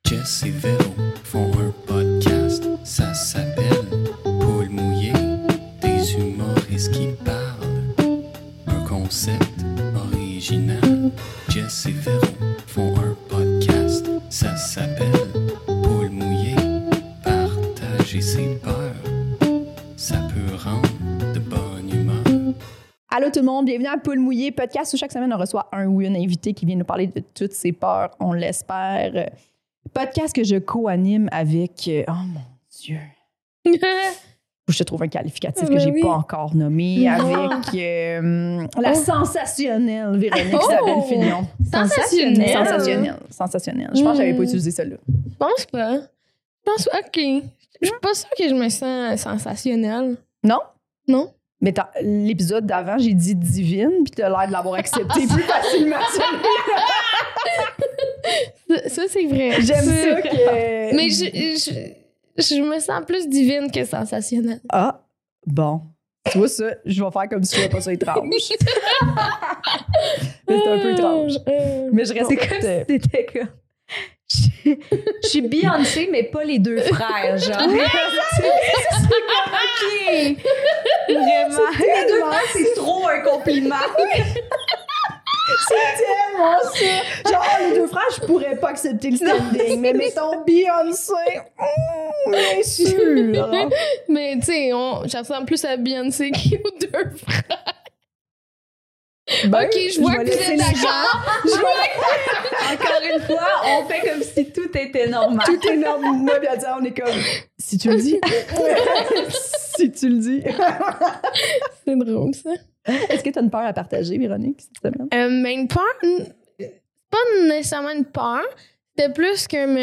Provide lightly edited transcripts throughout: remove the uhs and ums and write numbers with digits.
Jess et Véro font un podcast, ça s'appelle Paul mouillé, des humoristes qui parlent. Un concept original. Jess et Véro font un podcast, ça s'appelle Paul mouillé, partager ses peurs, ça peut rendre de bonne humeur. Allô tout le monde, bienvenue à Paul mouillé, podcast où chaque semaine on reçoit un ou une invité qui vient nous parler de toutes ses peurs, on l'espère. Podcast que je co-anime avec... oh mon Dieu! Je te trouve un qualificatif que j'ai pas encore nommé. Avec la sensationnelle Véronique Isabelle Fillon. Sensationnelle. Je pense que j'avais pas utilisé celle-là. Je pense pas. OK. Je suis pas sûre que je me sens sensationnelle. Non? Non? Mais l'épisode d'avant, j'ai dit divine, puis t'as l'air de l'avoir accepté plus facilement. Ça, c'est vrai. J'aime ça que... Mais je me sens plus divine que sensationnelle. Ah, bon. Tu vois ça, je vais faire comme si je trouvais pas ça étrange. Mais c'est un peu étrange. Mais je reste comme si c'était comme... Je suis Beyoncé, mais pas les deux frères, genre. C'est OK. Vraiment. Les deux frères, c'est trop un compliment. C'est tellement ça. Genre, les deux frères, je pourrais pas accepter le standing. Mais mettons Beyoncé, bien sûr. Mais tu sais, je ressemble plus à Beyoncé qu'aux deux frères. Ben, OK, je vois que vous êtes d'accord. Encore une fois, on fait comme si tout était normal. Tout est normal. Moi, bien dire, on est comme... Si tu le dis. Si tu le dis. C'est drôle, ça. Est-ce que tu as une peur à partager, Véronique, cette semaine? Mais une peur, pas nécessairement une peur, c'était plus comme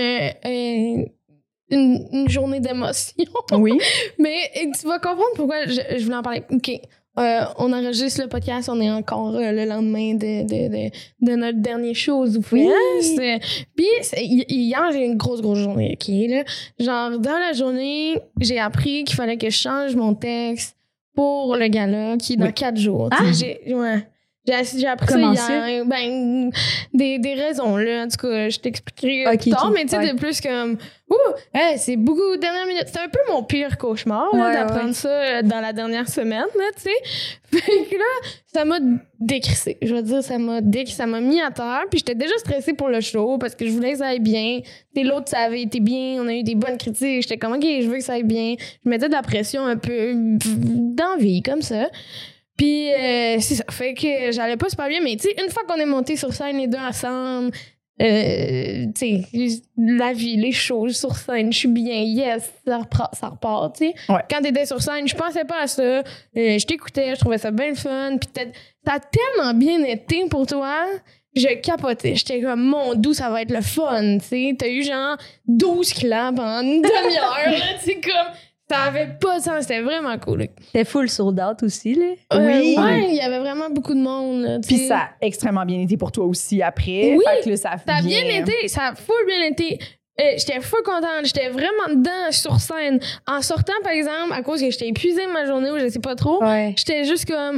une journée d'émotion. Oui. Mais tu vas comprendre pourquoi je voulais en parler. OK. On enregistre le podcast, on est encore le lendemain de notre dernier show aux Oufouillasses. Puis hier, j'ai une grosse journée, OK? Là. Genre, dans la journée, j'ai appris qu'il fallait que je change mon texte pour le gala qui est dans 4 jours. Ah! J'ai appris Comment ça hier. Ben, des raisons, là. En tout cas, je t'expliquerai plus tard, mais tu sais, de plus comme... c'est beaucoup dernière minute. C'était un peu mon pire cauchemar, là, d'apprendre ça dans la dernière semaine, là, tu sais. Fait que là, ça m'a décrissé. Je veux dire, ça m'a mis à terre. Puis j'étais déjà stressée pour le show parce que je voulais que ça aille bien. T'sais, l'autre, ça avait été bien. On a eu des bonnes critiques. J'étais comme, OK, je veux que ça aille bien. Je mettais de la pression un peu d'envie, comme ça. Puis c'est ça, fait que j'allais pas super bien, mais tu sais, une fois qu'on est monté sur scène les deux ensemble, tu sais, la vie, les choses sur scène, je suis bien, yes, ça repart, tu sais. Ouais. Quand t'étais sur scène, je pensais pas à ça, je t'écoutais, je trouvais ça bien le fun, puis ça a tellement bien été pour toi, je capotais, j'étais comme, mon Dieu, ça va être le fun, tu sais. T'as eu genre 12 claps pendant une demi-heure, là, tu sais, comme... Ça avait pas de sens, c'était vraiment cool. C'était full sold out aussi, là. Oui. Ouais, il y avait vraiment beaucoup de monde. Puis ça a extrêmement bien été pour toi aussi après. Oui, fait que là, ça a bien été, ça a full bien été. J'étais full contente, j'étais vraiment dedans sur scène. En sortant, par exemple, à cause que j'étais épuisée de ma journée ou je sais pas trop, j'étais juste comme...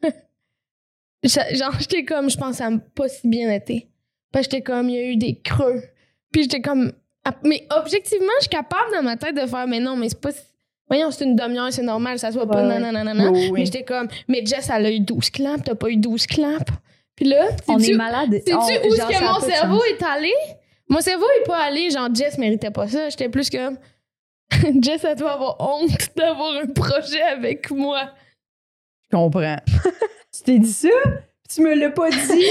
genre, j'étais comme, je pense que ça n'a pas si bien été. Parce que j'étais comme, il y a eu des creux. Puis j'étais comme... Mais objectivement, je suis capable dans ma tête de faire, mais non, mais c'est pas... Voyons, c'est une demi-heure, c'est normal, ça soit pas nanana. Oui. Mais j'étais comme, mais Jess, elle a eu 12 claps, t'as pas eu 12 claps. Puis là, on est malade. Sais-tu où est-ce que mon cerveau est allé? Mon cerveau est pas allé, genre, Jess méritait pas ça. J'étais plus comme, Jess, elle doit avoir honte d'avoir un projet avec moi. Je comprends. Tu t'es dit ça? Tu me l'as pas dit?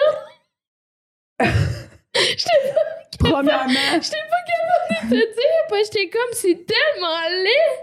Non! Premièrement. J'étais pas capable de te dire, parce que j'étais comme, c'est tellement laid.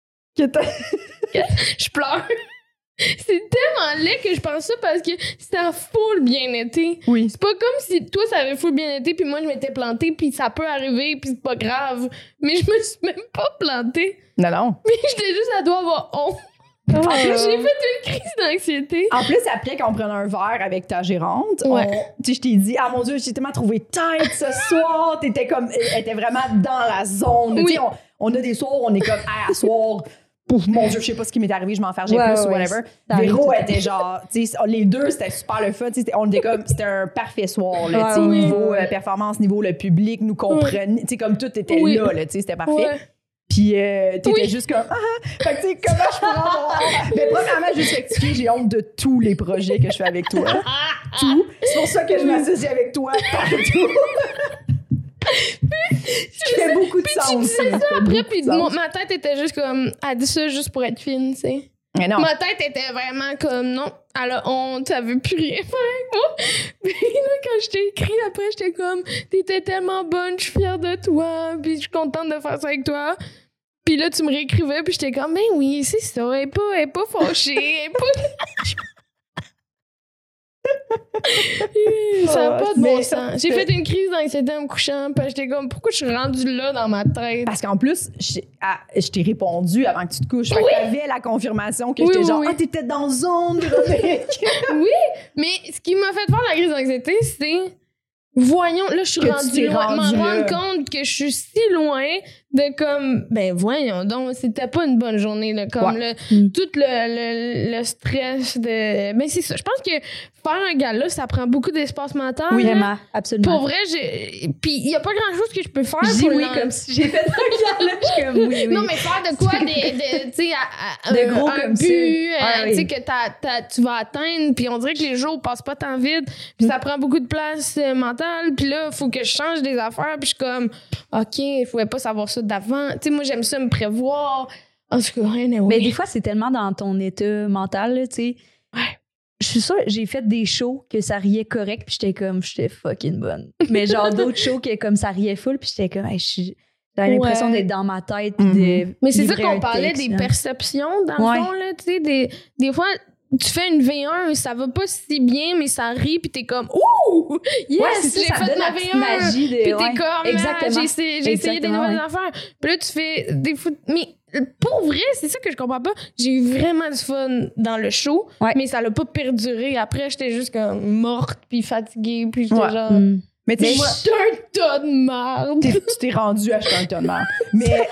Je pleure. C'est tellement laid que je pense ça parce que ça a full bien été. Oui. C'est pas comme si toi, ça avait full bien été, puis moi, je m'étais plantée, puis ça peut arriver, puis c'est pas grave. Mais je me suis même pas plantée. Non. Mais j'étais juste, elle doit avoir honte. En plus, j'ai fait une crise d'anxiété. En plus, après, quand on prenait un verre avec ta gérante, Ouais. tu sais, je t'ai dit, ah mon Dieu, j'ai tellement trouvé tête ce soir. T'étais comme, elle était vraiment dans la zone. Oui. Tu sais, on a des soirs où on est comme, à soir, mon Dieu, je sais pas ce qui m'est arrivé, je m'en fargeais plus ou whatever. Véro était genre, tu sais, les deux, c'était super le fun. On était comme, c'était un parfait soir, là, tu sais, niveau performance, niveau le public nous comprenait. Tu sais, comme tout était là, tu sais, c'était parfait. Ouais. Puis t'étais juste comme fait que tu sais comment je pourrais avoir mais premièrement juste rectifier, j'ai honte de tous les projets que je fais avec toi. Tout. C'est pour ça que je m'associe avec toi partout. Je fais beaucoup de sens. Tu disais ça après, puis ma tête était juste comme elle dit ça juste pour être fine, tu sais. Mais non. Ma tête était vraiment comme non, elle a honte, elle veut plus rien faire avec moi. Puis là, quand je t'ai écrit après, j'étais comme t'étais tellement bonne, je suis fière de toi, puis je suis contente de faire ça avec toi. Puis là, tu me réécrivais, puis j'étais comme, ben oui, c'est ça, elle est pas fâchée, elle est pas... Ça n'a pas de bon sens. J'ai fait une crise d'anxiété en me couchant, puis j'étais comme, pourquoi je suis rendue là dans ma tête? Parce qu'en plus, je t'ai répondu avant que tu te couches. Fait que t'avais la confirmation que j'étais genre, t'étais dans zone, Véronique. Oui, mais ce qui m'a fait faire la crise d'anxiété, c'est... Voyons, là, je suis rendue loin. M'en rendre compte que je suis si loin de comme, ben voyons donc, c'était pas une bonne journée, là, comme tout le stress de... Ben c'est ça, je pense que faire un gala, ça prend beaucoup d'espace mental. Oui, vraiment, absolument. Pour vrai, puis il y a pas grand-chose que je peux faire. Je dis oui, comme si j'ai fait un gala, je suis comme oui. Non, mais faire de quoi, tu sais, de gros un comme but, tu sais, que tu vas atteindre, puis on dirait que les jours passent pas tant vite, puis ça prend beaucoup de place mentale, puis là, il faut que je change des affaires, puis je suis comme, OK, il faut pas savoir ça d'avant. Tu sais, moi, j'aime ça me prévoir. En tout cas, mais des fois, c'est tellement dans ton état mental, tu sais. Ouais. Je suis sûre, j'ai fait des shows que ça riait correct, puis j'étais fucking bonne. Mais genre d'autres shows que comme ça riait full, puis j'étais comme, j'avais l'impression d'être dans ma tête. Mais c'est ça qu'on parlait des perceptions, dans le fond, là, tu sais, des fois... Tu fais une V1, ça va pas si bien, mais ça rit, pis t'es comme ouh, yes, j'ai fait ma V1, pis t'es comme j'ai essayé des nouvelles affaires. Puis là tu fais des fois, mais pour vrai, c'est ça que je comprends pas. J'ai eu vraiment du fun dans le show, mais ça l'a pas perduré. Après, j'étais juste comme morte puis fatiguée, puis j'étais genre. Mais tu sais, moi, j'étais un tas de merde. Tu t'es rendu à acheter un tas de merde. Mais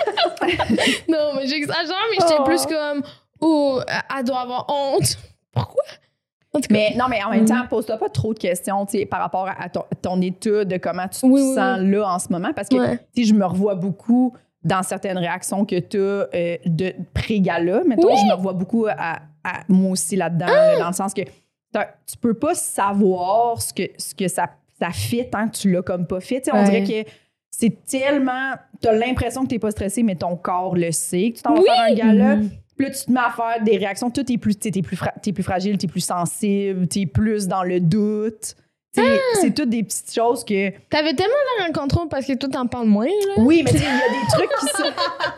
non, mais j'exagère, mais j'étais plus comme elle doit avoir honte. Pourquoi? Mais non, mais en même temps, pose-toi pas trop de questions par rapport à ton état de comment tu te sens là en ce moment. Parce que je me revois beaucoup dans certaines réactions que tu as de pré-gala. Mettons, je me revois beaucoup à moi aussi là-dedans, dans le sens que tu peux pas savoir ce que ça fait tant que tu l'as comme pas fait. On dirait que c'est tellement... T'as l'impression que t'es pas stressé, mais ton corps le sait, que tu t'en vas faire un gala. Puis là, tu te mets à faire des réactions. Tout est plus... T'es plus fragile, t'es plus sensible, t'es plus dans le doute. C'est toutes des petites choses que... T'avais tellement l'air en contrôle parce que toi, t'en parles moins, là. Oui, mais il y a des trucs qui sont...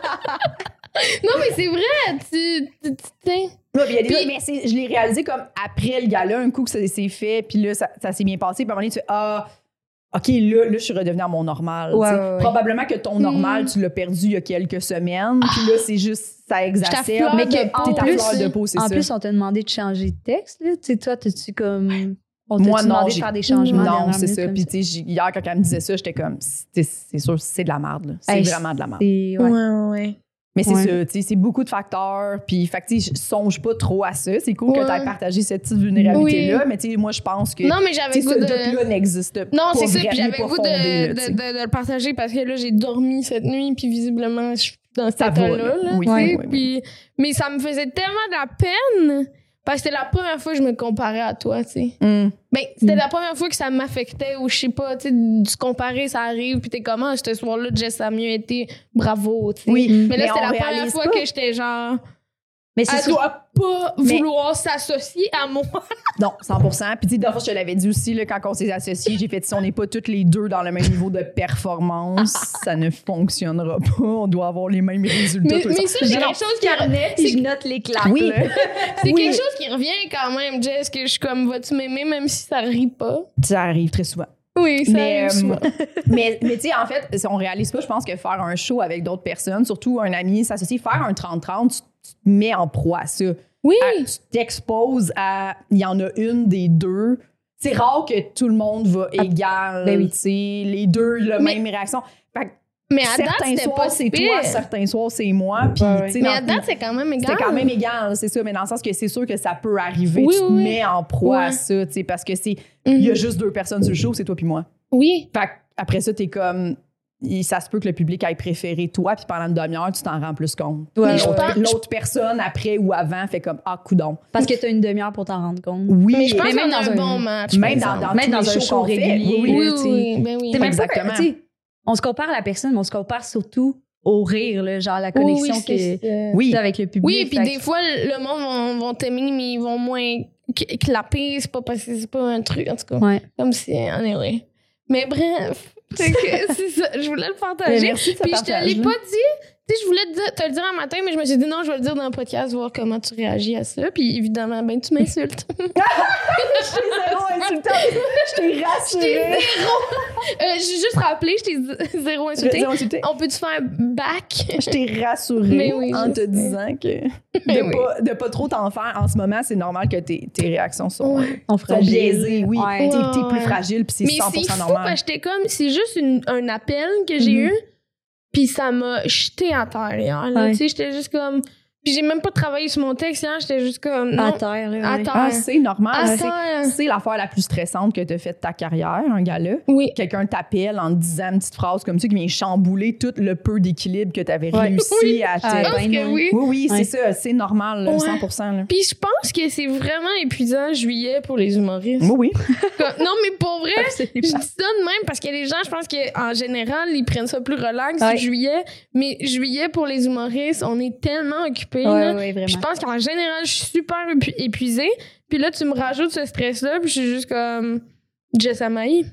Non, mais c'est vrai, tu sais... Ouais, mais je l'ai réalisé comme après le gala, un coup que ça s'est fait, puis là, ça s'est bien passé. Puis à un moment donné, tu fais OK, là, je suis redevenue à mon normal. Probablement que ton normal, tu l'as perdu il y a quelques semaines. Puis là, c'est juste, ça exacerbe. Mais t'es à fleur de peau, c'est ça. En plus, on t'a demandé de changer de texte. Tu sais, toi, t'es-tu comme... On t'a demandé de faire des changements. Non, c'est ça. Puis tu sais, hier, quand elle me disait ça, j'étais comme, c'est sûr, c'est de la merde. Là. C'est vraiment de la merde. Ouais. Mais c'est ça, tu sais, c'est beaucoup de facteurs. Puis, fait que, tu sais, je songe pas trop à ça. C'est cool que tu aies partagé cette petite vulnérabilité-là. Mais, tu sais, moi, je pense que. Non, mais j'avais ce doute-là n'existe pas. Non, c'est ça. Puis, j'avais le goût de le partager parce que là, j'ai dormi cette nuit. Puis, visiblement, je suis dans cet état-là. Oui. Mais ça me faisait tellement de la peine. Parce que c'était la première fois que je me comparais à toi, tu sais. Ben, c'était la première fois que ça m'affectait ou je sais pas, tu sais, de se comparer, ça arrive, puis t'es comment, ce soir-là, Jess a mieux été, bravo, tu sais. Oui, mais là, c'était la première fois que j'étais genre... Mais elle doit pas vouloir s'associer à moi. Non, 100%. Puis, tu sais, d'abord, je te l'avais dit aussi, là, quand on s'est associés, j'ai fait si on n'est pas toutes les deux dans le même niveau de performance, ça ne fonctionnera pas. On doit avoir les mêmes résultats. Mais ça, c'est quelque chose qui revenait. Je note les claques. Oui. C'est quelque chose qui revient quand même, Jess, que je suis comme, vas-tu m'aimer même si ça rit pas? Ça arrive très souvent. Oui, ça arrive souvent. mais tu sais, en fait, on réalise pas, je pense, que faire un show avec d'autres personnes, surtout un ami, s'associer, faire un 30-30, tu te mets en proie à ça. Oui. Tu t'exposes à... Il y en a une des deux. C'est rare que tout le monde va égal, tu sais, les deux, la même réaction. Fait Mais à date, certains c'était soirs, pas c'est pire. toi, certains soirs, c'est moi. Puis, tu sais, Mais à date, c'est quand même égal. c'était quand même égal, c'est ça. Mais dans le sens que c'est sûr que ça peut arriver. Oui, tu te oui. mets en proie Ouais. à ça, tu sais, parce que il y a juste 2 personnes sur le show, c'est toi puis moi. Oui. Fait après ça, t'es comme... Ça se peut que le public aille préféré toi, puis pendant une demi-heure, tu t'en rends plus compte. Ouais, L'autre personne, après ou avant, fait comme « Ah, coudonc ». Parce que t'as une demi-heure pour t'en rendre compte. Oui, Mais je pense mais même qu'on a dans un un- bon match. même par dans exemple. tous les un shows show qu'on fait. régulier. Oui, Oui, là, tu sais. oui, ben oui. C'est même pas Exactement. tu sais, on se compare à la personne, mais on se compare surtout au rire, là, genre la connexion Oui, c'est ça. Oui. avec le public. Oui, puis Fait des fois, le monde vont t'aimer, mais ils vont moins clapper. C'est pas parce que c'est pas un truc, en tout cas. Ouais. Comme si, anyway. Mais bref, c'est ça. Je voulais le Mais partager. merci de ce Puis je te l'ai partage-là. pas dit. Tu sais, je voulais te le dire un matin, mais je me suis dit non, je vais le dire dans le podcast, voir comment tu réagis à ça. Puis évidemment, ben, tu m'insultes. Zéro insultant. Je t'ai rassurée. J'ai juste rappelé, je t'ai dit zéro insulté. Zéro insulté. On peut-tu faire back? Je t'ai rassurée Mais oui, en je te sais. disant que Mais oui. de pas trop t'en faire en ce moment, c'est normal que tes réactions sont, Ouais. on sont biaisées. Oui, Ouais. t'es plus Ouais. fragile, puis c'est Mais 100% c'est fou normal. parce que j'étais comme, c'est juste un appel que j'ai eu, puis ça m'a jeté à terre hier. là. Ouais. Tu sais, j'étais juste comme. Puis j'ai même pas travaillé sur mon texte hier, j'étais juste comme. Non, À terre, là. à ouais. terre. Ah, c'est normal. À C'est- terre. C'est l'affaire la plus stressante que t'as faite de ta carrière, un gars-là. Oui. Quelqu'un t'appelle en te disant une petite phrase comme ça qui vient chambouler tout le peu d'équilibre que t'avais Ouais. réussi Oui. à te... Ah, Je pense ben que non. oui. Oui, Ouais. c'est ça, c'est normal, là, Ouais. 100%. Là. Puis je pense que c'est vraiment épuisant juillet pour les humoristes. Oui, oui. Comme- non, mais pour vrai, je Absolument. dis ça de même parce que les gens, je pense qu'en général, ils prennent ça plus relax Ouais. juillet. Mais juillet, pour les humoristes, on est tellement occupés. Ouais, là. ouais, vraiment. Je pense qu'en général, je suis super épuisée. Puis là, tu me rajoutes ce stress-là, puis je suis juste comme Jess Amaï.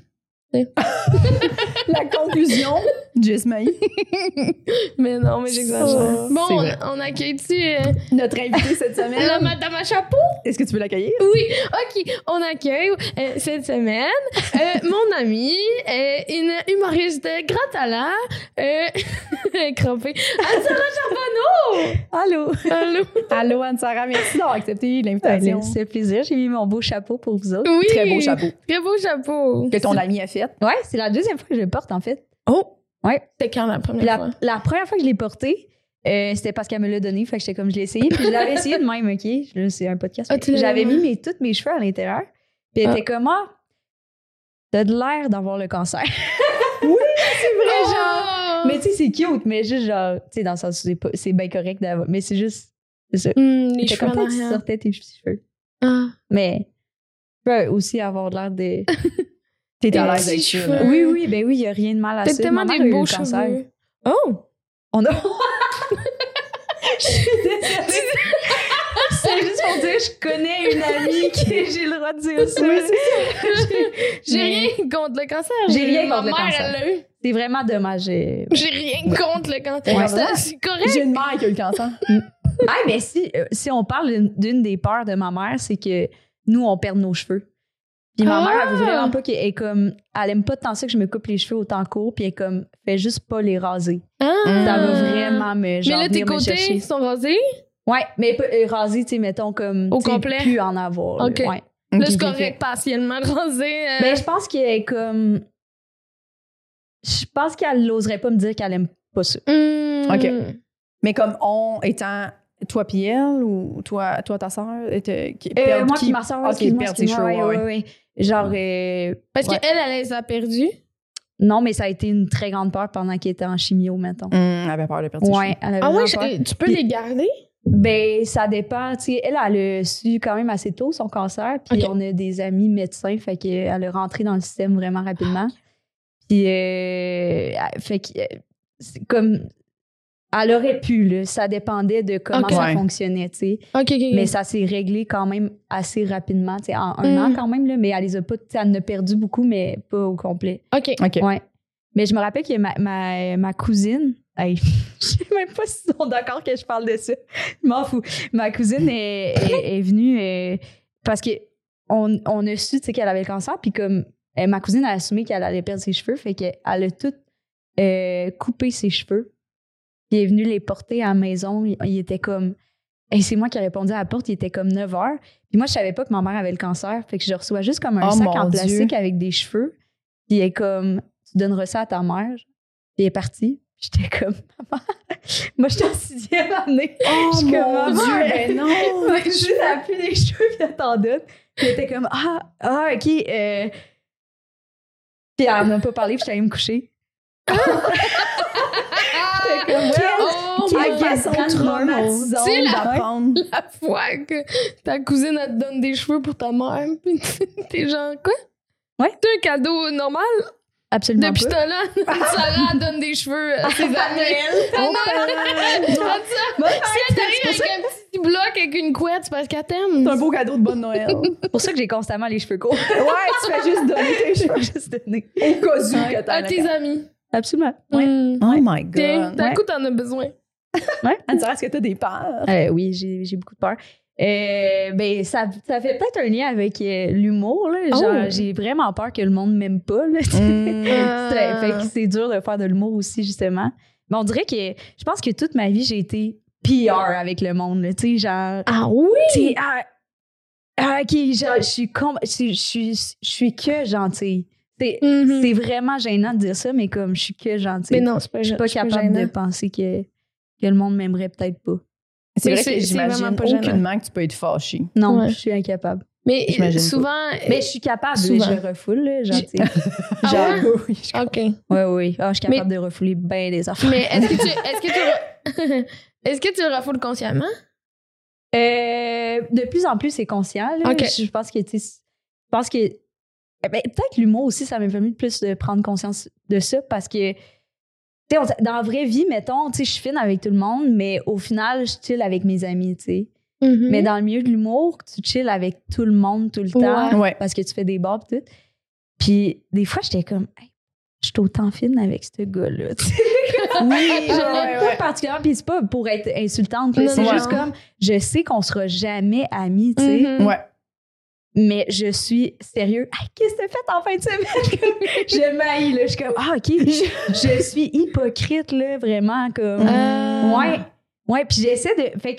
La conclusion, Jess Maï, Mais non, mais j'exagère. Oh, c'est Bon, vrai. on accueille-tu notre invitée cette la semaine. madame à chapeau? Est-ce que tu veux l'accueillir? Oui, OK. On accueille cette semaine mon amie, une humoriste de grand talent, crampée, Anne-Sarah Charbonneau! Allô? Allô? Allô, Anne-Sarah, merci d'avoir accepté l'invitation. C'est un plaisir. J'ai mis mon beau chapeau pour vous autres. Oui! Très beau chapeau Très beau chapeau. que ton ami a fait. Ouais, c'est la deuxième fois que je le porte, en fait. Oh! Ouais. C'était quand la première fois? La première fois que je l'ai porté, c'était parce qu'elle me l'a donné. Fait que j'étais comme, je l'ai essayé. Puis je l'avais essayé de même, OK? Là, c'est un podcast. Ah, tu l'avais J'avais mis? mis tous mes cheveux à l'intérieur. Puis elle était comme, t'as de l'air d'avoir le cancer. C'est vrai, Oh! genre. Mais tu sais, c'est cute, mais juste genre, tu sais, dans le sens où c'est bien correct d'avoir. Mais c'est juste, c'est ça. Les C'était cheveux comme en quand tu arrière. sortais tes cheveux. Ah. Mais tu peux aussi avoir l'air de. T'es à Des l'aise avec petits ça. cheveux. là. Oui, oui, ben oui, il n'y a rien de mal à T'as ça. tellement Ma des mère a eu beaux le cancer. cheveux. Oh! On a. Je suis désolée. C'est juste pour dire, je connais une amie qui j'ai le droit de dire ça. J'ai Mais rien contre le cancer. J'ai rien Ma contre le mère, cancer. elle l'a eu. C'est vraiment dommage. J'ai rien contre le cancer. Ouais. C'est correct. J'ai une mère qui a eu le cancer. Ah, mais si on parle d'une des peurs de ma mère, c'est que nous, on perd nos cheveux. Puis ma mère, elle veut vraiment pas qu'elle est comme. Elle aime pas tant ça que je me coupe les cheveux autant court, puis elle est comme, fais juste pas les raser. Ah. Ça va vraiment me. Genre, Mais là, tes venir me côtés chercher. sont rasés. Ouais, mais pas raser, tu sais, mettons comme. Au tu sais, complet? Plus en avoir. là. Ok. Ouais. Là, Ok, c'est ok, correct, partiellement rasé. Ben, je pense qu'elle est comme. Je pense qu'elle n'oserait pas me dire qu'elle aime pas ça. Ok. Mais comme on étant toi pis elle ou toi ta sœur Moi puis ma soeur, qui perd ses cheveux, ouais. Genre. Parce ouais. qu'elle les a perdus. Non, mais ça a été une très grande peur pendant qu'elle était en chimio, mettons. Elle avait peur de perdre ses Ouais, elle avait Ah ouais, vraiment peur. tu peux Puis- les garder? Ben, ça dépend. Tu sais, elle a su quand même assez tôt son cancer. Puis Ok. on a des amis médecins, fait qu'elle est rentrée dans le système vraiment rapidement. Puis, fait que, c'est comme, elle aurait pu, là. Ça dépendait de comment Ok. ça Ouais. fonctionnait, tu sais. Ok. Mais ça s'est réglé quand même assez rapidement, tu sais, en un an quand même, là. Mais elle les a pas, tu sais, elle en a perdu beaucoup, mais pas au complet. Ok. OK. Ouais. Mais je me rappelle que ma cousine, hey, je sais même pas s'ils sont d'accord que je parle de ça. Je m'en fous. Ma cousine est venue parce que on a su, tu sais, qu'elle avait le cancer, puis comme ma cousine a assumé qu'elle allait perdre ses cheveux, fait qu'elle a tout coupé ses cheveux. Puis elle est venue les porter à la maison. Il était comme. Et c'est moi qui ai répondu à la porte, il était comme 9h. Puis moi, je savais pas que ma mère avait le cancer. Fait que je reçois juste comme un Oh sac mon en plastique Dieu. avec des cheveux. Puis elle est comme, tu donneras ça à ta mère. Puis elle est partie. J'étais comme, maman, moi, j'étais en 6e année. Oh Je mon Dieu, ben non! Juste appuie les cheveux, puis elle t'en donne. Puis elle était comme, OK. Puis elle m'a pas parlé, puis j'étais allée me coucher. J'étais comme, Quelle façon traumatisante C'est la- d'apprendre. La fois que ta cousine, elle te donne des cheveux pour ta mère, puis t'es genre, quoi? Ouais. C'est un cadeau normal? Absolument Depuis ce pas. temps-là, Sarah donne des cheveux à ses amis. Si elle t'arrive avec un petit bloc avec une couette, c'est parce qu'elle t'aime. C'est un beau cadeau de bonne Noël. C'est pour ça que j'ai constamment les cheveux courts. Ouais, tu fais juste donner tes cheveux. Juste donner. Au cas où que t'as À tes amis. Absolument. Ouais. Oh my Tiens, God. d'un coup, t'en as besoin. Anne-Sarah, est-ce que t'as des peurs? Oui, j'ai beaucoup de peur. Ben, ça fait peut-être un lien avec l'humour. Là. Genre, j'ai vraiment peur que le monde m'aime pas. Là, fait que c'est dur de faire de l'humour aussi, justement. Mais on dirait que je pense que toute ma vie, j'ai été PR avec le monde. Tu sais, genre. Ah oui? Tu sais, OK, genre, je suis que gentille. C'est vraiment gênant de dire ça, mais comme je suis que gentille. Mais non, c'est pas Je suis pas capable de penser que le monde m'aimerait peut-être pas. C'est Oui, vrai c'est- que c'est j'imagine vraiment pas gênant. aucunement que tu peux être fâchée. Non, Ouais. je suis incapable. Mais J'imagine souvent. Mais je suis capable, Souvent. je refoule, là, gentille. J'avoue, oui. OK. Oui. Ah, je suis capable de refouler bien des affaires. Mais est-ce que tu le refoules consciemment? De plus en plus, c'est conscient. Là. Ok. Je pense que, tu sais, peut-être l'humour aussi, ça m'a permis de plus de prendre conscience de ça parce que, tu sais, dans la vraie vie, mettons, tu sais, je suis fine avec tout le monde, mais au final, je chill avec mes amis, tu sais. Mais dans le milieu de l'humour, tu chill avec tout le monde tout le temps Ouais. parce que tu fais des bars et tout. Puis des fois, j'étais comme, hey, je suis autant fine avec ce gars-là, tu sais. Oui, Je ouais, l'aime pas particulièrement, puis c'est pas pour être insultante, là, Non, c'est non. juste comme, je sais qu'on sera jamais amis, tu sais, Mhm. Ouais. mais je suis sérieux. Hey, qu'est-ce que t'as fait en fin de semaine? Je m'haïs, là, je suis comme, OK, je suis hypocrite, là, vraiment, comme, ouais, puis j'essaie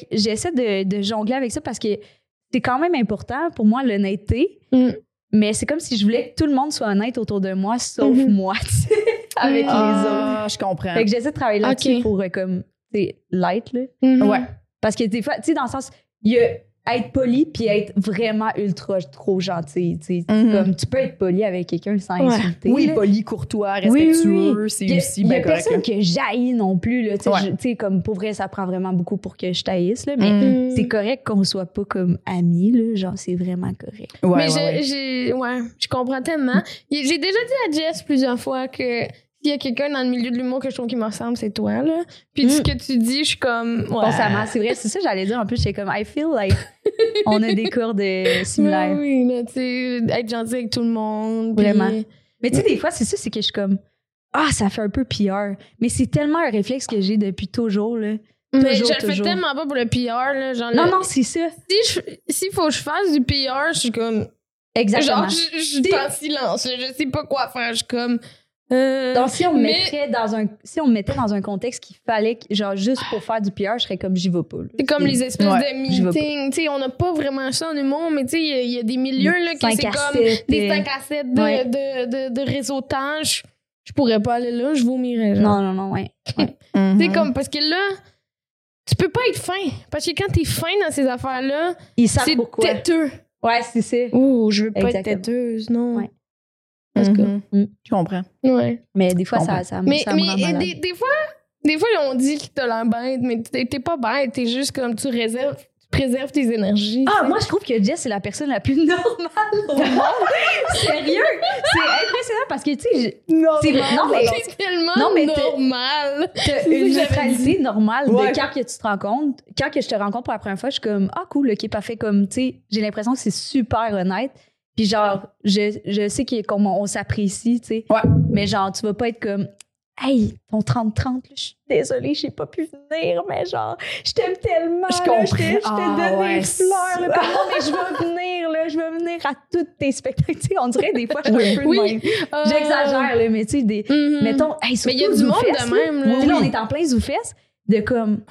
de jongler avec ça parce que c'est quand même important pour moi, l'honnêteté, mais c'est comme si je voulais que tout le monde soit honnête autour de moi, sauf moi, tu sais, avec les autres. Ah, je comprends. Fait que j'essaie de travailler là-dessus Ok. pour, comme, tu sais, light, là. Ouais. Parce que des fois, tu sais, dans le sens, il y a être poli puis être vraiment ultra trop gentil, tu sais. Comme, tu peux être poli avec quelqu'un sans insulter. Oui, là. poli, courtois, Oui, respectueux, oui. c'est Il y a- aussi il y bien a correct. personne que j'haïs non plus, là. Tu sais, Ouais. tu sais, comme, pour vrai, ça prend vraiment beaucoup pour que je taillisse, là. Mais c'est correct qu'on soit pas comme amis, là. Genre, c'est vraiment correct. Ouais, Mais ouais. je comprends tellement. J'ai déjà dit à Jess plusieurs fois que s'il y a quelqu'un dans le milieu de l'humour que je trouve qui me ressemble, c'est toi, là. Puis ce que tu dis, je suis comme... Ouais. Bon, ça marche. C'est vrai, c'est ça que j'allais dire. En plus, j'étais comme, I feel like on a des cours similaires. Oui, là, tu sais, être gentil avec tout le monde. puis- Vraiment. Mais tu sais, des fois, c'est ça, c'est que je suis comme, ça fait un peu PR. Mais c'est tellement un réflexe que j'ai depuis toujours, là. Mais Toujours, je le fais toujours. tellement pas pour le PR, là. Genre, Non, là, non, c'est ça. s'il faut que je fasse du PR, je suis comme... Exactement. Genre, je suis en silence, là, je sais pas quoi faire. Je suis comme... Donc, si on, mais- si on me mettait dans un contexte qu'il fallait, genre, juste pour faire du PR, je serais comme, j'y vais pas. là. C'est comme les espèces Ouais, de je vais meetings. Tu sais, on n'a pas vraiment ça en humour, mais tu sais, il y a des milieux là, que 5 c'est à comme 7, des 5 à 7 de réseautage. Je pourrais pas aller là, je vomirais. Genre. Non, ouais. Mhm. C'est comme, parce que là, tu peux pas être fin. Parce que quand t'es fin dans ces affaires-là, Ils savent c'est pourquoi. têteux. Ouais, c'est ça. Oh, je veux pas Exactement. être têteuse, non. Ouais. En tout cas. Mhm. Je comprends. Ouais. Mais des fois, Comprends. ça Mais, me rend malade. des fois, on dit que t'as l'air bête, mais t'es pas bête, t'es juste comme tu préserves tes énergies. tu sais. Moi, je trouve que Jess, c'est la personne la plus normale au monde. Sérieux? C'est impressionnant parce que, tu sais, c'est vrai. Non, mais C'est tellement Non, mais normal. t'as une J'avais neutralité normale Ouais. de quand que tu te rencontres. Quand que je te rencontre pour la première fois, je suis comme, cool, ok, parfait. Comme, tu sais, j'ai l'impression que c'est super honnête. Puis genre, je sais qu'on s'apprécie, tu sais. Ouais. Mais genre, tu vas pas être comme, hey, ton 30-30, là, je suis désolée, j'ai pas pu venir, mais genre, je t'aime tellement. Je là, comprends. Je t'ai donné Ouais, des fleurs. Là, comme, non, mais je vais venir, là, je vais venir à tous tes spectacles. Tu sais, on dirait des fois, je suis un peu de même. J'exagère, là, mais tu sais, Mhm. mettons, hey, Mais il y a surtout du monde Zoufest, de même, là. Tu sais, là, on est en plein Zoufest, de comme,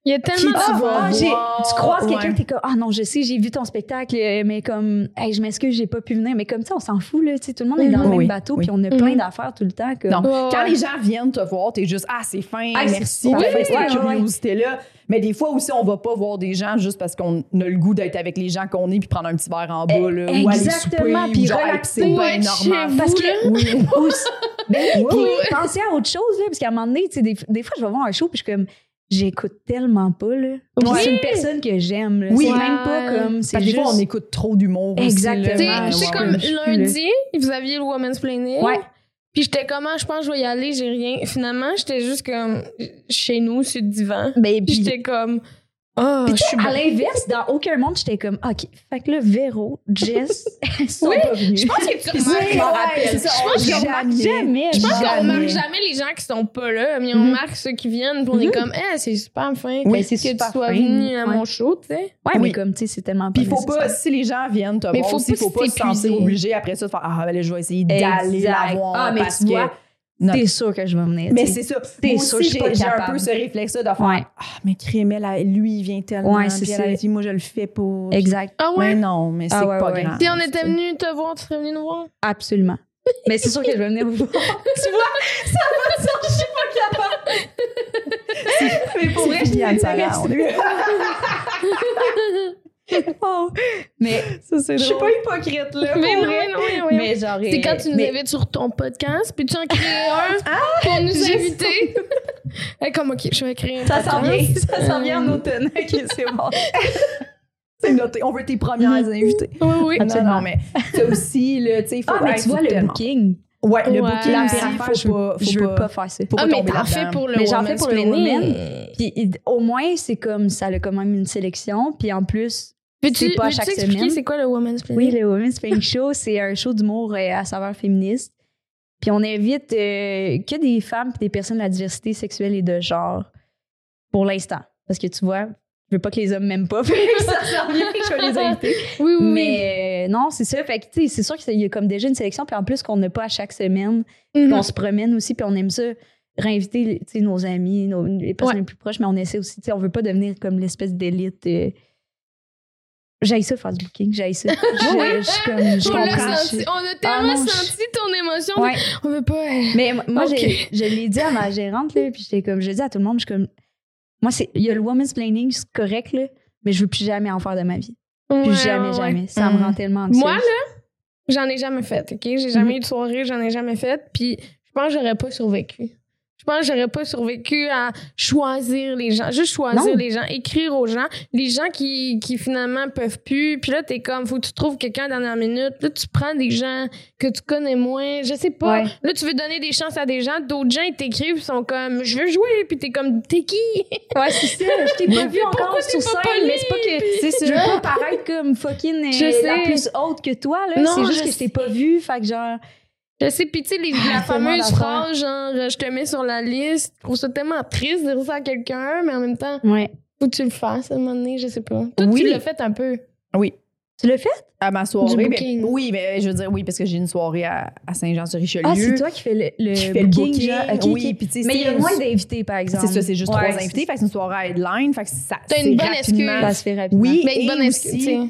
Il y a tellement tu croises quelqu'un, t'es comme, ah non, je sais, j'ai vu ton spectacle, mais comme, hey, je m'excuse, j'ai pas pu venir. Mais comme ça, on s'en fout, là. Tu sais, tout le monde est dans le même bateau, puis on a plein d'affaires tout le temps. Comme... Non. Quand les gens viennent te voir, t'es juste, c'est fin, merci de cette curiosité-là. Mais des fois aussi, on va pas voir des gens juste parce qu'on a le goût d'être avec les gens qu'on est puis prendre un petit verre en bas, là, ou aller souper, puis relaxer, c'est pas normal. Parce que, puis pensez à autre chose, là, parce qu'à un moment donné, tu sais, des fois, je vais voir un show, puis je suis comme, j'écoute tellement pas, là. C'est une personne que j'aime, là. C'est même pas comme... C'est juste... Des fois, on écoute trop d'humour aussi. Exactement. C'est comme lundi, vous aviez le Women's Planning. Ouais. Puis j'étais comme, je pense que je vais y aller, j'ai rien. Finalement, j'étais juste comme chez nous, sur le divan. Puis j'étais comme... Puis à l'inverse, dans aucun monde, j'étais comme, OK, fait que là, Véro, Jess, elles sont pas venues. Je pense que tu remarques. Je pense qu'on remarque jamais les gens qui sont pas là, mais on remarque ceux qui viennent, puis on est comme, c'est super fin que tu sois venu à mon show, tu sais. Ouais, mais comme, tu sais, c'est tellement pas. Puis il faut pas, si les gens viennent te voir, il faut pas se sentir obligé après ça de faire, là, je vais essayer d'aller la voir parce que. T'es sûr que je vais venir. Mais c'est ça. T'es sûr que j'ai un peu ce réflexe-là de faire mais crime, lui, il vient tellement. Puis elle a dit, moi, je le fais pas. Exact. Ah ouais? Mais non, mais c'est pas grave. Si on était venu te voir, tu serais venu nous voir? Absolument. Mais c'est sûr que je vais venir vous voir. Tu vois, ça va ça, je suis pas capable. Mais pour vrai, mais ça, c'est je suis pas hypocrite là. Mais non. Mais genre, c'est quand tu nous invites sur ton podcast, puis tu en crées un pour nous inviter. Comme ok, je vais créer un podcast. Ça s'en vient en automne. Ok, c'est bon. C'est noté. On veut tes premières invitées. Oui. Non, mais c'est aussi là, tu sais, il faut. Mais tu vois le booking. Ouais, le booking, je veux pas faire ça. Mais t'en fais pour le j'en fais pour le women. Puis au moins, c'est comme ça a quand même une sélection. Puis en plus, c'est pas chaque semaine. C'est quoi le Women's Planning? Oui, le Women's Planning Show, c'est un show d'humour à saveur féministe. Puis on invite que des femmes et des personnes de la diversité sexuelle et de genre pour l'instant. Parce que tu vois, je veux pas que les hommes m'aiment pas. Ça sert bien que je vais les inviter. Oui. Mais non, c'est ça. Fait que, tu sais, c'est sûr qu'il y a comme déjà une sélection. Puis en plus, qu'on n'a pas à chaque semaine. Puis on se promène aussi. Puis on aime ça, réinviter nos amis, les personnes les plus proches. Mais on essaie aussi, tu sais, on veut pas devenir comme l'espèce d'élite. J'aille ça faire du booking. J'aille ça. Je comprends. On a tellement senti ton émotion. Ouais. On veut pas. Mais moi, je l'ai dit à ma gérante, là. Puis je l'ai dit à tout le monde. Je suis comme. Moi, il y a le Women's Planning, c'est correct, là, mais je veux plus jamais en faire de ma vie. Plus jamais. Ça me rend tellement anxieuse. Moi, là, j'en ai jamais fait, OK? J'ai jamais eu de soirée, j'en ai jamais fait. Puis je pense que j'aurais pas survécu. Je pense que j'aurais pas survécu à choisir les gens. Juste choisir les gens, écrire aux gens. Les gens qui finalement peuvent plus. Puis là, t'es comme, faut que tu trouves quelqu'un à la dernière minute. Là, tu prends des gens que tu connais moins. Je sais pas. Ouais. Là, tu veux donner des chances à des gens. D'autres gens, ils t'écrivent, ils sont comme, je veux jouer. Puis t'es comme, t'es qui? Ouais, c'est ça. Je t'ai pas vu encore sur scène. Mais c'est pas que, je veux pas paraître comme fucking la plus haute que toi, là. Non, c'est juste que je t'ai pas vu. Fait que genre... Je sais, pis tu sais, la fameuse phrase, genre, je te mets sur la liste. Je trouve ça tellement triste de dire ça à quelqu'un, mais en même temps, faut que tu le fasses à un moment donné, je sais pas. Toi, tu l'as fait un peu. Oui. Tu l'as fait? À ma soirée. Oui, mais je veux dire, oui, parce que j'ai une soirée à Saint-Jean-sur-Richelieu. Ah, c'est toi qui fais le booking. Oui, puis tu sais, mais il y a moins d'invités, par exemple. C'est ça, c'est juste 3 invités. Fait que c'est une soirée à headline. Fait que ça. T'as une bonne excuse. Ça se fait rapidement. Oui, mais une bonne excuse.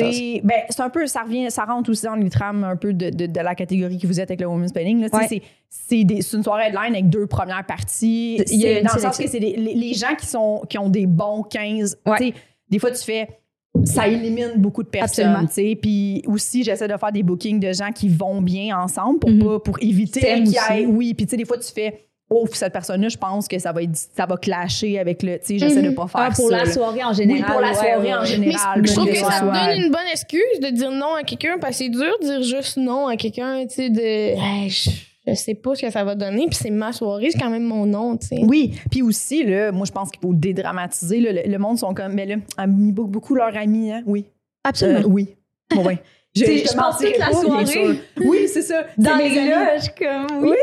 C'est un peu, ça rentre aussi dans les trames un peu de la catégorie que vous êtes avec le Women's Planning. Là, c'est une soirée headline avec 2 premières parties. Dans le sens que c'est les gens qui ont des bons 15. Des fois, tu fais... Ça élimine beaucoup de personnes, tu sais. Puis aussi, j'essaie de faire des bookings de gens qui vont bien ensemble pour éviter qu'il y ait... Oui, puis tu sais, des fois, tu fais... cette personne-là, je pense que ça va clasher avec le... Tu sais, j'essaie de pas faire pour ça. La soirée en général. Oui, pour la soirée en général. Mais je trouve que ça te donne une bonne excuse de dire non à quelqu'un, parce que c'est dur de dire juste non à quelqu'un, tu sais, de... Je sais pas ce que ça va donner, puis c'est ma soirée, c'est quand même mon nom, tu sais. Oui, puis aussi, là, moi, je pense qu'il faut dédramatiser. Là, le monde sont comme... Mais là, a mis beaucoup leurs amis, hein? Oui. Absolument. Oui. Bon, ouais. Je pense que la soirée. Oui, c'est ça. Dans les loges, comme... Oui,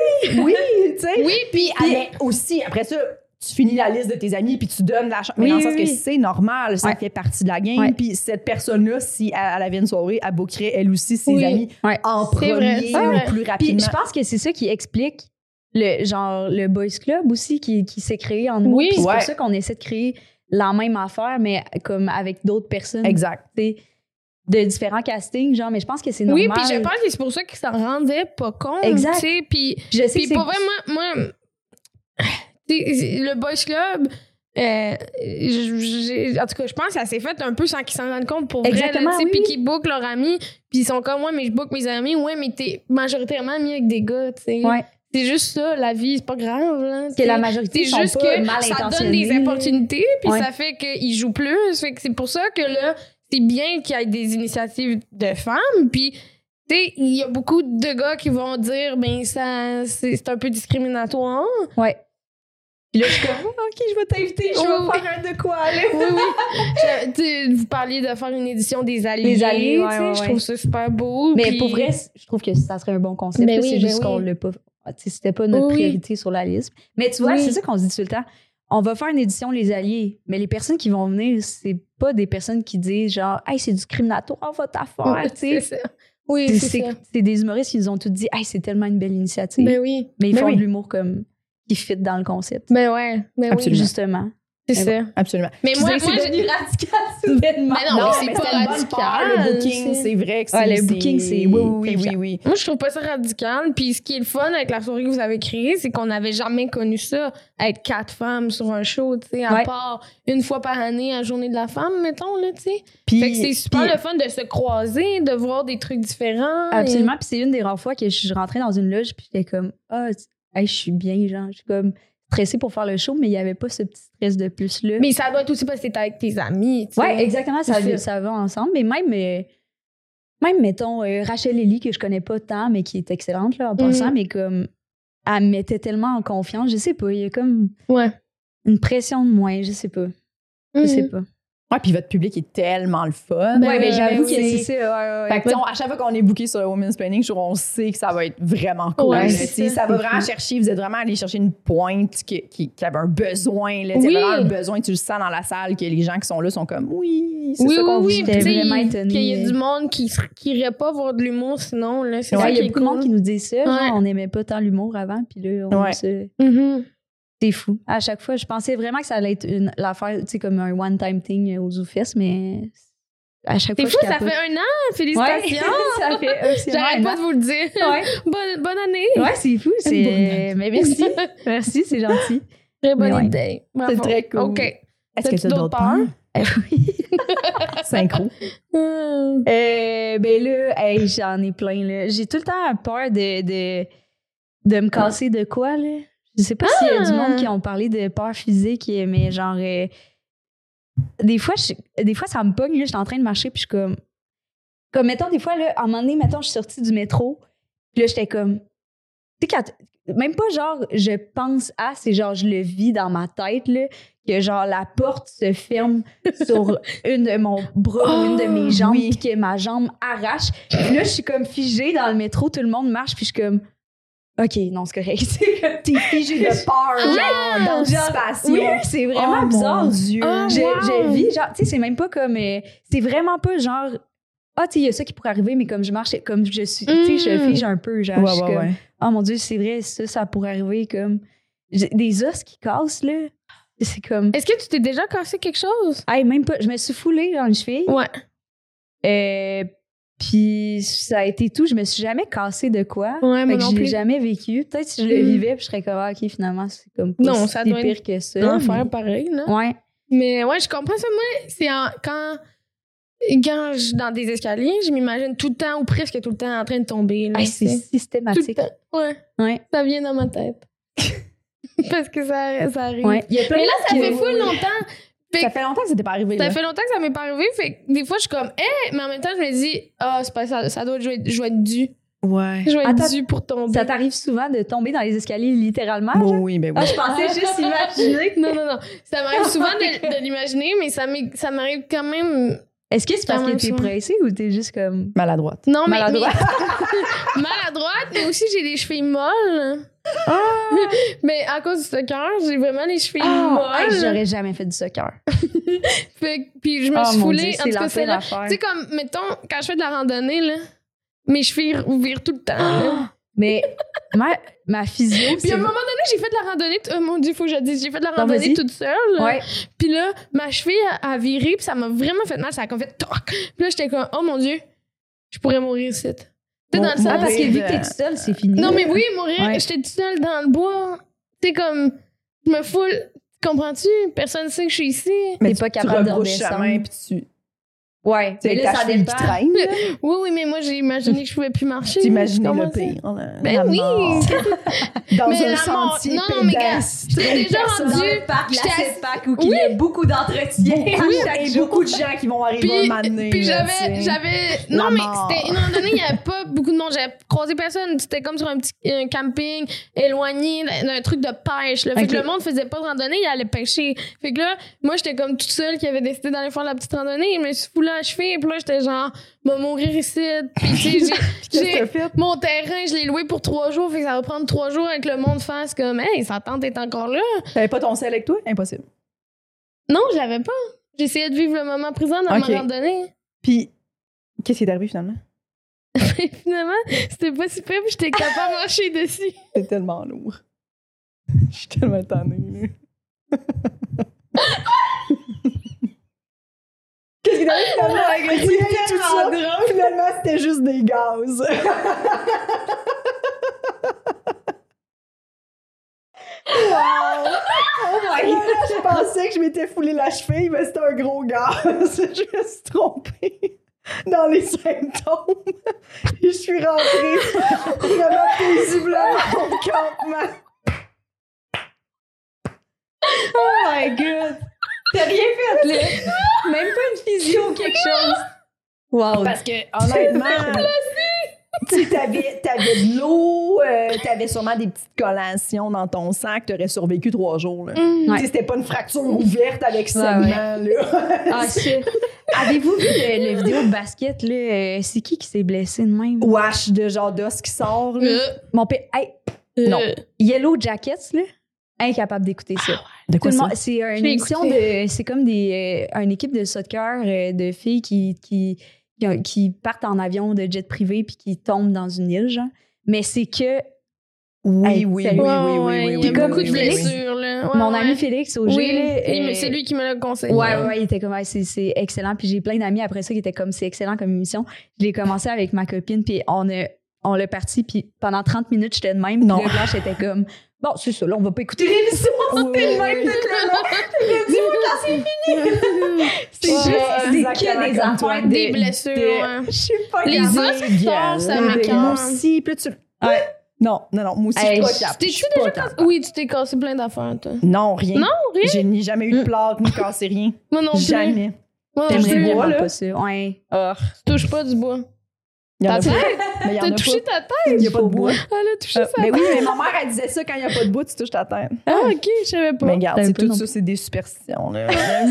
tu sais. Oui, puis aussi, après ça... Tu finis la liste de tes amis puis tu donnes la chance. Mais dans le sens que c'est normal, ça fait partie de la game. Puis cette personne-là, si elle avait une soirée, elle bookerait elle aussi ses amis en premier ou plus rapidement. Puis je pense que c'est ça qui explique le Boys Club aussi qui s'est créé en nous. Oui, c'est pour ça qu'on essaie de créer la même affaire, mais comme avec d'autres personnes. Exact. De différents castings, genre, mais je pense que c'est normal. Oui, puis je pense que c'est pour ça qu'ils s'en rendaient pas compte. Exact. Puis pour vrai, moi le Boys Club, en tout cas, je pense que ça s'est fait un peu sans qu'ils s'en rendent compte pour exactement, vrai. Oui. Puis qu'ils bookent leurs amis, puis ils sont comme, ouais, mais je book mes amis, ouais, mais t'es majoritairement ami avec des gars, tu sais. Ouais. C'est juste ça, la vie, c'est pas grave. Là, que la majorité sont juste pas que mal ça intentionnés. donne des opportunités, puis ouais. ça fait qu'ils jouent plus. Fait que c'est pour ça que là, c'est bien qu'il y ait des initiatives de femmes, puis tu sais, il y a beaucoup de gars qui vont dire, ben ça, c'est un peu discriminatoire. Ouais. Puis là, je suis comme, OK, je vais t'inviter, je vais faire un de quoi, là. Oui. Vous parliez de faire une édition des Alliés. Les Alliés, ouais. Je trouve ça super beau. Mais puis... pour vrai, je trouve que ça serait un bon concept. Ben oui, c'est juste ben qu'on oui. l'a pas. C'était pas notre priorité sur la liste. Mais tu vois, c'est ça qu'on se dit tout le temps. On va faire une édition Les Alliés, mais les personnes qui vont venir, c'est pas des personnes qui disent genre, hey, c'est discriminatoire votre affaire, tu sais. C'est ça. Oui, c'est ça. C'est des humoristes qui nous ont tous dit, hey, c'est tellement une belle initiative. Ben oui. Mais ils font de l'humour comme qui fit dans le concept. Ben ouais. Ben absolument. Justement. C'est ça. Absolument. Mais moi, c'est devenu radical soudainement. Mais non, c'est pas radical. Le booking, c'est vrai que c'est... le booking, c'est... Oui. Moi, je trouve pas ça radical. Puis ce qui est le fun avec la soirée que vous avez créée, c'est qu'on n'avait jamais connu ça, être 4 femmes sur un show, tu sais, à part une fois par année à Journée de la femme, mettons, là, tu sais. Fait que c'est super le fun de se croiser, de voir des trucs différents. Absolument. Puis c'est une des rares fois que je rentrais dans une loge puis j'étais comme, je suis bien, genre, je suis comme... stressée pour faire le show, mais il n'y avait pas ce petit stress de plus-là. Mais ça doit être aussi parce que t'es avec tes amis, tu sais. Ouais, exactement, ça va ensemble. Mais même mettons, Rachel Ellie, que je connais pas tant, mais qui est excellente, là, en passant, mais comme, elle me mettait tellement en confiance, je sais pas, il y a comme une pression de moins, je sais pas. Je sais pas. Ouais, puis votre public est tellement le fun. Ouais, mais j'avoue que c'est ça. Fait que, à chaque fois qu'on est booké sur le Women's Planning, on sait que ça va être vraiment cool. Ouais, ça va vraiment chercher, vous êtes vraiment allé chercher une pointe qui avait un besoin. Là, vraiment un besoin, tu le sens dans la salle, que les gens qui sont là sont comme, c'est ça qu'on oui, j'étais vraiment étonnée. Qu'il y ait du monde qui irait pas voir de l'humour sinon. Là, c'est il y a beaucoup de monde qui nous dit ça. Genre, on n'aimait pas tant l'humour avant, puis là, on se... C'est fou. À chaque fois, je pensais vraiment que ça allait être l'affaire, tu sais, comme un one-time thing aux ZooFest, mais à chaque fois, c'est fou, ça fait 1 an! Félicitations! Ouais, ça fait j'arrête pas de vous le dire. Ouais. Bonne année! Ouais, c'est fou. Mais merci. Merci, c'est gentil. Très bonne idée. C'est très cool. OK. Est-ce que tu as d'autres peurs? Oui. Synchro. Ben là, j'en ai plein, là. J'ai tout le temps peur de me casser de quoi, là. Je sais pas s'il y a du monde qui ont parlé de peur physique, mais genre... des fois, ça me pogne, là, je suis en train de marcher, puis je suis comme... Comme, mettons, des fois, là, à un moment donné, mettons, je suis sortie du métro, puis là, j'étais comme... Tu sais, même pas genre, je pense c'est genre, je le vis dans ma tête, là, que genre, la porte se ferme sur une de mon bras ou une de mes jambes, puis que ma jambe arrache. Puis là, je suis comme figée dans le métro, tout le monde marche, puis je suis comme... OK, non, c'est correct. C'est comme t'es figé de peur, genre, d'anticipation. Oui, c'est vraiment bizarre. Mon Dieu. Je vis, genre, tu sais, c'est même pas comme... c'est vraiment pas genre... tu sais, il y a ça qui pourrait arriver, mais comme je marche, comme je suis... Tu sais, je fige un peu, genre, je suis comme... Oh mon Dieu, c'est vrai, ça pourrait arriver, comme... Des os qui cassent, là. C'est comme... Est-ce que tu t'es déjà cassé quelque chose? Même pas. Je me suis foulée dans les chevilles. Ouais. Puis ça a été tout. Je me suis jamais cassée de quoi. Ouais, mais non je plus. l'ai jamais vécu. Peut-être si je le vivais, puis je serais comme, OK, finalement, c'est comme pas ça si doit pire que ça. L'enfer, pareil, là. Ouais. Mais ouais, je comprends ça. Moi, c'est quand je suis dans des escaliers, je m'imagine tout le temps ou presque tout le temps en train de tomber. Là, c'est systématique. Ouais. Ça vient dans ma tête. Parce que ça arrive. Ouais. Mais là, ça fait full longtemps. Ça fait longtemps que ça t'est pas arrivé. Ça fait longtemps que ça m'est pas arrivé. Fait que des fois, je suis comme, mais en même temps, je me dis, c'est pas ça doit être, je vais être due. Ouais. Je vais être due pour tomber. Ça t'arrive souvent de tomber dans les escaliers littéralement? Oui, ben oui. Je pensais juste imaginer. Non. Ça m'arrive souvent de l'imaginer, mais ça m'arrive quand même. Est-ce que c'est parce que t'es pressée ou t'es juste comme... Maladroite? Non, mais... Maladroite, mais aussi j'ai des chevilles molles. Mais à cause du soccer, j'ai vraiment les chevilles molles. J'aurais jamais fait du soccer. Puis je me suis foulée. Dieu, en tout cas, c'est là. Tu sais, comme, mettons, quand je fais de la randonnée, là, mes chevilles virent tout le temps. Mais Ma physio, Puis à un moment donné, j'ai fait de la randonnée. Oh mon Dieu, faut que je dise. J'ai fait de la randonnée toute seule. Ouais. Puis là, ma cheville a viré, puis ça m'a vraiment fait mal. Ça a comme fait toc. Puis là, j'étais comme, oh mon Dieu, je pourrais mourir ici. Tu sais, dans le sens. Parce que vu que t'es toute seule, c'est fini. Non, mais oui, mourir. Ouais. J'étais toute seule dans le bois. Tu sais, comme, je me foule. Comprends-tu? Personne ne sait que je suis ici. Mais t'es pas capable de redescendre. Puis tu... Ouais, c'est là, ça dépend. Oui, mais moi, j'ai imaginé que je pouvais plus marcher. T'imaginais le pire. Ben oui! Dans un sentier non, mais gars, j'étais déjà rendue... Dans le parc, la CEPAC, où il y a beaucoup d'entretien. Et beaucoup de gens qui vont arriver un moment donné. Puis j'avais... Non, mais c'était une randonnée, il n'y avait pas beaucoup de monde. J'avais croisé personne. C'était comme sur un petit camping éloigné d'un truc de pêche. Fait que le monde faisait pas de randonnée, il allait pêcher. Fait que là, moi, j'étais comme toute seule qui avait décidé d'aller faire la petite randonnée. Je me suis foulée à cheville, puis là, j'étais genre, va mourir ici. Puis tu sais, mon terrain, je l'ai loué pour 3 jours, fait que ça va prendre 3 jours avec le monde fasse comme, hey, sa tante est encore là. T'avais pas ton sel avec toi? Impossible. Non, je l'avais pas. J'essayais de vivre le moment présent dans ma randonnée. Puis, qu'est-ce qui est arrivé finalement? Finalement, c'était pas si pire, puis j'étais capable de marcher dessus. C'est tellement lourd. Je suis tellement tannée, là. Qu'est-ce qu'il arrive finalement? Finalement, c'était juste des gaz. Wow! Oh my God! Je pensais que je m'étais foulé la cheville, mais c'était un gros gaz. Je me suis trompée dans les symptômes. Et je suis rentrée vraiment paisiblement au campement. Oh my God! T'as rien fait, là! Même pas une physio ou quelque chose. Wow! Parce que, honnêtement, tu t'avais de l'eau, t'avais sûrement des petites collations dans ton sac, t'aurais survécu 3 jours, là. C'était pas une fracture ouverte avec segment, là. Ah, shit! Avez-vous vu le vidéo de basket, là? C'est qui s'est blessé de même? Wash de genre d'os qui sort, là. Mon père... Hey! Non. Yellow Jackets, là? Incapable d'écouter ça. De quoi ça? C'est une émission de... C'est comme une équipe de soccer de filles qui partent en avion de jet privé puis qui tombent dans une île, genre. Mais c'est que... Oui. Il y a beaucoup de blessures, là. Mon ami Félix Auger, c'est lui qui me l'a conseillé. Ouais, il était comme, c'est excellent. Puis j'ai plein d'amis après ça qui étaient comme, c'est excellent comme émission. Je l'ai commencé avec ma copine, puis on l'a parti, puis pendant 30 minutes, j'étais de même. Puis le Blanche était comme... Bon, c'est ça, là, on va pas écouter l'émission. C'était le même tout le long. Dis-moi quand c'est fini. C'est que des affaires. Des blessures. Je sais pas. Les os, ça m'écoeure. Moi aussi, plus tu... Non, moi aussi, je suis pas capable. T'es-tu déjà cassé? Oui, tu t'es cassé plein d'affaires, toi. Non, rien. Non, rien? Je n'ai jamais eu de plaque, ni cassé rien. Moi non plus. Jamais. Moi non plus. Bois, là? Pas ça. Ouais. Tu touches pas du bois. T'as touché ta tête? Il n'y a pas de bois. Elle a touché sa tête. Mais oui, mais ma mère, elle disait ça, quand il n'y a pas de bois, tu touches ta tête. Ah, OK, je savais pas. Mais regarde, tout ça, c'est des superstitions. Là.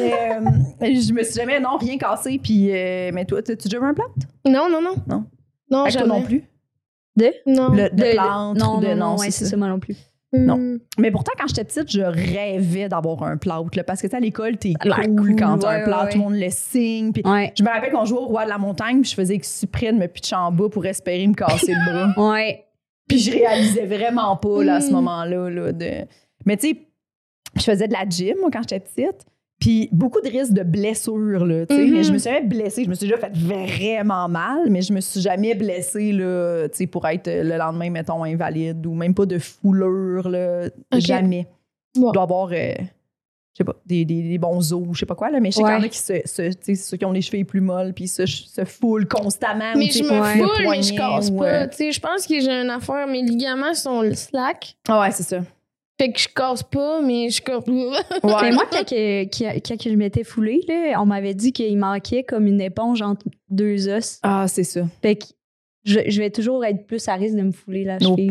Mais je me suis jamais, rien cassé. Puis, mais toi, tu déjà vu un plante? Non, jamais. Toi non plus? Non. De plantes? Non, c'est ça, moi non plus. Non. Mais pourtant, quand j'étais petite, je rêvais d'avoir un plâtre. Parce que, tu sais, à l'école, t'es cool quand t'as un plâtre, tout le monde le signe. Puis je me rappelle qu'on jouait au Roi de la Montagne, puis je faisais exprès de me pitcher en bas pour espérer me casser le bras. Ouais. Puis je réalisais vraiment pas, là, à ce moment-là. Mais tu sais, je faisais de la gym, moi, quand j'étais petite. Puis beaucoup de risques de blessures, là, tu sais. Mais je me suis jamais blessée. Je me suis déjà fait vraiment mal, mais je me suis jamais blessée, là, tu sais, pour être le lendemain, mettons, invalide ou même pas de foulure, là. Okay. Jamais. Bon. Je dois avoir, je sais pas, des bons os, je sais pas quoi, là. Mais je sais qu'il y en a qui tu sais, ceux qui ont les chevilles plus molles, puis se foulent constamment. Mais je me foule, mais je casse pas. Tu sais, je pense que j'ai une affaire, mes ligaments sont slack. Ah ouais, c'est ça. Fait que je casse pas, mais je casse. Mais moi, quand je m'étais foulée, là, on m'avait dit qu'il manquait comme une éponge entre 2 os. Ah, c'est ça. Fait que je vais toujours être plus à risque de me fouler la cheville.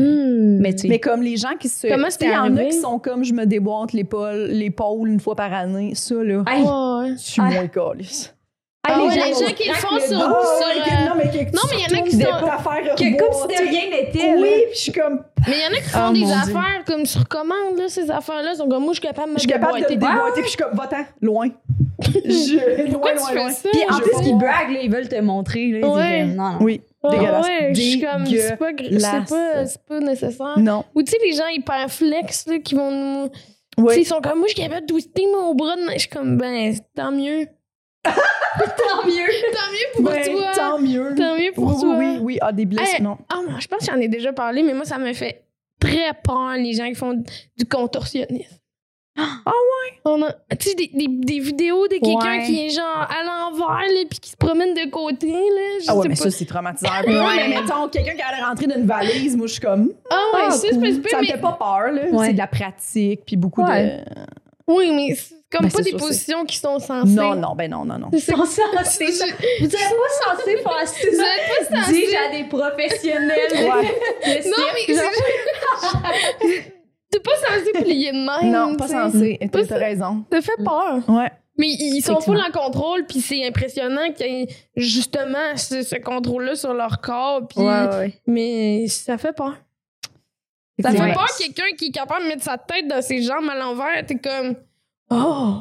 Mais comme les gens qui se... Comment c'était arrivé? Il y en a qui sont comme je me déboîte l'épaule une fois par année. Ça, là, je suis moins calisse. Les gens qui le font sur... Non, mais il y en a qui sont... Comme si de rien n'était. Oui, puis je suis comme... Mais il y en a qui font des affaires comme sur commande, là, ces affaires-là. Ils sont comme, moi, je suis capable de me déboîter. Je suis capable de déboîter, puis je suis comme, va-t'en, loin. Pourquoi tu fais ça? Puis en plus, ils braguent, là, ils veulent te montrer. Là, ouais. Non. Oui. Dégueulasse. Ouais, je suis comme, c'est pas nécessaire. Non. Ou tu sais, les gens hyper flex, là, qui vont nous... Oui. Ils sont comme, moi, je suis capable de twister mon bras de main. Je suis comme, ben, tant mieux. Tant mieux. Tant mieux pour toi. Tant mieux. Tant mieux pour toi. Oui. Ah, des blessures, non. Ah, je pense que j'en ai déjà parlé, mais moi, ça me fait très peur, les gens qui font du contorsionnisme. Ah ouais? Tu sais, des vidéos de quelqu'un qui est genre à l'envers, là, puis qui se promène de côté, là. Ah ouais, mais ça, c'est traumatisant. Mais mettons, quelqu'un qui allait rentrer dans une valise, moi, je suis comme... Ah ouais, ça, cool. c'est Ça me fait pas peur, là. Ouais. C'est de la pratique, puis beaucoup de... Oui, mais c'est comme Ben, pas c'est des sûr, positions qui sont censées. Non. C'est Vous êtes pas censés faire ça. Vous êtes pas censés. Dis-je à des professionnels. Ouais. Non, mais t'es pas censé plier de même. Non, pas t'sais. censé. Pas T'as raison. Ça fait peur. Ouais. Mais ils sont full en contrôle, puis c'est impressionnant qu'il y ait justement ce contrôle-là sur leur corps. Puis mais ça fait peur. Ça fait peur quelqu'un qui est capable de mettre sa tête dans ses jambes à l'envers. T'es comme... Oh!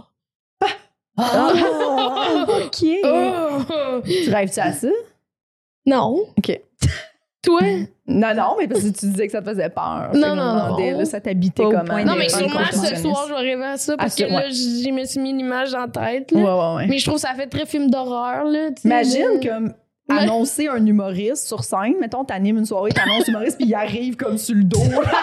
OK. Oh! Tu rêves-tu à ça? Non. OK. Toi? Non, mais parce que tu disais que ça te faisait peur. Non. Là, ça t'habitait Pas au comment? point Non, mais des sûrement ce contorsionnistes. soir, je vais rêver à ça parce que là, je me suis mis une image en tête. Là. Ouais. Mais je trouve que ça fait très film d'horreur. Là, Imagine comme annoncer un humoriste sur scène. Mettons, t'animes une soirée, t'annonces humoriste, puis il arrive comme sur le dos.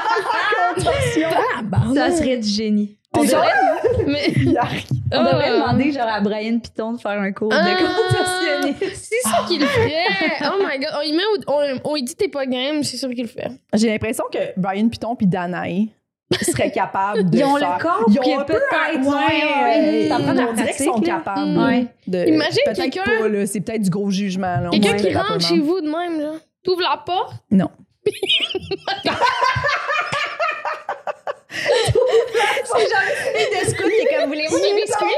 Ça serait du génie. On devrait, Mais... On devrait demander genre à Brian Piton de faire un cours de contorsionniste. C'est sûr qu'il le ferait. Oh my god. On lui dit t'es pas game, c'est sûr qu'il le fait. J'ai l'impression que Brian Piton puis Danae seraient capables de Ils ont faire... le corps Ils ont qui un est peu... peut-être... Ouais, ça prend de la on dirait qu'ils sont pratique, là. capables de... Imagine peut-être quelqu'un... pas, là. C'est peut-être du gros jugement. Là. Quelqu'un qui rentre chez vous de même, là. T'ouvres la porte. Non. C'est genre une fille de scout qui est comme, voulez-vous des biscuits?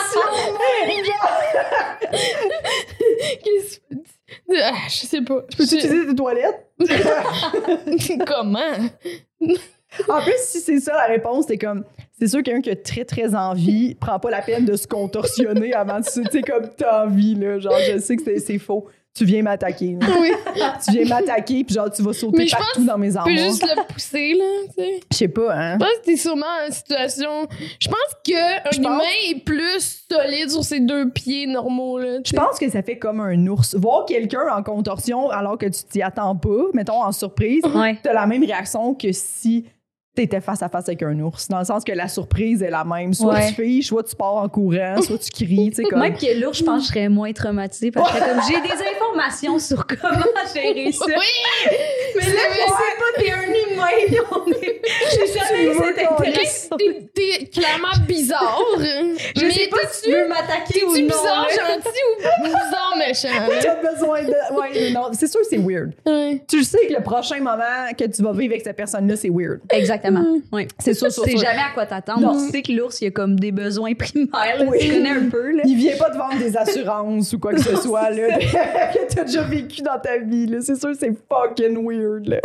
Je sais pas. Je peux utiliser tes toilettes? Comment? En plus, si c'est ça la réponse, c'est comme... C'est sûr que quelqu'un qui a très, très envie prend pas la peine de se contorsionner avant de... Tu sais, comme t'as envie, là. Genre, je sais que c'est faux. Tu viens m'attaquer. Oui. Tu viens m'attaquer, puis genre, tu vas sauter partout dans mes armoires. Tu peux juste le pousser, là, tu sais. Je sais pas, hein. Je pense que t'es sûrement en situation... Je pense qu'un humain est plus solide sur ses deux pieds normaux, là. Je pense que ça fait comme un ours. Voir quelqu'un en contorsion alors que tu t'y attends pas, mettons en surprise, t'as la même réaction que si t'étais face à face avec un ours. Dans le sens que la surprise est la même. Soit tu fiches, soit tu pars en courant, soit tu cries. Comme... Même que l'ours, je pense que je serais moins traumatisée parce que comme j'ai des informations sur comment gérer ça. Oui! Mais là, je sais pas, t'es un humain. J'ai jamais eu cette interaction. T'es clairement bizarre. Je sais pas si tu veux m'attaquer ou non. Tu bizarre gentil ou bizarre méchant? T'as besoin de... Ouais, non, c'est sûr que c'est weird. Ouais. Tu le sais que le prochain moment que tu vas vivre avec cette personne-là, c'est weird. Exactement. Oui. C'est sûr, Tu sais jamais à quoi t'attendre. Tu sais que l'ours, il y a comme des besoins primaires. Là, tu connais un peu. Là. Il vient pas te vendre des assurances ou quoi que ce soit là, que t'as déjà vécu dans ta vie. Là. C'est sûr que c'est fucking weird. Là.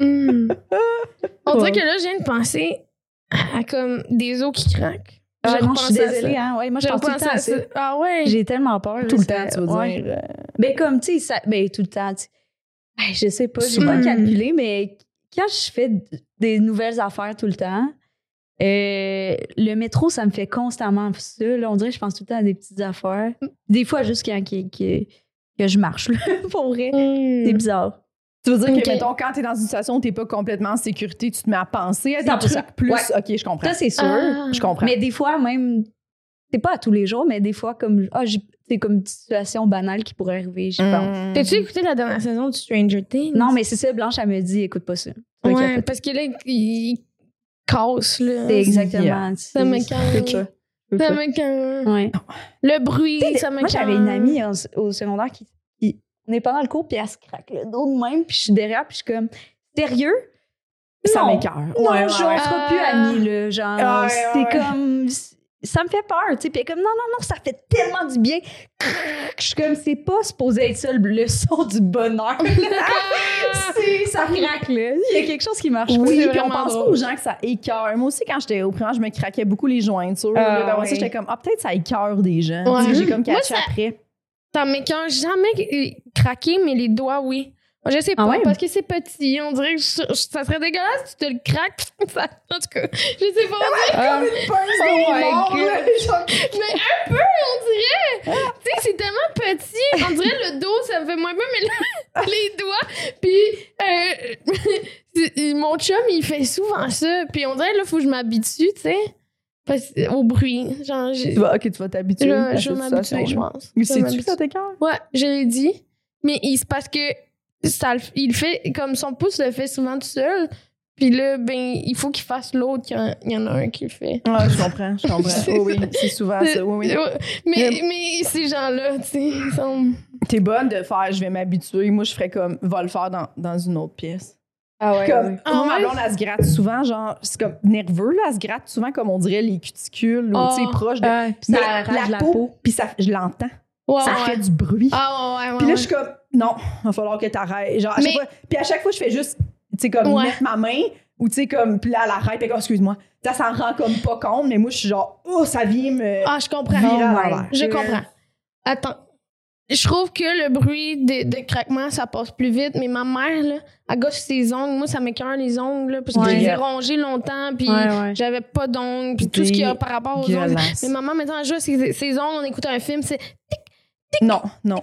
On dirait que là, je viens de penser à comme des os qui craquent. Non, je suis désolée. Hein? Ouais, moi, je pense tout le temps à ça. Ah ouais? J'ai tellement peur. Tout le temps, tu veux dire. Ben, comme, tu sais, tout le temps. Je sais pas, j'ai pas calculé, mais quand je fais des nouvelles affaires tout le temps, le métro, ça me fait constamment ça. Là, on dirait que je pense tout le temps à des petites affaires. Des fois, juste quand que je marche, là, pour vrai. C'est bizarre. Tu veux dire que, mettons, quand t'es dans une situation où t'es pas complètement en sécurité, tu te mets à penser à des 100%. trucs plus... Ouais. OK, je comprends. Ça, c'est sûr. Je comprends. Mais des fois, même... C'est pas à tous les jours, mais des fois, comme... c'est comme une situation banale qui pourrait arriver, je pense. T'as-tu écouté la dernière saison de Stranger Things? Non, mais c'est ça, Blanche, elle me dit, écoute pas ça. Ouais, parce que là, il casse, là. C'est exactement. Ça me calme. Ça me calme. Ouais. Le bruit, ça me calme. Moi, j'avais une amie au secondaire qui on est pendant le cours, puis elle se craque le dos de même, puis je suis derrière, puis je suis comme, sérieux? Ça m'écoeure. Non, on sera plus amis, là. Genre, c'est comme... Ça me fait peur, tu sais. Puis comme, non, ça fait tellement du bien. Je suis comme, c'est pas supposé être ça le son du bonheur. Ça craque, là. Il y a quelque chose qui marche pas. Oui, puis on pense pas aux gens que ça écœure. Moi aussi, quand j'étais au primaire, je me craquais beaucoup les jointures. Moi aussi, j'étais comme, peut-être ça écœure des gens. Ouais. J'ai comme catché après. Ça m'écoeure jamais craquer, mais les doigts, oui. Je sais pas, ouais? parce que c'est petit. On dirait que ça serait dégueulasse si tu te le craques. En tout cas, je sais pas. Comme une pince de mort, là, genre. Mais un peu, on dirait. Tu sais, c'est tellement petit. On dirait le dos, ça me fait moins peur, mais les doigts. Puis mon chum, il fait souvent ça. Puis on dirait, là, faut que je m'habitue, tu sais, au bruit. Genre, Tu vas t'habituer à je cette vais m'habituer, je situation. pense. Mais Je vais sais-tu m'habituer. que ça t'écoeure? Ouais, je l'ai dit. Mais c'est parce que il fait comme son pouce le fait souvent tout seul. Puis là, ben, il faut qu'il fasse l'autre. Il y en a un qui le fait. Ah, je comprends. Oh, oui, c'est souvent ça. Oui. Mais ces gens-là, tu sais, ils sont. T'es bonne de faire, je vais m'habituer. Moi, je ferais comme, va le faire dans une autre pièce. Ah ouais. Comme, ouais. moi, ma blonde, elle se gratte souvent, genre, c'est comme nerveux, là, elle se gratte souvent, comme on dirait, les cuticules, ou, tu sais, proche de. Puis ça Mais arrache la peau. Puis ça, je l'entends. Ouais, Ça fait du bruit. Ah ouais. Puis là, je suis comme, non, il va falloir que t'arrêtes. Genre, à chaque fois, puis à chaque fois, je fais juste, tu sais, comme mettre ma main, ou tu sais, comme, puis là, elle arrête, puis comme, excuse-moi. Ça s'en rend comme pas compte, mais moi, je suis genre, oh, ça vient me. Ah, je comprends. virer à l'envers. Je comprends. Attends. Je trouve que le bruit de craquement, ça passe plus vite, mais ma mère, là, elle gosse ses ongles. Moi, ça m'écoeure les ongles, là, parce que je les ai rongés longtemps, puis j'avais pas d'ongles, puis tout ce qu'il y a par rapport aux ongles. Mais maman, maintenant, elle joue ses ongles, on écoute un film, c'est tic, tic. Non.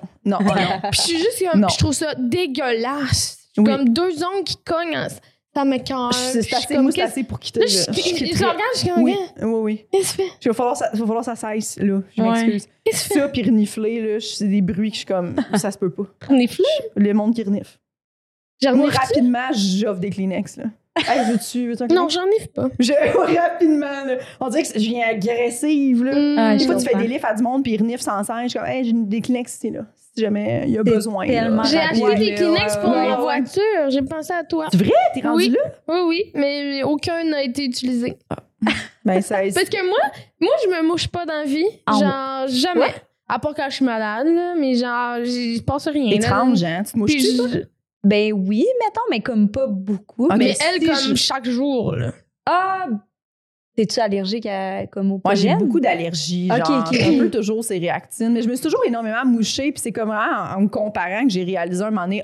Puis je suis juste comme, je trouve ça dégueulasse. Comme 2 ongles qui cognent, ça m'écoeure. C'est assez pour quitter. Là, je regarde, je suis comme, oui. Qu'est-ce que tu fais? Il va falloir que ça cesse, là. Je m'excuse. Qu'est-ce que tu fais? Ça, puis renifler, là, c'est des bruits que je suis comme, ça se peut pas. Renifler? Le monde qui renifle. Moi, rapidement, j'offre des Kleenex, là. Hey, veux-tu un Non, j'en ai pas. Rapidement, là. On dirait que je viens agressive, là. Des fois, tu fais des livres à du monde, puis ils reniflent sans scène. Je suis comme, hey, j'ai des Kleenex ici, là. Si jamais il y a besoin. J'ai acheté des Kleenex pour ma voiture. J'ai pensé à toi. C'est vrai? T'es rendu là? Oui, mais aucun n'a été utilisé. Ben, ça Parce que moi, je me mouche pas dans la vie. Genre, jamais. Ouais. À part quand je suis malade, là, mais genre, il se passe rien. Étrange, hein? Tu te mouches-tu, toi? Ben oui, mettons, mais comme pas beaucoup. Mais elle, comme chaque jour, là. Ah! T'es-tu allergique comme au pollen? Moi, j'ai beaucoup d'allergies. Genre, un peu toujours ces réactines. Mais je me suis toujours énormément mouchée. Puis c'est comme en me comparant que j'ai réalisé un moment donné,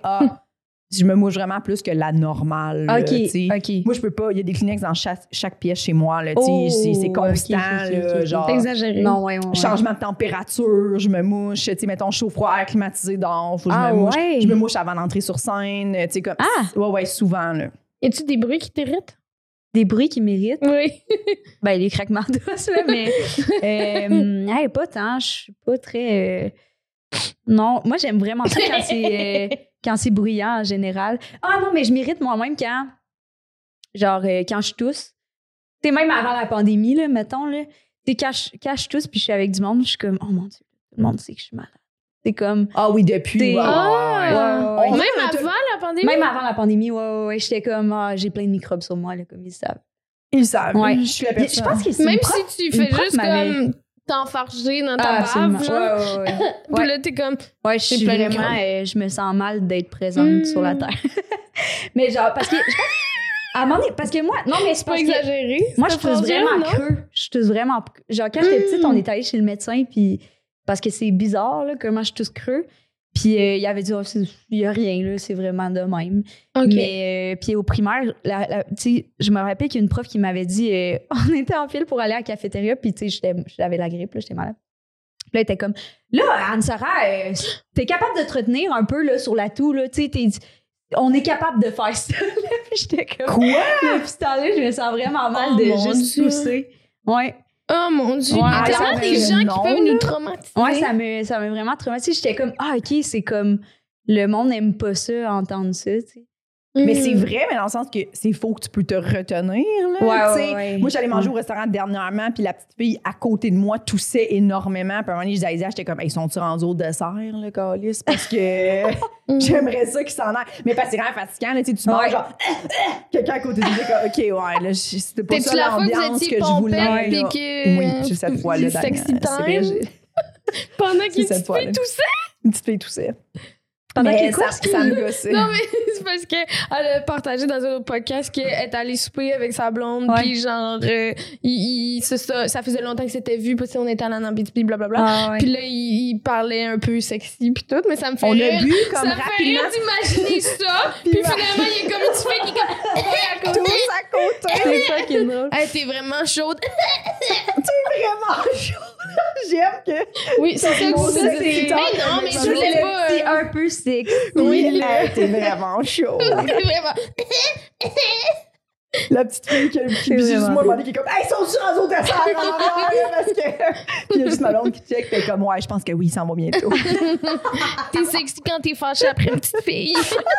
je me mouche vraiment plus que la normale. Là, moi, je peux pas. Il y a des Kleenex dans chaque pièce chez moi. Là, c'est constant. Genre, c'est exagéré. Non, changement de température, je me mouche. Mettons chaud-froid, air climatisé dehors, faut que je me mouche. Je me mouche avant d'entrer sur scène. Comme, souvent. Là. Y a-tu des bruits qui t'irritent? Des bruits qui m'irritent? Oui. Ben, les craquements d'os, là, mais pas tant. Je suis pas très... Non, moi, j'aime vraiment ça quand c'est bruyant en général. Ah non, mais je m'irrite moi-même quand je tousse. C'est même avant la pandémie, là, mettons, là. C'est quand je tousse puis je suis avec du monde, je suis comme, oh mon Dieu, tout le monde sait que je suis malade. C'est comme... Ah oui, depuis. Même avant la pandémie? Même avant la pandémie, ouais. J'étais comme, j'ai plein de microbes sur moi, là, comme ils savent. Ils savent. Ouais. Je suis la personne. Je pense que c'est même si tu fais juste comme t'enfarger dans ta bave, genre. Puis là, t'es comme... Ouais, je suis vraiment... je me sens mal d'être présente sur la Terre. Mais genre, parce que... Je pense, à un moment donné, parce que moi... Non, mais c'est pas exagéré. Moi, je tousse vraiment creux. Je tousse vraiment... Genre, quand j'étais petite, on est allé chez le médecin, puis... Parce que c'est bizarre, là, comment je tousse creux. Puis il avait dit, il n'y a rien, là, c'est vraiment de même. Okay. Mais puis au primaire, je me rappelle qu'il y a une prof qui m'avait dit, on était en file pour aller à la cafétéria, puis j'avais la grippe, là, j'étais malade. Puis là, elle était comme, là, Anne-Sarah, t'es capable de te retenir un peu là, sur la toux, là, tu sais, on est capable de faire ça. Puis j'étais comme, quoi? Depuis ce temps-là, je me sens vraiment mal de juste tousser. Ouais. Oh mon Dieu! Il y a tellement des gens qui peuvent nous traumatiser. Ouais, ça m'a vraiment traumatisé. J'étais comme, OK, c'est comme, le monde n'aime pas ça, entendre ça, tu sais. Mais c'est vrai, mais dans le sens que c'est faux que tu peux te retenir, là. Ouais. Moi, j'allais manger au restaurant dernièrement, puis la petite fille à côté de moi toussait énormément. Puis à un moment donné, je disais, j'étais comme, ils sont-tu rendus au dessert, le calice? Parce que j'aimerais ça qu'ils s'en aillent. Mais parce que c'est vraiment fatigant, là, tu manges genre, quelqu'un à côté de toi, comme, OK, là, c'était pas ça l'ambiance que je voulais. Oui, c'est cette fois-là. Sexy time. Pendant qu'une petite fille toussait. Une petite fille toussait. Mais ça me gossait. Non, mais c'est parce qu'elle a partagé dans un autre podcast qu'elle est allée souper avec sa blonde, puis genre, ça faisait longtemps qu'ils s'étaient vus, puis on était allés en Abitibi, blablabla. Puis là, il parlait un peu sexy, puis tout, mais ça me fait rire. On a bu comme rapidement. Ça me fait rire d'imaginer ça, puis finalement, il y a comme une petite fille qui est comme... Tous à côté. C'est ça qui est drôle. Hey, t'es vraiment chaude. T'es vraiment chaude. J'aime que... Oui, c'est ça que c'est. Mais non, mais je voulais pas... C'est un peu sexy. Oui, t'es vraiment chaude. T'es vraiment... La petite fille qui dit juste moi, qui est comme « Hey, ils sont sur un autre dessert en envers, parce que... » Puis il y a juste ma blonde qui check, t'es comme « Ouais, je pense que oui, ça va bientôt. » T'es sexy quand t'es fâchée après une petite fille.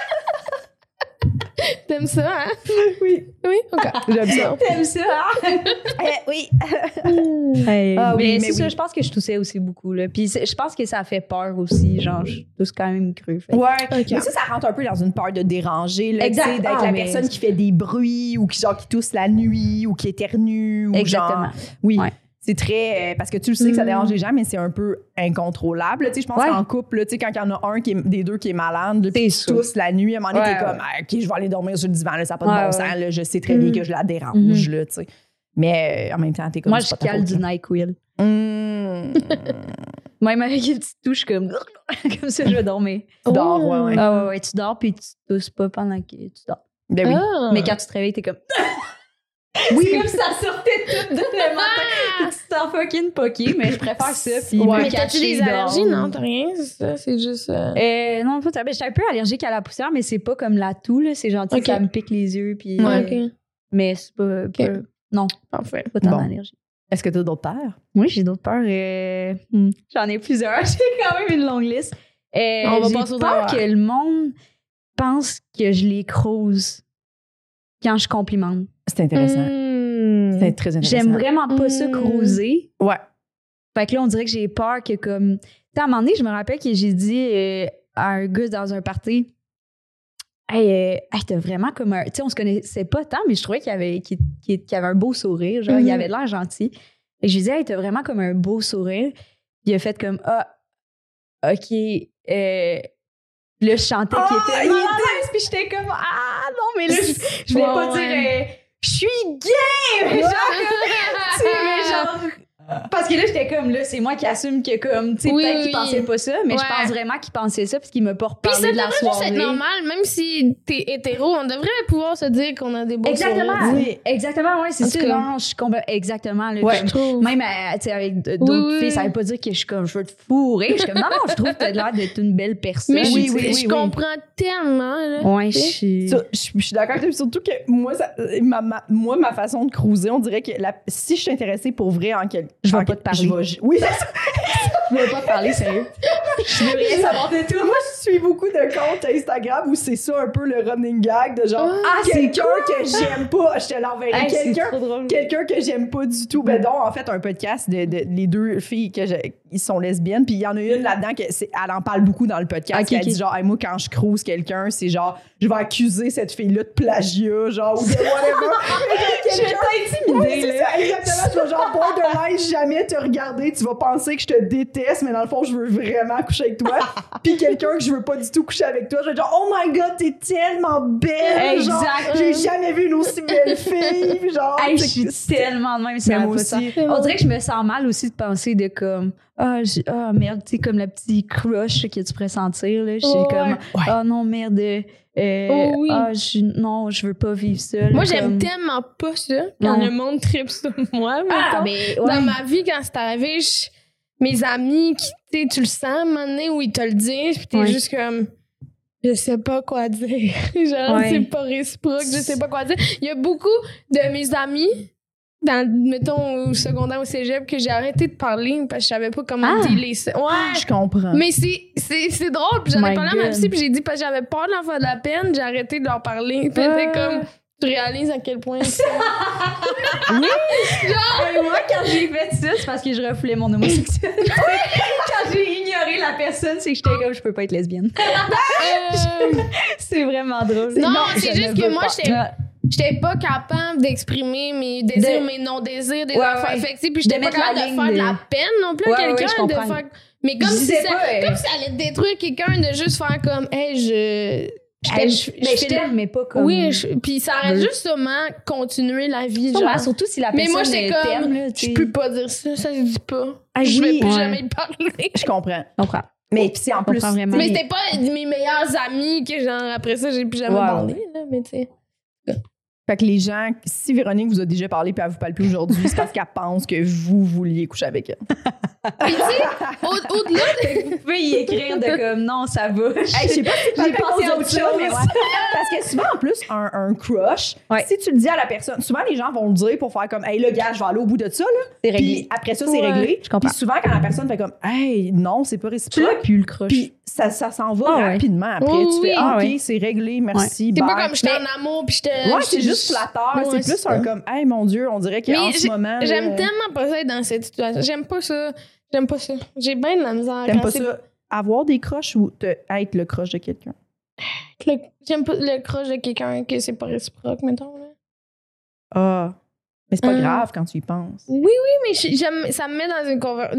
T'aimes ça, hein? Oui. Oui? OK. J'aime ça. T'aimes ça, hein? Oui. Mais c'est ça, je pense que je toussais aussi beaucoup, là. Puis je pense que ça fait peur aussi, genre, je tousse quand même cru. Fait. Ouais. Okay. Mais ça rentre un peu dans une peur de déranger, là. Exact. D'être la personne qui fait des bruits ou qui tousse la nuit ou qui éternue. Ou exactement. Genre, oui. Ouais. C'est très... parce que tu le sais que ça dérange les gens, mais c'est un peu incontrôlable. Tu sais, je pense qu'en couple, tu sais, quand il y en a un des deux qui est malade, puis tu tousses la nuit, à un moment donné, t'es comme « OK, je vais aller dormir sur le divan, là, ça n'a pas de bon sens, là, je sais très bien que je la dérange, là, tu sais. » Mais en même temps, t'es comme... Moi, je cale du NyQuil. Même avec une petite touche comme ça, je vais dormir. Tu dors, ouais. Ah ouais, tu dors, puis tu tousses pas pendant que tu dors. Ben oui. Mais quand tu te réveilles, t'es comme... Oui, comme ça sortait tout de le matin. Tu te sens fucking poqué, mais je préfère ça. Puis mais t'as-tu des allergies? Non, t'as rien, c'est ça? C'est juste... non, pas ça. Je suis un peu allergique à la poussière, mais c'est pas comme la toux, là. C'est gentil, ça me pique les yeux. Puis, mais c'est pas... Non, parfait. Pas tant d'allergie. Est-ce que t'as d'autres peurs? Oui, j'ai d'autres peurs. J'en ai plusieurs. J'ai quand même une longue liste. On va passer j'ai peur que le monde pense que je les crouse quand je complimente. C'est intéressant. C'est très intéressant. J'aime vraiment pas ça cruiser. Ouais. Fait que là, on dirait que j'ai peur que comme... Tu sais, à un moment donné, je me rappelle que j'ai dit à un gars dans un party, hey, t'as vraiment comme un... Tu sais, on se connaissait pas tant, mais je trouvais qu'il avait un beau sourire. Genre, il avait l'air gentil. Et je lui disais, hey, t'as vraiment comme un beau sourire. Puis il a fait comme, OK. Là, je chantais qu'il était malaise, puis j'étais comme, non, mais là, je voulais pas dire... je suis gay! Mais genre, parce que là, j'étais comme, là, c'est moi qui assume que, comme, tu sais, peut-être qu'il pensait pas ça, mais je pense vraiment qu'il pensait ça parce qu'il m'a pas reparlé de la soirée. Puis ça devrait juste être normal, même si t'es hétéro, on devrait pouvoir se dire qu'on a des beaux sourires. Oui, exactement, ouais, c'est ça. Non, je suis exactement, là, ouais, comme, même, tu sais, avec d'autres filles, ça veut pas dire que je suis comme, je veux te fourrer. Je suis comme, non, je trouve que t'as l'air d'être une belle personne. Mais je comprends tellement, là. Ouais, je suis d'accord avec toi, surtout que moi, ma façon de cruiser, on dirait que si je suis intéressée pour vrai en quelque... Je vais pas te parler. Oui, c'est ça. Je veux pas te parler, sérieux. Je veux rien savoir de tout. Moi, je suis beaucoup de comptes Instagram où c'est ça un peu le running gag de genre quelqu'un que j'aime pas, je te l'enverrai. Quelqu'un que j'aime pas du tout. Ben donc, en fait, un podcast de les deux filles ils sont lesbiennes, puis il y en a une là-dedans elle en parle beaucoup dans le podcast. Elle dit genre, hey, moi, quand je cruise quelqu'un, c'est genre, je vais accuser cette fille-là de plagiat, genre, ou de whatever. Je vais t'intimider, là. Exactement, je vais genre borderline jamais te regarder, tu vas penser que je te déteste, mais dans le fond, je veux vraiment coucher avec toi. Puis quelqu'un que je veux pas du tout coucher avec toi, je vais dire, oh my god, t'es tellement belle! Exact. Genre, j'ai jamais vu une aussi belle fille, genre. Hey, je suis tellement de même, c'est moi aussi. On dirait que je me sens mal aussi de penser de comme, merde, tu sais, comme le petit crush que tu pourrais sentir, là. Je suis comme, non, merde, non, je veux pas vivre ça. Moi, j'aime tellement pas ça quand le monde tripe sur moi. Dans ma vie, quand c'est arrivé, mes amis, tu le sens à un moment donné où ils te le disent, puis t'es juste comme, je sais pas quoi dire. Genre, c'est pas réciproque, je sais pas quoi dire. Il y a beaucoup de mes amis, mettons, au secondaire, au cégep, que j'ai arrêté de parler parce que je savais pas comment dealer ça. Ouais. Je comprends. Mais c'est drôle, puis j'en ai parlé à ma psy, puis j'ai dit, parce que j'avais peur de leur faire de la peine, j'ai arrêté de leur parler. Puis c'était comme, tu réalises à quel point c'est... Oui! Genre, moi, quand j'ai fait ça, c'est parce que je refoulais mon homosexualité. Quand j'ai ignoré la personne, c'est que j'étais comme, je peux pas être lesbienne. C'est vraiment drôle. Non, c'est juste que moi, j'étais pas capable d'exprimer mes désirs, mes non-désirs, des affaires affectives, puis j'étais pas capable de faire de la peine non plus à quelqu'un, Mais comme si ça pas, comme si ça allait détruire quelqu'un de juste faire comme, hey, je t'aime, mais pas comme... Oui, puis ça aurait justement continué la vie, genre. Surtout si la mais personne moi, j'étais comme, t'aime, là, je peux pas dire ça se dit pas. Ah, Je vais oui, plus ouais. jamais y parler. Je comprends. Je comprends. Mais puis c'est en plus... vraiment. Mais c'était pas mes meilleurs amis que, genre, après ça, j'ai plus jamais parlé, là, mais tu sais. Fait que les gens, si Véronique vous a déjà parlé puis elle vous parle plus aujourd'hui, c'est parce qu'elle pense que vous vouliez coucher avec elle. Puis tu sais, au-delà de... Vous pouvez y écrire de comme non, ça va. Hey, je sais pas si J'ai pensé à autre chose. mais ouais. Parce que souvent, en plus, un crush, si tu le dis à la personne, souvent les gens vont le dire pour faire comme, hey, là, gars, je vais aller au bout de ça, là. C'est réglé. Puis après ça, c'est réglé. Je comprends. Puis souvent, quand la personne fait comme, hey, non, c'est pas Tu réciproque. l'as plus le crush. Puis ça s'en va rapidement après. Oui, tu fais, oui. OK, c'est réglé, merci. C'est bye. pas comme j'étais en amour puis j'étais... Ouais, c'est juste flatteur. Ouais, c'est plus c'est un ça. comme, hey, mon Dieu, on dirait qu'en ce moment. J'aime là, tellement pas ça être dans cette situation. J'aime pas ça. J'ai bien de la misère. T'aimes quand pas c'est- ça? Avoir des crushs ou être le crush de quelqu'un? J'aime pas le crush de quelqu'un que c'est pas réciproque, mettons. Là. Ah. Mais c'est pas grave quand tu y penses. Oui, mais ça me met dans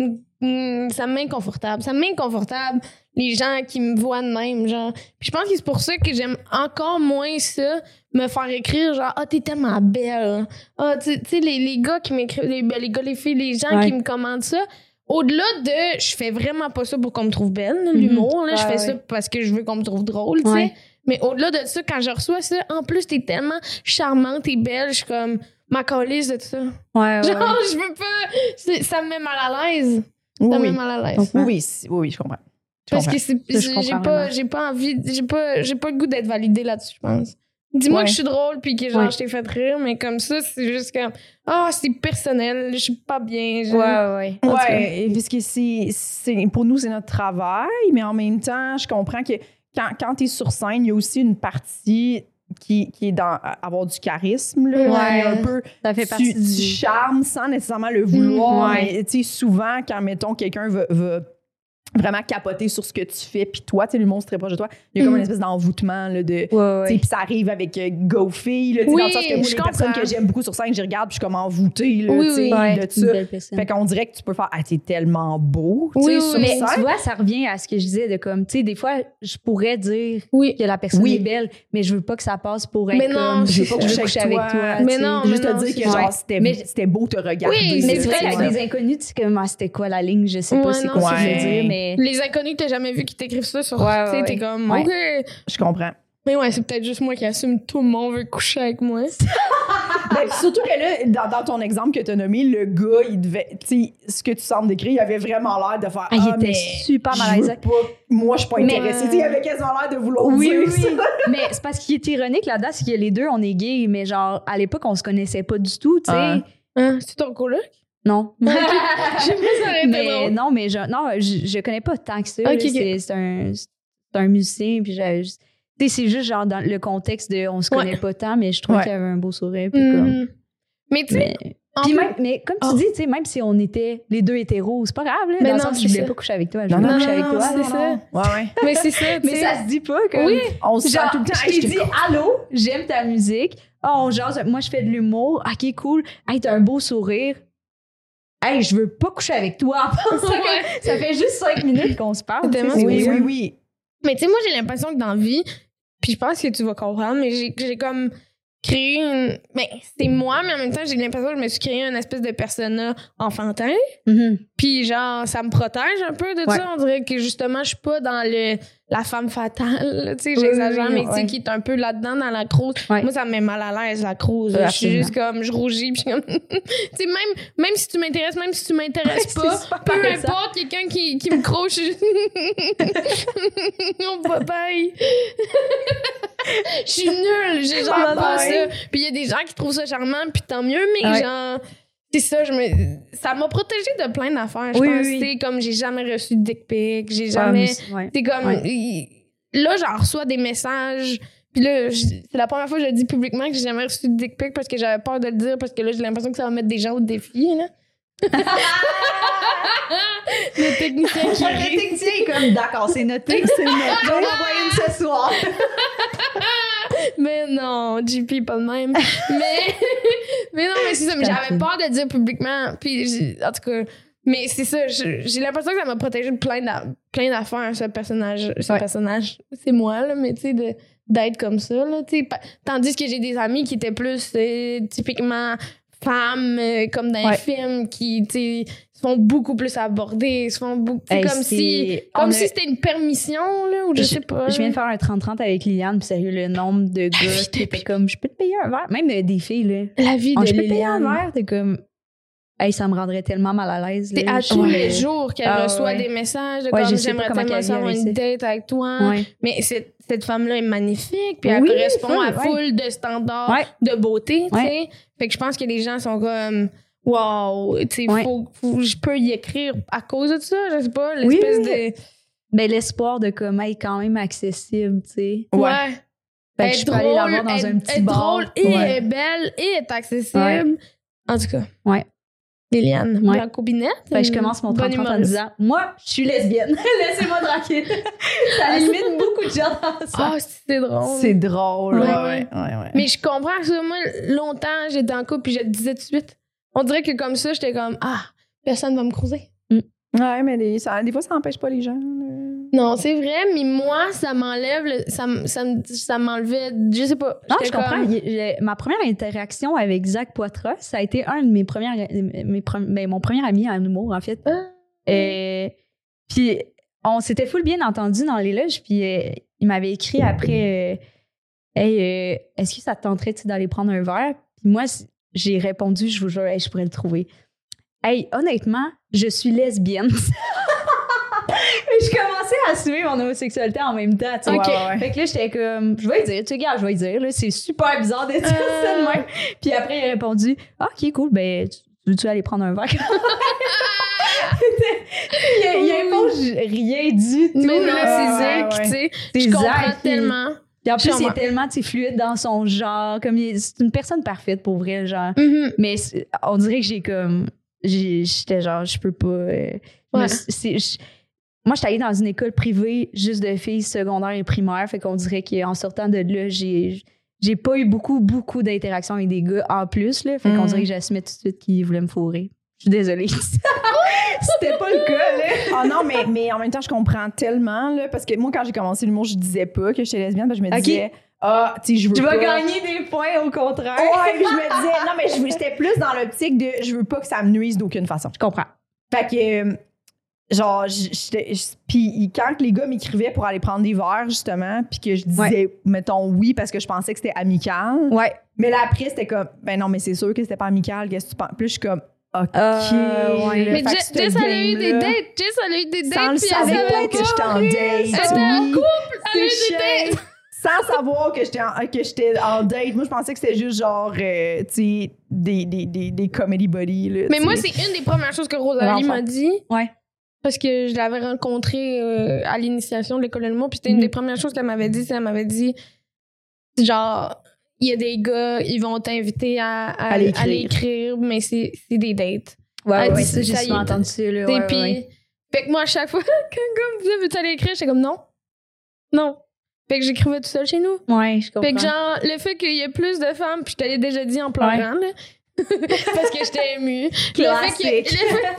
ça me met inconfortable. Ça me met inconfortable, les gens qui me voient de même, genre. Puis je pense que c'est pour ça que j'aime encore moins ça, me faire écrire, genre, ah, t'es tellement belle. Ah, tu sais, les gars qui m'écrivent, les gars, les filles, les gens qui me commentent ça. Au-delà de, je fais vraiment pas ça pour qu'on me trouve belle, là, l'humour, là, je fais ça parce que je veux qu'on me trouve drôle, tu sais. Mais au-delà de ça, quand je reçois ça, en plus, t'es tellement charmante et belle, je suis comme, ma calisse de tout ça. Ouais. Genre, je veux pas. Ça me met mal à l'aise. Ça me met mal à l'aise. Oui, je comprends. Parce que comprends j'ai pas envie, j'ai pas le goût d'être validée là-dessus, je pense. Dis-moi que je suis drôle puis que genre je t'ai fait rire, mais comme ça, c'est juste comme c'est personnel, je suis pas bien. Ouais, parce que c'est pour nous, c'est notre travail, mais en même temps, je comprends que quand t'es sur scène, il y a aussi une partie qui est dans avoir du charisme, là, un peu ça fait partie du charme sans nécessairement le vouloir. Mais tu sais, souvent, quand, mettons, quelqu'un veut vraiment capoter sur ce que tu fais, puis toi, tu sais, l'humour, c'est très proche de toi, il y a comme une espèce d'envoûtement, là, de... Puis ça arrive avec Go-Fille, là, dans le sens que moi, les personnes que j'aime beaucoup sur scène, je regarde, puis je suis comme envoûtée, là, tu sais, de ça. Fait qu'on dirait que tu peux faire « Ah, t'es tellement beau », tu sais, sur mais scène. tu vois, ça revient à ce que je disais de comme, tu sais, des fois, je pourrais dire que la personne est belle, mais je veux pas que ça passe pour être comme, je veux pas coucher avec toi. Mais non, juste te dire que genre, c'était beau te regarder. Oui, mais c'est vrai qu'avec des inconnus, tu sais comme, c'était quoi la ligne, je sais pas c'est quoi ce que je veux dire, mais... Les inconnus que t'as jamais vu qui t'écrivent ça sur... tu sais, t'es comme, OK. Je comprends. Mais ouais, c'est peut-être juste moi qui assume tout le monde veut coucher avec moi. Ben, surtout que là, dans ton exemple que tu as nommé, le gars, il devait, tu sais, ce que tu sembles décrire, il avait vraiment l'air de faire. Il était super malaisant. Moi, je suis pas intéressée. Il avait quasiment l'air de vouloir dire ça. Mais c'est parce qu'il est ironique là-dedans, c'est que les deux, on est gays, mais genre, à l'époque, on se connaissait pas du tout, tu sais. C'est ton coloc? Non. J'aime pas ça, mais non, mais je connais pas tant que ça. C'est un musicien, puis tu sais, c'est juste genre dans le contexte de on se connaît pas tant, mais je trouve qu'il avait un beau sourire. Puis comme... Mais tu sais. Mais comme tu dis, tu sais, même si on était les deux hétéros, c'est pas grave, là. Mais dans non, le sens, je voulais pas coucher avec toi. Je Non, voulais pas coucher avec toi. c'est ça. Ouais. Mais c'est ça, tu Mais sais. ça se dit pas comme. Oui. On se sent Genre, tout le temps. je t'ai dit, allô, j'aime ta musique. On jase, moi, je fais de l'humour. OK, cool. Hey, t'as un beau sourire. Hey, je veux pas coucher avec toi. Ça fait juste 5 minutes qu'on se parle. Oui. Mais tu sais, moi, j'ai l'impression que dans la vie, puis je pense que tu vas comprendre, mais j'ai comme créé une... Ben, c'est moi, mais en même temps, j'ai l'impression que je me suis créé une espèce de persona enfantin. Puis genre, ça me protège un peu de ça. On dirait que justement, je suis pas dans la femme fatale, tu sais, j'exagère, mais tu sais, qui est un peu là-dedans dans la crouse. Moi, ça me met mal à l'aise, la crouse. Je suis juste comme, je rougis, puis comme... tu sais, même si tu m'intéresses, même si tu m'intéresses pas, peu importe, quelqu'un qui me croche, on bye. Je suis nulle, j'ai genre pas ça. Puis il y a des gens qui trouvent ça charmant, puis tant mieux, mais genre... C'est ça, ça m'a protégée de plein d'affaires. Je pense, c'est comme j'ai jamais reçu de dick pic, j'ai jamais... C'est comme... Là, j'en reçois des messages... Puis là, c'est la première fois que je le dis publiquement que j'ai jamais reçu de dick pic parce que j'avais peur de le dire parce que là, j'ai l'impression que ça va mettre des gens au défi, là. Le technicien qui rit. Le technicien est comme, d'accord, c'est noté. C'est noté. On va envoyer une ce soir. Mais non, JP, pas de même. mais non, mais c'est ça. Mais j'avais peur de le dire publiquement. Puis, en tout cas, Mais c'est ça, j'ai l'impression que ça m'a protégé de plein d'affaires, ce personnage. C'est moi, là, mais tu sais, d'être comme ça, là, tu sais. Tandis que j'ai des amis qui étaient plus typiquement femmes, comme dans les films, qui, tu sais, se font beaucoup plus aborder, se font beaucoup, comme si c'était une permission, là, ou je sais pas. Je viens de faire un 30-30 avec Liliane, puis sérieux, le nombre de gars qui étaient comme, je peux te payer un verre, même des filles, là. La vie de je peux Liliane. te payer un verre, t'es comme, hey, ça me rendrait tellement mal à l'aise. C'est à tous les jours qu'elle reçoit des messages de comme j'aimerais tellement savoir une date avec toi. Ouais. Mais cette femme-là est magnifique, puis elle correspond à full de standards de beauté, tu sais. Fait que je pense que les gens sont comme wow, tu sais, je peux y écrire à cause de ça, je sais pas, l'espèce de. Ben, l'espoir de comme être quand même accessible, tu sais. Ouais. Fait que je peux aller la voir dans un petit bar. Drôle et elle est belle et est accessible. En tout cas. Ouais. Liliane, ma copinette. Je commence mon 30 en disant moi, je suis lesbienne. Laissez-moi tranquille. Ça limite beaucoup de gens dans ça. Ah, c'est drôle. C'est drôle. Ouais. Mais je comprends ça. Moi, longtemps, j'étais en couple puis je le disais tout de suite. On dirait que comme ça, j'étais comme personne va me croiser. Ouais, mais des fois, ça n'empêche pas les gens. Non, c'est vrai, mais moi, ça m'enlève, ça m'enlevait, je sais pas. Non, je comprends. Ma première interaction avec Zach Poitras, ça a été un de mes premières, mon premier ami en humour, en fait. Puis, on s'était full bien entendu dans les loges, puis il m'avait écrit après, hey, est-ce que ça te tenterait d'aller prendre un verre? Puis moi, j'ai répondu, je vous jure, hey, je pourrais le trouver. Hey, honnêtement, je suis lesbienne. Je commençais à assumer mon homosexualité en même temps, tu vois. Fait que là, j'étais comme, je vais le dire, tu sais, gars, je vais le dire, là, c'est super bizarre d'être ça de même. Puis après, il a répondu, OK, cool, ben, veux-tu aller prendre un verre? il répond rien du tout. Mais non, c'est Zach, tu sais. Je comprends tellement. Puis en plus, il est tellement fluide dans son genre, comme c'est une personne parfaite pour vrai, genre. Mais on dirait que j'étais genre, je peux pas. Moi, j'étais allée dans une école privée juste de filles secondaires et primaires. Fait qu'on dirait qu'en sortant de là, j'ai pas eu beaucoup d'interactions avec des gars en plus. Là, fait qu'on dirait que j'assumais tout de suite qu'ils voulaient me fourrer. Je suis désolée. C'était pas le cas, là. Ah non, mais en même temps, je comprends tellement, là, parce que moi, quand j'ai commencé l'humour, je disais pas que j'étais lesbienne, parce que je me disais, tu sais, je veux pas. Tu vas gagner des points, au contraire. Ouais, puis je me disais, non, mais j'étais plus dans l'optique de, je veux pas que ça me nuise d'aucune façon. Je comprends. Fait que, genre, puis quand les gars m'écrivaient pour aller prendre des verres, justement, puis que je disais, mettons, oui, parce que je pensais que c'était amical. Ouais. Mais là, après, c'était comme, ben non, mais c'est sûr que c'était pas amical, qu'est-ce que tu penses? Plus je suis comme, OK. Mais Jess, elle a eu des dates. Sans le savoir que j'étais en date. Elle était en couple. Elle a eu des dates. Sans savoir que j'étais en date. Moi, je pensais que c'était juste genre, tu sais, des comedy buddies. Là, mais moi, c'est une des premières choses que Rosalie m'a dit. Ouais. Parce que je l'avais rencontrée à l'initiation de l'école de l'humour. Puis c'était une des premières choses qu'elle m'avait dit. Elle m'avait dit, genre, il y a des gars, ils vont t'inviter à l'écrire, mais c'est des dates. Ouais, ça, j'ai souvent entendu ça. Fait que moi, à chaque fois, quand me disait, veux-tu aller écrire? J'étais comme, non. Fait que j'écrivais tout seul chez nous. Ouais, je comprends. Fait que genre, le fait qu'il y ait plus de femmes, puis je t'avais déjà dit en pleurant, là. Parce que j'étais émue. Classique.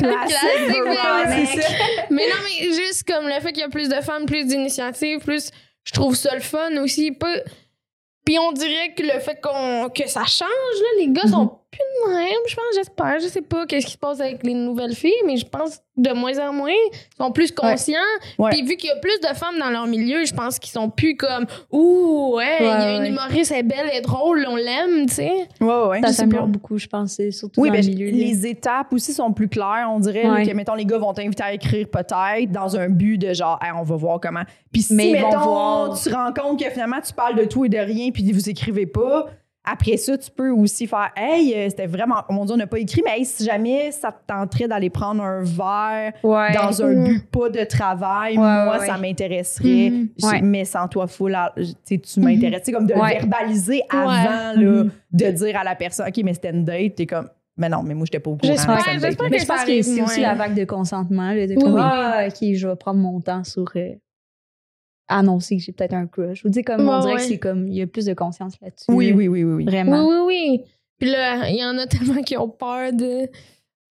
Classique. Mais non, mais juste comme le fait qu'il y a plus de femmes, plus d'initiatives, plus je trouve ça le fun aussi. Puis on dirait que le fait que ça change, là, les gars sont plus de même, je pense, j'espère. Je sais pas qu'est-ce qui se passe avec les nouvelles filles, mais je pense de moins en moins, ils sont plus conscients. Puis vu qu'il y a plus de femmes dans leur milieu, je pense qu'ils sont plus comme « Ouh, il y a une humoriste, elle est belle, elle est drôle, on l'aime, tu sais. » Ouais. Ça s'améliore beaucoup, je pense, surtout dans le milieu. Les étapes aussi sont plus claires. On dirait que, mettons, les gars vont t'inviter à écrire peut-être dans un but de genre hey, on va voir comment. Puis si, mettons, tu te rends compte que finalement, tu parles de tout et de rien puis vous écrivez pas, après ça, tu peux aussi faire « Hey, c'était vraiment... Mon Dieu, on n'a pas écrit, mais hey, si jamais ça te tenterait d'aller prendre un verre dans un but pas de travail, moi, ça m'intéresserait. Mais sans toi full, tu m'intéresses. Tu sais, comme de verbaliser avant là, de dire à la personne « OK, mais c'était une date. » T'es comme « Mais non, mais moi, j'étais pas au courant. » Mais je pense que c'est aussi la vague de consentement. Là, de comme, OK, je vais prendre mon temps sur... annoncer que j'ai peut-être un crush. Je vous dis comme on dirait que c'est comme il y a plus de conscience là-dessus. Oui. Vraiment. Oui. Puis là, il y en a tellement qui ont peur de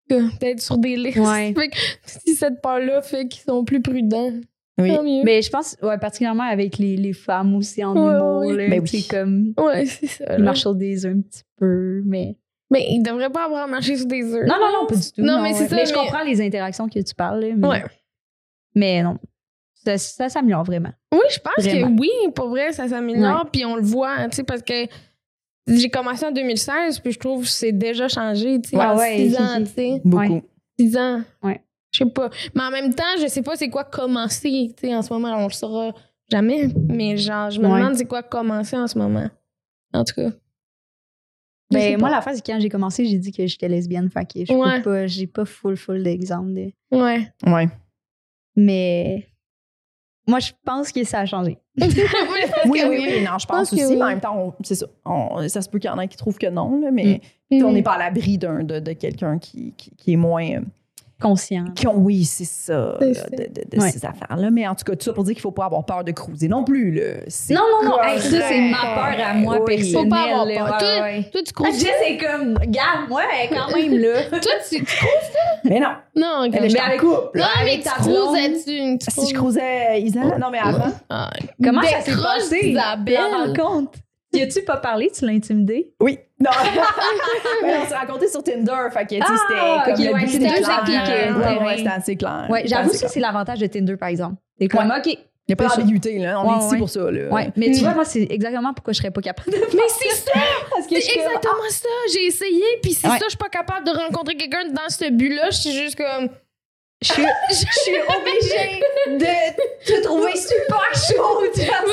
d'être sur des listes. Ouais. Fait que si cette peur-là fait qu'ils sont plus prudents, Oui. tant mieux. Mais je pense, particulièrement avec les femmes aussi en humour, là, Ben oui. c'est comme, Ouais, c'est ça. ils marchent sur des œufs un petit peu, mais... Mais ils devraient pas avoir marché sur des œufs. Non, pas du tout. Non, mais c'est ça. Mais je comprends les interactions que tu parles, là, mais... Ouais. Mais non, ça s'améliore vraiment. Oui, je pense Vraiment. que oui, pour vrai, ça s'améliore, puis on le voit, tu sais, parce que j'ai commencé en 2016, puis je trouve que c'est déjà changé, tu sais, en 6 ans, tu sais. Beaucoup. 6 ans. Ouais. Je sais pas. Mais en même temps, je sais pas c'est quoi commencer, tu sais, en ce moment, on le saura jamais, mais genre, je me demande c'est quoi commencer en ce moment. En tout cas. Ben, moi, la phase, quand j'ai commencé, j'ai dit que j'étais lesbienne, fait que je peux pas, j'ai pas full d'exemples de... Ouais. Ouais. Mais... Moi, je pense que ça a changé. Oui, non, je pense aussi, mais en même temps, c'est ça. Ça se peut qu'il y en a qui trouvent que non, là, mais on n'est pas à l'abri de quelqu'un qui est moins... Conscient. Oui, c'est ça, C'est là, ça. de ces affaires-là. Mais en tout cas, tout ça pour dire qu'il ne faut pas avoir peur de cruiser non plus. Là. Non. Hey, ça, c'est ma peur à moi, Oui. personnelle. Faut pas avoir là. peur. Ouais. Toi, tu crois Jess, c'est comme, regarde, moi, quand même, là. Toi, tu Mais non. Non, Mais je suis en couple. non, mais avec tu ta blonde. croisais-tu? Si je cruisais Isabelle, non, mais avant. Ah, Comment ça s'est décroche passé? d'Isabelle. La rencontre. Y a-tu pas parlé? Tu l'as intimidé? Oui. Non. Mais on s'est rencontrés sur Tinder. Fait que, tu sais, c'était comme le but, c'était c'était deux clair. applis que- Ouais, c'était assez clair. Ouais, j'avoue C'était que assez c'est l'avantage de Tinder, par exemple. C'est comme, OK. Il n'y a pas d'ambiguïté, là. On est ici pour ça, là. Ouais, mais tu vois, moi, c'est exactement pourquoi je serais pas capable de Mais c'est ça! parce que C'est exactement ça! J'ai essayé, puis c'est ça, je suis pas capable de rencontrer quelqu'un dans ce but-là. Je suis juste comme... je suis obligée de te trouver super chaude.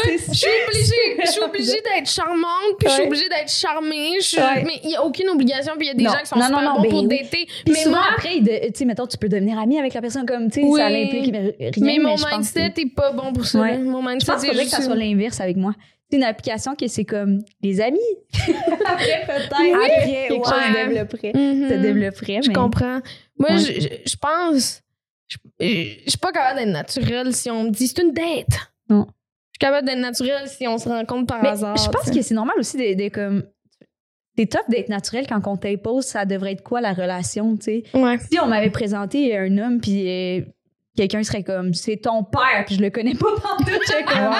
Je suis obligée d'être charmante, puis je suis obligée d'être charmée. Mais il n'y a aucune obligation, puis il y a des gens qui sont super bons pour dater. Puis Mais souvent, moi, après, tu sais, mettons, tu peux devenir amie avec la personne comme, tu sais, ça l'implique rien. mais mon je pense mindset est pas bon pour ça. Ouais. là. Mon mindset, Je pense qu'il faudrait que ça soit l'inverse avec moi. C'est une application que c'est comme les amis. Après, peut-être. Après, quelque chose se développerait. Se développerait. Je mais... comprends. Moi, Ouais. je pense... Je suis pas capable d'être naturelle si on me dit c'est une date. Non. Je suis capable d'être naturelle si on se rencontre par Mais hasard. je pense t'sais. que c'est normal aussi de comme. C'est tough d'être naturel quand on t'impose, ça devrait être quoi la relation, tu sais? Ouais. Si on m'avait présenté un homme, puis quelqu'un serait comme, c'est ton père, puis je le connais pas pantoute, je serais comme,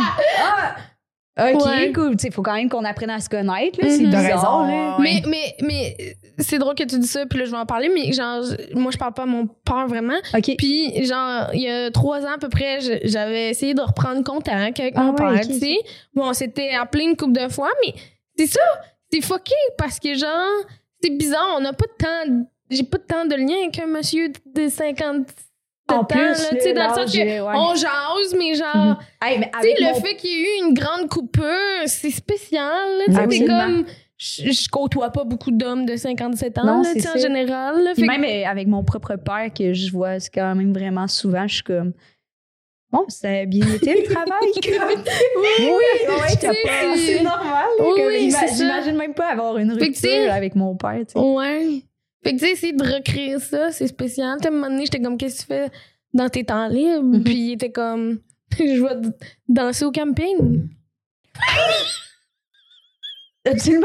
OK, Ouais. cool. Tu sais, il faut quand même qu'on apprenne à se connaître, là. C'est Mhm. T'as bizarre, raison, là. ouais. Mais c'est drôle que tu dis ça, puis là, je vais en parler, mais genre, moi, je parle pas à mon père vraiment. OK. Puis, genre, il y a 3 ans à peu près, j'avais essayé de reprendre contact avec mon père, ok, tu sais. Bon, on s'était appelé une couple de fois, mais c'est ça, c'est fucké parce que, genre, c'est bizarre, on n'a pas de temps, j'ai pas de temps de lien avec un monsieur de 50 En ans, plus, là, tu sais, dans le sens que ouais. on jase, mais genre, Hey, mais tu sais, avec le mon- fait qu'il y ait eu une grande coupure, c'est spécial, là, tu sais, c'est Absolument. comme, je côtoie pas beaucoup d'hommes de 57 ans, Non, là, c'est tu sais, en ça. général, là, Puis fait que- même avec mon propre père que je vois c'est quand même vraiment souvent, je suis comme bon, ça a bien été le travail. C'est normal. Oui, comme, oui, c'est ça. j'imagine même pas avoir une Fait que tu sais- rupture avec mon père. Tu sais. Ouais. Fait que, tu sais, essayer de recréer ça, c'est spécial. Tu sais, à un moment donné, j'étais comme, qu'est-ce que tu fais dans tes temps libres? Mhm. Puis il était comme, je vais danser au camping. Absolument.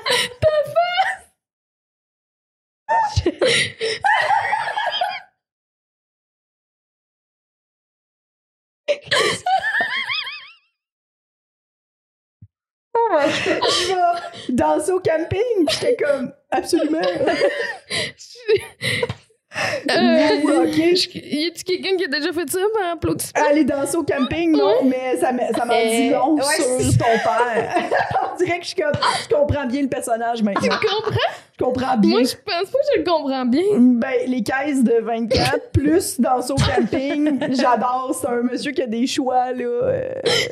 Je vais danser au camping. Puis j'étais comme, absolument. OK. Y a-tu quelqu'un qui a déjà fait ça par applaudissement? Aller danser au camping, non, mais ça m'en dit long ouais, sur ton père. On dirait que je suis comme, je comprends bien le personnage maintenant. Tu comprends? Je comprends bien. Moi, je pense pas que je le comprends bien. Ben, les caisses de 24, plus danser au camping, j'adore. C'est un monsieur qui a des choix, là.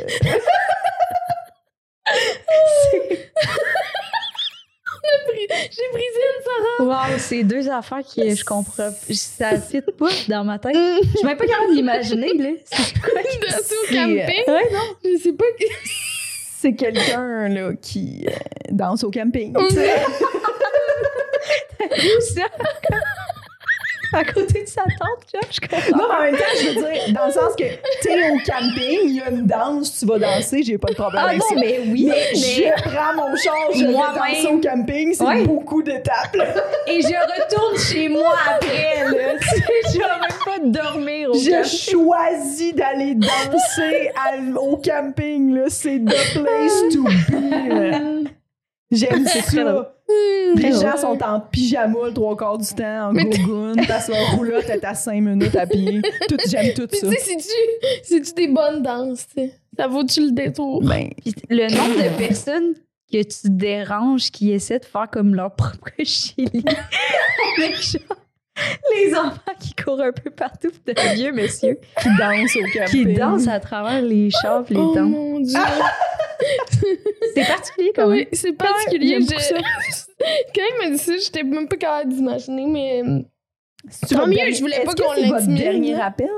J'ai brisé une Sarah. Wow, c'est deux affaires que je comprends. Ça fit pas dans ma tête. Je suis même pas capable de l'imaginer, là. C'est quoi qui Danser au c'est- camping? Ouais, non. Je sais pas que... C'est quelqu'un, là, qui danse au camping. tu sais. Où ça? à côté de sa tante, genre, je comprends. Non, mais en même temps, je veux dire, dans le sens que t'es au camping, il y a une danse, tu vas danser, j'ai pas de problème avec ça. mais oui. Mais je prends mon char, je vais danser au camping, c'est beaucoup d'étapes. Là. Et je retourne chez moi après, là. Je vais même pas dormir au camping. Je choisis d'aller danser au camping, là. C'est the place to be, là. J'aime ça. Les gens sont en pyjama le 3/4 du temps, en gogoune, t'assois roulotte, t'es à 5 minutes à pied. J'aime tout ça. Tu sais, c'est-tu des bonnes danses, tu sais? Ça vaut-tu le détour? Ben, Puis le nombre de personnes que tu déranges qui essaient de faire comme leur propre chili avec genre les enfants qui courent un peu partout, de vieux monsieur qui dansent au camping. qui dansent à travers les chars pis les Oh tentes. mon Dieu! C'est particulier quand même. Oui, c'est particulier. j'aime beaucoup ça. Quand il m'a dit ça, j'étais même pas capable d'imaginer, mais... C'est Tant votre mieux, dernier- je voulais pas est-ce qu'on que c'est votre l'intimide, dernier là. rappel?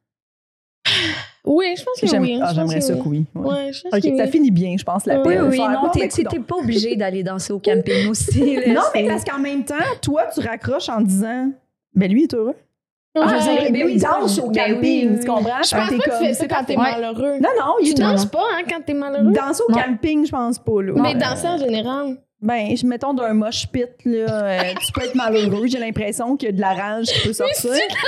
Oui, je pense que oui. J'aimerais ça que oui. Ouais. Ouais, je pense Ok, que ça oui. finit bien, je pense, la Oui, peine. oui, Faire, non, bon, t'es ben, t'es pas obligé d'aller danser au camping aussi. Là, Non, mais c'est- parce qu'en même temps, toi, tu raccroches en disant ben lui, il est heureux. Ouais. Je veux dire, ben oui, il danse au ben camping, oui, tu comprends? Je pense pas que tu fais ça quand t'es malheureux. Non, non, Tu il danses pas hein, quand t'es malheureux. danser au Non. camping, je pense pas. Là. Mais danser en général. Ben, mettons d'un mosh pit, là, tu peux être malheureux. J'ai l'impression qu'il y a de la rage qui peut sortir.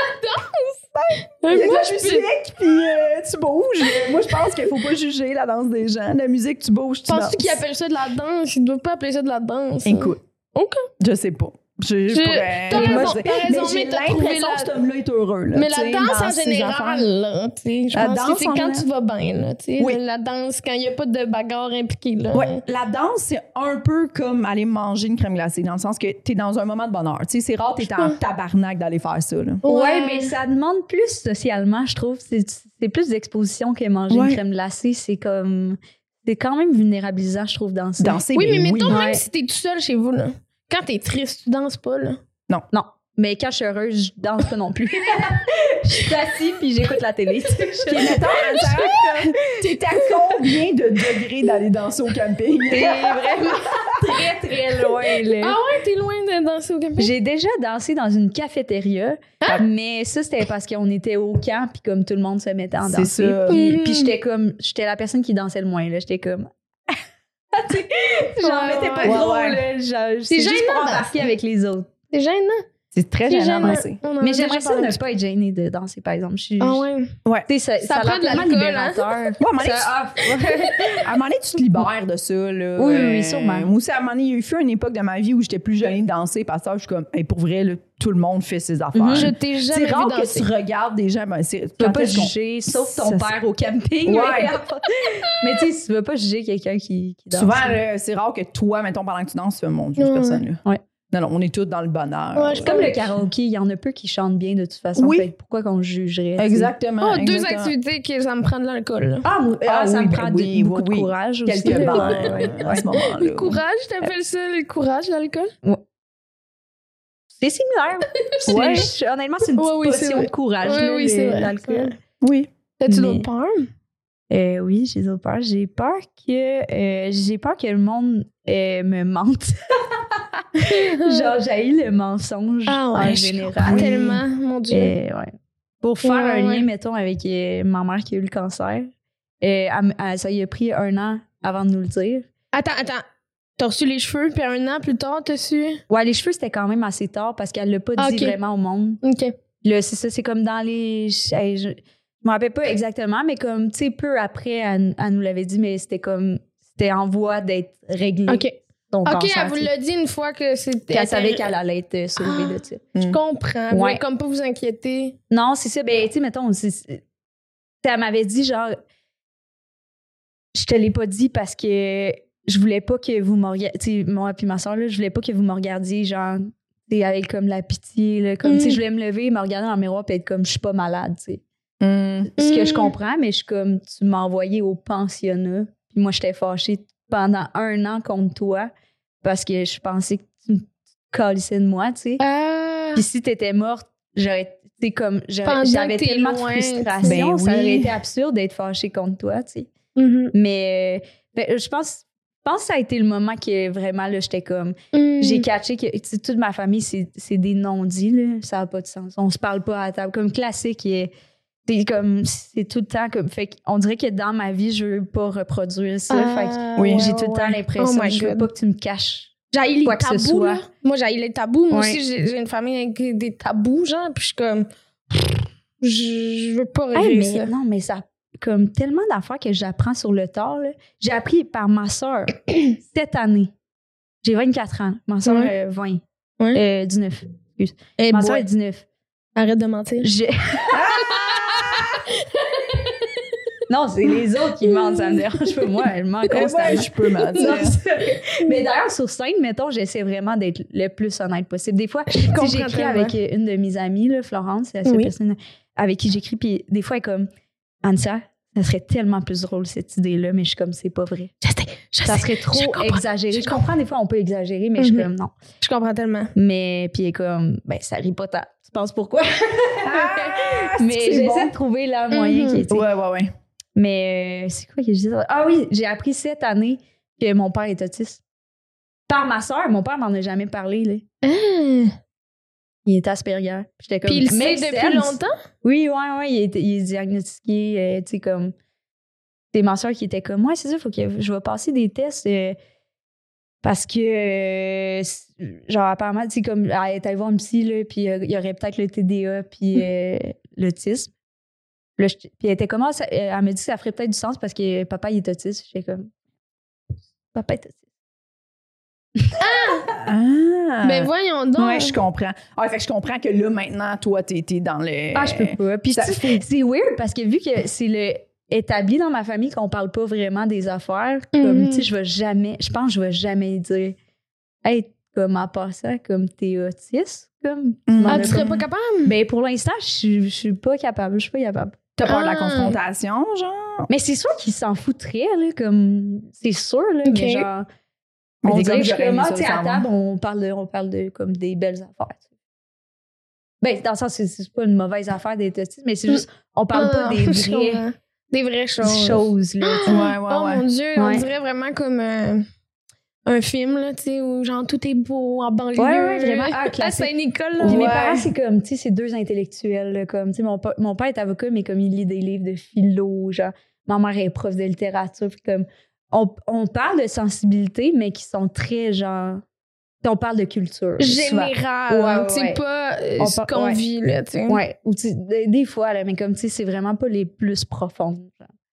Il y a de la musique, puis tu bouges. Moi, je pense qu'il faut pas juger la danse des gens. La musique, tu bouges, tu danses. Penses-tu qu'ils appellent ça de la danse? Ils doivent pas appeler ça de la danse. Écoute, OK. je sais pas. Je pourrais... t'as moi, raison, je- t'as raison, mais j'ai mais t'as trouvé l'impression la- que cet homme-là est heureux. Là, Mais tu la sais, danse dans en ses général, affaires. là, tu sais, je La pense que danse c'est en quand général. tu vas bien, là, tu sais, Oui. la danse, quand il n'y a pas de bagarre impliquée, là. Ouais, la danse, c'est un peu comme aller manger une crème glacée, dans le sens que t'es dans un moment de bonheur. Tu sais, c'est rare, t'es en tabarnak d'aller faire ça. Là. Ouais, mais ça demande plus socialement, je trouve. C'est plus d'exposition que manger Ouais. une crème glacée. C'est comme... C'est quand même vulnérabilisant, je trouve, danser. Danser, Oui, ben mais mettons, Ouais. même si t'es tout seul chez vous, là, quand t'es triste, tu danses pas, là. Non. Mais quand je suis heureuse, je danse pas non plus. Je suis assise puis j'écoute la télé. Puis mettons, t'es à combien de degrés d'aller danser au camping? C'est vraiment très, très loin, là. Ah ouais, t'es loin de danser au camping? J'ai déjà dansé dans une cafétéria, mais ça, c'était parce qu'on était au camp puis comme tout le monde se mettait en C'est danser. ça. Puis j'étais la personne qui dansait le moins, là. J'étais comme... Genre, mais t'es pas ouais, drôle, ouais. là. Genre, C'est c'est juste gênant pour danser. embarquer avec les autres. C'est gênant. C'est très C'est gênant gênant. danser. On en a Mais déjà j'aimerais ça parlé. ne pas être gênée de danser, par exemple. Ah ouais. Tu sais, ça a prend l'air de tellement l'alcool, libérateur. Ouais, à un moment donné, à un moment donné, tu te libères de ça. Là. Oui, oui, sûrement. Moi aussi, à un moment donné, il y a eu une époque de ma vie où j'étais plus gênée de danser parce que je suis comme, hey, pour vrai, là, tout le monde fait ses affaires. Je t'ai jamais C'est vu rare danser. que tu regardes des gens. Ben, Tu peux pas juger, sauf ton père au camping. Ouais. Mais tu sais, tu veux pas juger quelqu'un qui danse. Souvent, là, c'est rare que toi, mettons, pendant que tu danses, tu fais mon Dieu, cette Ouais. personne-là. Ouais. Non, non, on est tous dans le bonheur. Ouais, je Comme le karaoké, il y en a peu qui chantent bien de toute façon. Oui. Fait que pourquoi qu'on jugerait? tu sais? Exactement. Oh, deux exactement. activités que ça me prend de l'alcool, là. Ça oui, me ben prend oui, beaucoup oui, de oui. courage aussi. Quelques là. verres à ce moment-là. Le courage, t'appelles ça le courage, l'alcool? C'est similaire. Ouais. Honnêtement, c'est une petite Ouais, oui, c'est potion vrai. de courage, Ouais, là, oui, c'est vrai. l'alcool. Oui. T'as-tu Mais- d'autres peurs? Oui, j'ai d'autres peurs. J'ai peur que le monde me mente. Genre, j'haïs le mensonge en général. Tellement, mon Dieu. Ouais. Pour faire un Ouais. lien, mettons, avec ma mère qui a eu le cancer, ça y a pris 1 an avant de nous le dire. Attends. T'as reçu les cheveux, puis 1 an plus tard, t'as su? Ouais, les cheveux, c'était quand même assez tard parce qu'elle l'a pas dit Ok. vraiment au monde. OK. Là, c'est ça, c'est comme dans les... Je me rappelle pas exactement, mais comme, tu sais, peu après, elle nous l'avait dit, mais c'était comme... C'était en voie d'être réglé. OK. Son OK, cancer, elle vous tu sais. l'a dit une fois que c'était... Qu'elle savait qu'elle allait être sauvée de ça. Je comprends. Vous Ouais. voulez comme pas vous inquiéter. Non, c'est ça. Ben, tu sais, mettons, elle m'avait dit, genre, je te l'ai pas dit parce que je voulais pas que vous me regardiez, tu sais, moi puis ma soeur, là, je voulais pas que vous me regardiez, genre, tu sais, avec comme la pitié, là, comme, tu sais, je voulais me lever, me regarder dans le miroir puis être comme, je suis pas malade, tu sais. Ce que je comprends, mais je suis comme, tu m'as envoyé au pensionnat, puis moi, j'étais fâchée pendant 1 an contre toi parce que je pensais que tu me calissais de moi, tu sais. Puis si t'étais morte, j'aurais, tu sais, comme, Pendant j'avais que t'es tellement loin, de frustration, ben ça oui. aurait été absurde d'être fâchée contre toi, tu sais. Mhm. Mais je pense pense que ça a été le moment que vraiment, là, j'étais comme... J'ai catché que toute ma famille, c'est des non-dits, là. Ça n'a pas de sens. On se parle pas à la table. Comme classique, c'est tout le temps comme... Fait qu'on dirait que dans ma vie, je veux pas reproduire ça. Fait que j'ai tout le temps l'impression que je veux pas que tu me caches. J'haïs les tabous, là. Moi, j'haïs les tabous. Moi aussi, j'ai une famille avec des tabous, genre. Puis je suis comme... Je veux pas régler ça. Non, mais ça... Comme tellement d'affaires que j'apprends sur le tard, là. J'ai appris par ma soeur cette année. J'ai 24 ans. Ma soeur, 20. 19. Excuse. Ma soeur est 19. Arrête de mentir. Non, c'est les autres qui mentent, ça me dérange pas. Moi, elle ment constamment. Je peux mentir. Mais d'ailleurs, sur scène, mettons, j'essaie vraiment d'être le plus honnête possible. Des fois, j'écris avec une de mes amies, là, Florence, c'est la seule personne avec qui j'écris, puis des fois, elle est comme, Anissa, ça serait tellement plus drôle, cette idée-là, mais je suis comme, c'est pas vrai. Ça serait trop exagéré. Je comprends, des fois, on peut exagérer, mais je suis comme, non. Je comprends tellement. Mais, puis elle est comme, ben, ça rit pas tant. Tu penses pourquoi? Mais j'essaie de trouver le moyen qui est. Ouais. Mais c'est quoi que je disais? Ah oui, j'ai appris cette année que mon père est autiste. Par ma soeur, mon père m'en a jamais parlé, là. Il est Asperger. J'étais comme, puis il sait depuis longtemps? Oui, il est diagnostiqué, tu sais, comme... C'est ma soeur qui était comme, ouais, c'est ça, faut que je vais passer des tests parce que, genre, apparemment, tu sais, comme, elle est allée voir une psy, là, puis il y aurait peut-être le TDA, puis l'autisme. Là, puis elle était comme, elle m'a dit que ça ferait peut-être du sens parce que papa, il est autiste. J'étais comme, papa est autiste. Mais voyons donc. Ouais, je comprends. Fait que je comprends que là, maintenant, toi, t'es dans le... Ah, je peux pas. Puis c'est weird parce que vu que c'est établi dans ma famille qu'on parle pas vraiment des affaires, comme, tu sais, je pense que je vais jamais dire, hey, comme en passant, comme t'es autiste, comme. Tu serais pas capable? Ben, pour l'instant, je suis pas capable. Je suis pas capable. T'as peur de la confrontation, genre? Mais c'est sûr qu'ils s'en foutraient, là, comme. C'est sûr, là, mais genre. On dirait que vraiment, tu sais, à table, on parle de comme des belles affaires. Ben, dans le sens, c'est pas une mauvaise affaire d'être autiste, mais c'est juste, on parle pas des vraies choses. Là, ouais. Mon Dieu, on dirait vraiment comme un film, là, tu sais, où genre tout est beau en banlieue. Ouais, vraiment. À Saint-Nicole, là. Puis mes parents, c'est comme, tu sais, c'est deux intellectuels, là, comme, tu sais, mon père est avocat, mais comme il lit des livres de philo, genre, ma mère est prof de littérature, puis comme, on parle de sensibilité, mais qui sont très, genre, on parle de culture. Générale. C'est pas ce qu'on vit, là, tu sais. Ouais. Ou des fois, là, mais comme, tu sais, c'est vraiment pas les plus profondes.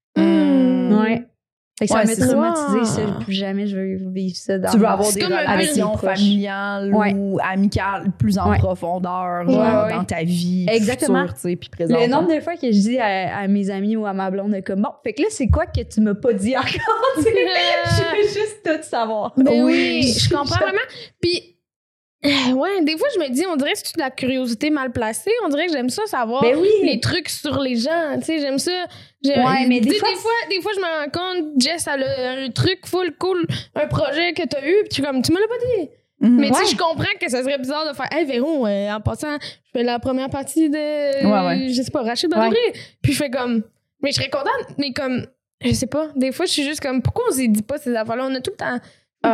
Ouais. Fait que ça m'a traumatisé, ça. Plus jamais je veux vivre ça dans... Tu veux avoir des relations familiales ou amicales plus en profondeur dans ta vie future, tu sais, puis présente. Le nombre de fois que je dis à mes amis ou à ma blonde, comme, bon, fait que là, c'est quoi que tu m'as pas dit encore? Je veux juste tout savoir. Ben oui, je comprends vraiment. Puis, ouais, des fois, je me dis, on dirait que c'est de la curiosité mal placée. On dirait que j'aime ça, savoir les trucs sur les gens. Tu sais, j'aime ça. Ouais, mais des fois, je me rends compte, Jess, elle a un truc full cool, un projet que t'as eu, puis comme, tu me l'as pas dit. Mais tu sais, je comprends que ça serait bizarre de faire, hey, Véron, en passant, je fais la première partie de, je sais pas, Rachid Badouri. Puis je fais comme, mais je serais contente, mais comme, je sais pas, des fois, je suis juste comme, pourquoi on s'y dit pas ces affaires-là? On a tout le temps.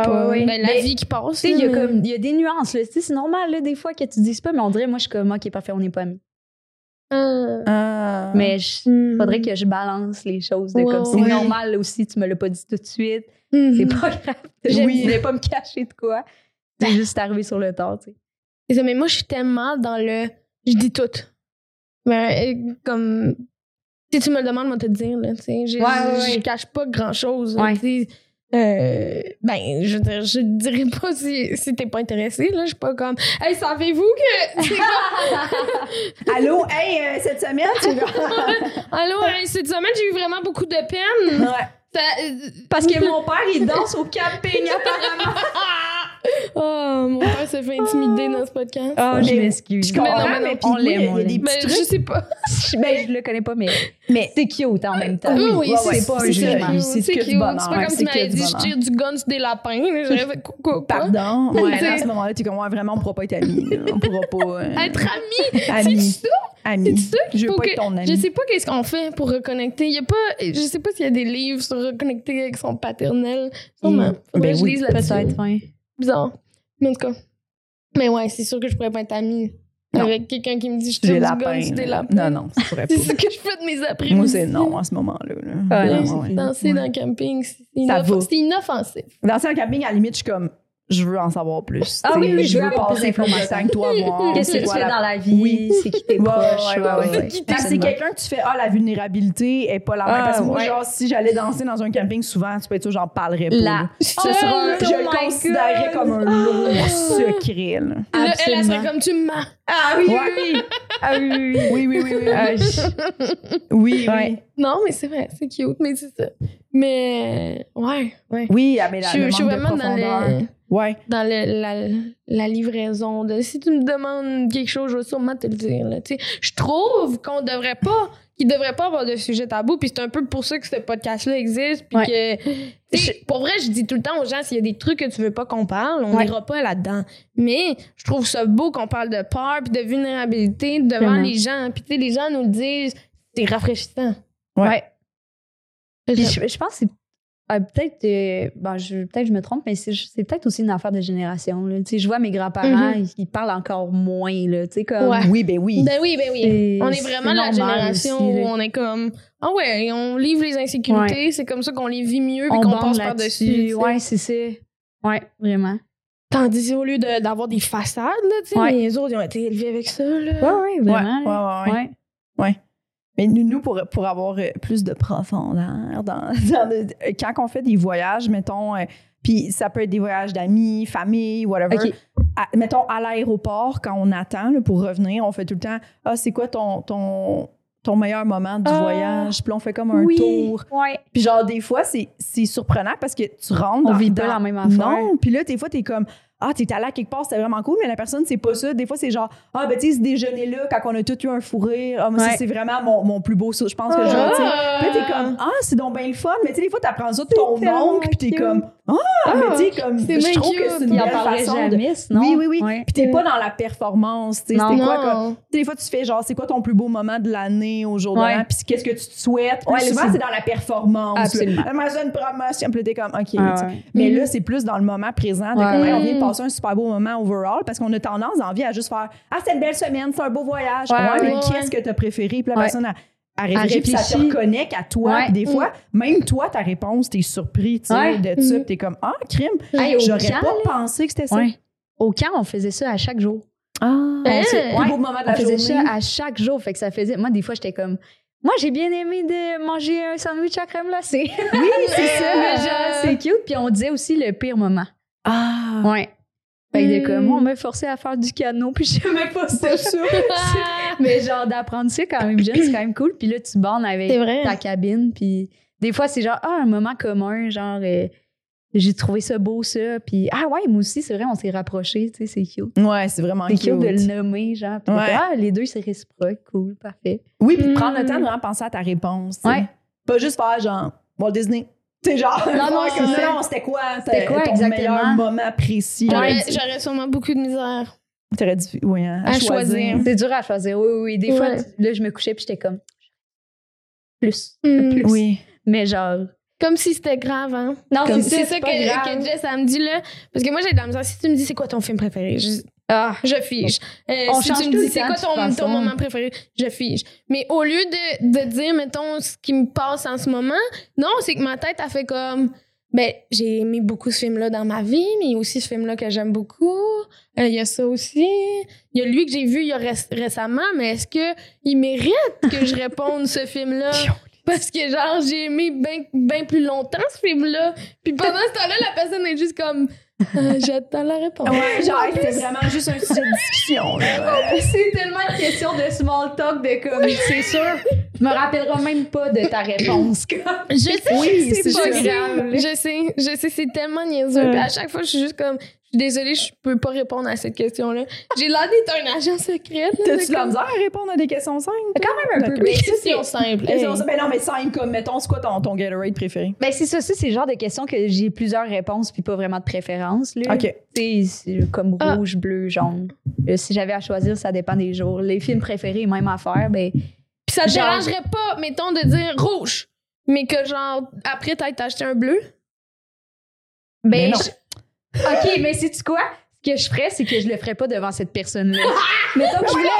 La vie qui passe. Il y a des nuances. Là. C'est normal, là, des fois, que tu dises pas, mais on dirait, moi, je suis comme, OK, parfait, on n'est pas amis. Mais faudrait que je balance les choses. Comme c'est normal aussi, tu me l'as pas dit tout de suite. C'est pas grave. Je voulais pas me cacher de quoi. C'est juste arrivé sur le tard, tu sais. Mais moi, je suis tellement dans le. Je dis tout. Mais comme. Si tu me le demandes, moi, te dire, là. Tu sais, je cache pas grand-chose. Ben, je veux dire, je dirais pas si t'es pas intéressé, là. Je suis pas comme, hey, savez-vous que. Allô, hey, cette semaine, Allô, hey, cette semaine, j'ai eu vraiment beaucoup de peine. Parce que mon père, il danse au camping, apparemment. Oh, mon père s'est fait intimider dans ce podcast. Oh, je m'excuse. Je comprends, mais on l'aime. Il y a des petits trucs. Je sais pas. Je le connais pas, mais c'est cute en même temps. Oui, c'est pas un jugement. C'est que du bonheur. C'est pas comme si tu m'avais dit, je tire du gun sur des lapins. J'aurais fait quoi? Pardon. Ouais, à ce moment-là, t'es comme, vraiment, on pourra pas être amis. On pourra pas. Être amis? C'est ça? ami. Je veux pas être ton ami. Je sais pas qu'est-ce qu'on fait pour reconnecter. Il y a pas, je sais pas s'il y a des livres sur reconnecter avec son paternel. Sûrement. Faudrait que je lise là-dessus. Peut-être, Bizarre. Mais en tout cas. Mais ouais, c'est sûr que je pourrais pas être amie avec quelqu'un qui me dit je te du des lapins. Non, ça pourrait pas. C'est ce que je fais de mes après-midi. Moi, c'est non à ce moment-là. Danser dans le camping, c'est inoffensif. Danser dans le camping, à la limite, je suis comme, je veux en savoir plus. Ah oui, je veux passer plus de temps que toi, voir. Qu'est-ce que tu fais dans la vie? Oui. C'est qui tes proches? C'est quelqu'un que tu fais, la vulnérabilité est pas la même. Parce que moi, genre, si j'allais danser dans un camping, souvent, tu peux être sûr, j'en parlerais pas. Je le considérerais comme un lourd secret. Là, elle serait comme tu me mens. Ah oui. Oui. Non, mais c'est vrai, c'est cute, mais c'est ça. Mais, ouais. Oui, mais je suis vraiment dans la livraison de si tu me demandes quelque chose, je vais sûrement te le dire. Là, je trouve qu'il devrait pas avoir de sujet tabou, puis c'est un peu pour ça que ce podcast-là existe, puis que pour vrai, je dis tout le temps aux gens, s'il y a des trucs que tu veux pas qu'on parle, on n'ira pas là-dedans. Mais je trouve ça beau qu'on parle de peur puis de vulnérabilité devant les gens, puis les gens nous le disent, c'est rafraîchissant. Ouais. Puis je pense que c'est peut-être je me trompe, mais c'est peut-être aussi une affaire de génération. Là. Je vois mes grands-parents, ils parlent encore moins. Là, comme, Oui, ben oui. On est vraiment la génération aussi, où on est comme on livre les insécurités, c'est comme ça qu'on les vit mieux et qu'on passe par-dessus. Ouais, c'est ça. Ouais, vraiment. Tandis au lieu d'avoir des façades, là, les autres ils ont été élevés avec ça. Là. Ouais, vraiment. Ouais. Mais nous, pour avoir plus de profondeur, quand on fait des voyages, mettons, puis ça peut être des voyages d'amis, famille, whatever, mettons à l'aéroport, quand on attend là, pour revenir, on fait tout le temps « c'est quoi ton meilleur moment du voyage? » Puis on fait comme un tour. Ouais. Puis genre, des fois, c'est surprenant parce que tu rentres on vit pas la même affaire. Non, puis là, des fois, t'es comme... t'es allé à quelque part, c'était vraiment cool, mais la personne, c'est pas ça. Des fois, c'est genre, tu sais, ce déjeuner-là, quand on a tous eu un fou rire, c'est vraiment mon plus beau souvenir. Je pense que genre, tu sais. Puis là, t'es comme, c'est donc bien le fun. Mais tu sais, des fois, t'apprends ça de ton oncle, puis t'es comme, mais tu sais, comme, je trouve que c'est une belle façon jamais, Oui. Puis t'es pas dans la performance, tu sais. C'était quoi, comme, des fois, tu fais genre, c'est quoi ton plus beau moment de l'année au jour de l'an, puis qu'est-ce que tu te souhaites. Souvent, c'est dans la performance. Absolument. Une promotion, puis t'es comme, OK. Mais là, c'est plus dans le moment présent, de comment on vient de passer un super beau moment overall, parce qu'on a tendance d'envie à juste faire c'est une belle semaine, c'est un beau voyage. Mais qu'est-ce que t'as préféré? Puis la personne a réfléchi, puis ça te reconnecte à toi. Puis des fois, même toi, ta réponse, t'es surpris de ça. Puis t'es comme crime. J'aurais pas pensé que c'était ça. Au camp, on faisait ça à chaque jour. Le beau moment de la journée. On faisait ça à chaque jour. Fait que ça faisait. Moi, des fois, j'étais comme. Moi, j'ai bien aimé de manger un sandwich à crème glacée. Oui, c'est ça. Mais genre, c'est cute. Puis on disait aussi le pire moment. Ouais. Fait que comme moi, on m'a forcé à faire du canot, puis je n'aimais pas ça. Mais genre, d'apprendre ça quand même jeune, c'est quand même cool. Puis là, tu bornes avec ta cabine. Puis des fois, c'est genre, un moment commun, genre, j'ai trouvé ça beau, ça. Puis, moi aussi, c'est vrai, on s'est rapprochés, tu sais, c'est cute. Ouais, c'est vraiment cute. C'est cute de le nommer, genre. Puis les deux, c'est réciproque, cool, parfait. Oui, puis de prendre le temps de vraiment penser à ta réponse. Ouais. Pas juste faire genre, Walt Disney. Tu sais, genre, non, c'était quoi ton meilleur moment précis? J'aurais sûrement beaucoup de misère. T'aurais dû, à choisir. C'est dur à choisir, oui. Des fois, là, je me couchais puis j'étais comme, plus. Oui. Mais genre... Comme si c'était grave, hein? Non, c'est ça que Jess, elle me dit, là. Parce que moi, j'ai de la misère. Si tu me dis, c'est quoi ton film préféré? Je fige. Si tu me dis, c'est quoi ton moment préféré? Je fige. Mais au lieu de dire, mettons, ce qui me passe en ce moment, non, c'est que ma tête a fait comme, j'ai aimé beaucoup ce film-là dans ma vie, mais il y a aussi ce film-là que j'aime beaucoup. Il y a ça aussi. Il y a lui que j'ai vu récemment, mais est-ce qu'il mérite que je réponde ce film-là? Parce que, genre, j'ai aimé bien plus longtemps ce film-là. Puis pendant ce temps-là, la personne est juste comme... j'attends la réponse. Ouais, genre, c'était vraiment juste un sujet de discussion. C'est tellement une question de small talk, de comme, c'est sûr, je me rappellerai même pas de ta réponse. Je sais, oui, c'est pas grave. Je sais, c'est tellement niaiseux. Puis à chaque fois, je suis juste comme, Je suis désolée, je peux pas répondre à cette question-là. J'ai l'air d'être un agent secret. T'as-tu de la misère à répondre à des questions simples? Quand même un peu. Des questions simples. Ben non, mais simple, comme, mettons, c'est quoi ton Gatorade préféré? Ben c'est ça, c'est le genre de questions que j'ai plusieurs réponses puis pas vraiment de préférence. Là. OK. C'est comme rouge, bleu, jaune. Si j'avais à choisir, ça dépend des jours. Les films préférés, même affaire, ben... Puis ça te dérangerait pas, mettons, de dire rouge, mais que genre, après, t'as acheté un bleu? Ben OK, mais sais-tu quoi? Ce que je ferais, c'est que je le ferais pas devant cette personne-là. Mettons que je voulais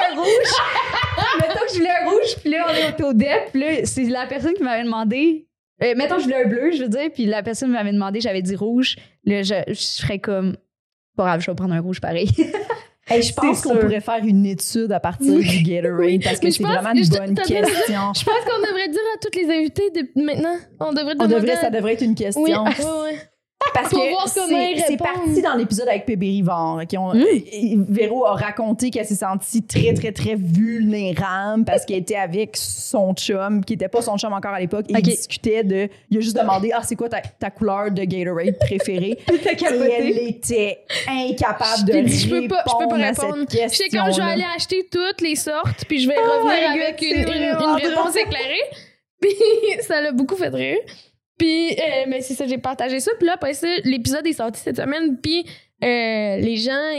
un rouge, puis là, on est au DEP, puis là, c'est la personne qui m'avait demandé... mettons que je voulais un bleu, je veux dire, puis la personne m'avait demandé, j'avais dit rouge. Là, je ferais comme... Pas grave, je vais prendre un rouge pareil. Hey, je pense qu'on pourrait faire une étude à partir du Gatorade parce que c'est vraiment une bonne question. Je pense qu'on devrait dire à toutes les invités maintenant. Ça devrait être une question. Oui, Parce pour que voir c'est parti dans l'épisode avec Pépé Rivard. Véro a raconté qu'elle s'est sentie très, très, très vulnérable parce qu'elle était avec son chum, qui n'était pas son chum encore à l'époque, et il discutait de... Il a juste demandé « c'est quoi ta couleur de Gatorade préférée? » Et elle était incapable de répondre à cette question. J'étais comme, je vais aller acheter toutes les sortes, puis je vais revenir avec une réponse éclairée. Puis ça l'a beaucoup fait rire. Puis, mais c'est ça, j'ai partagé ça. Puis là, après ça, l'épisode est sorti cette semaine. Puis, les gens,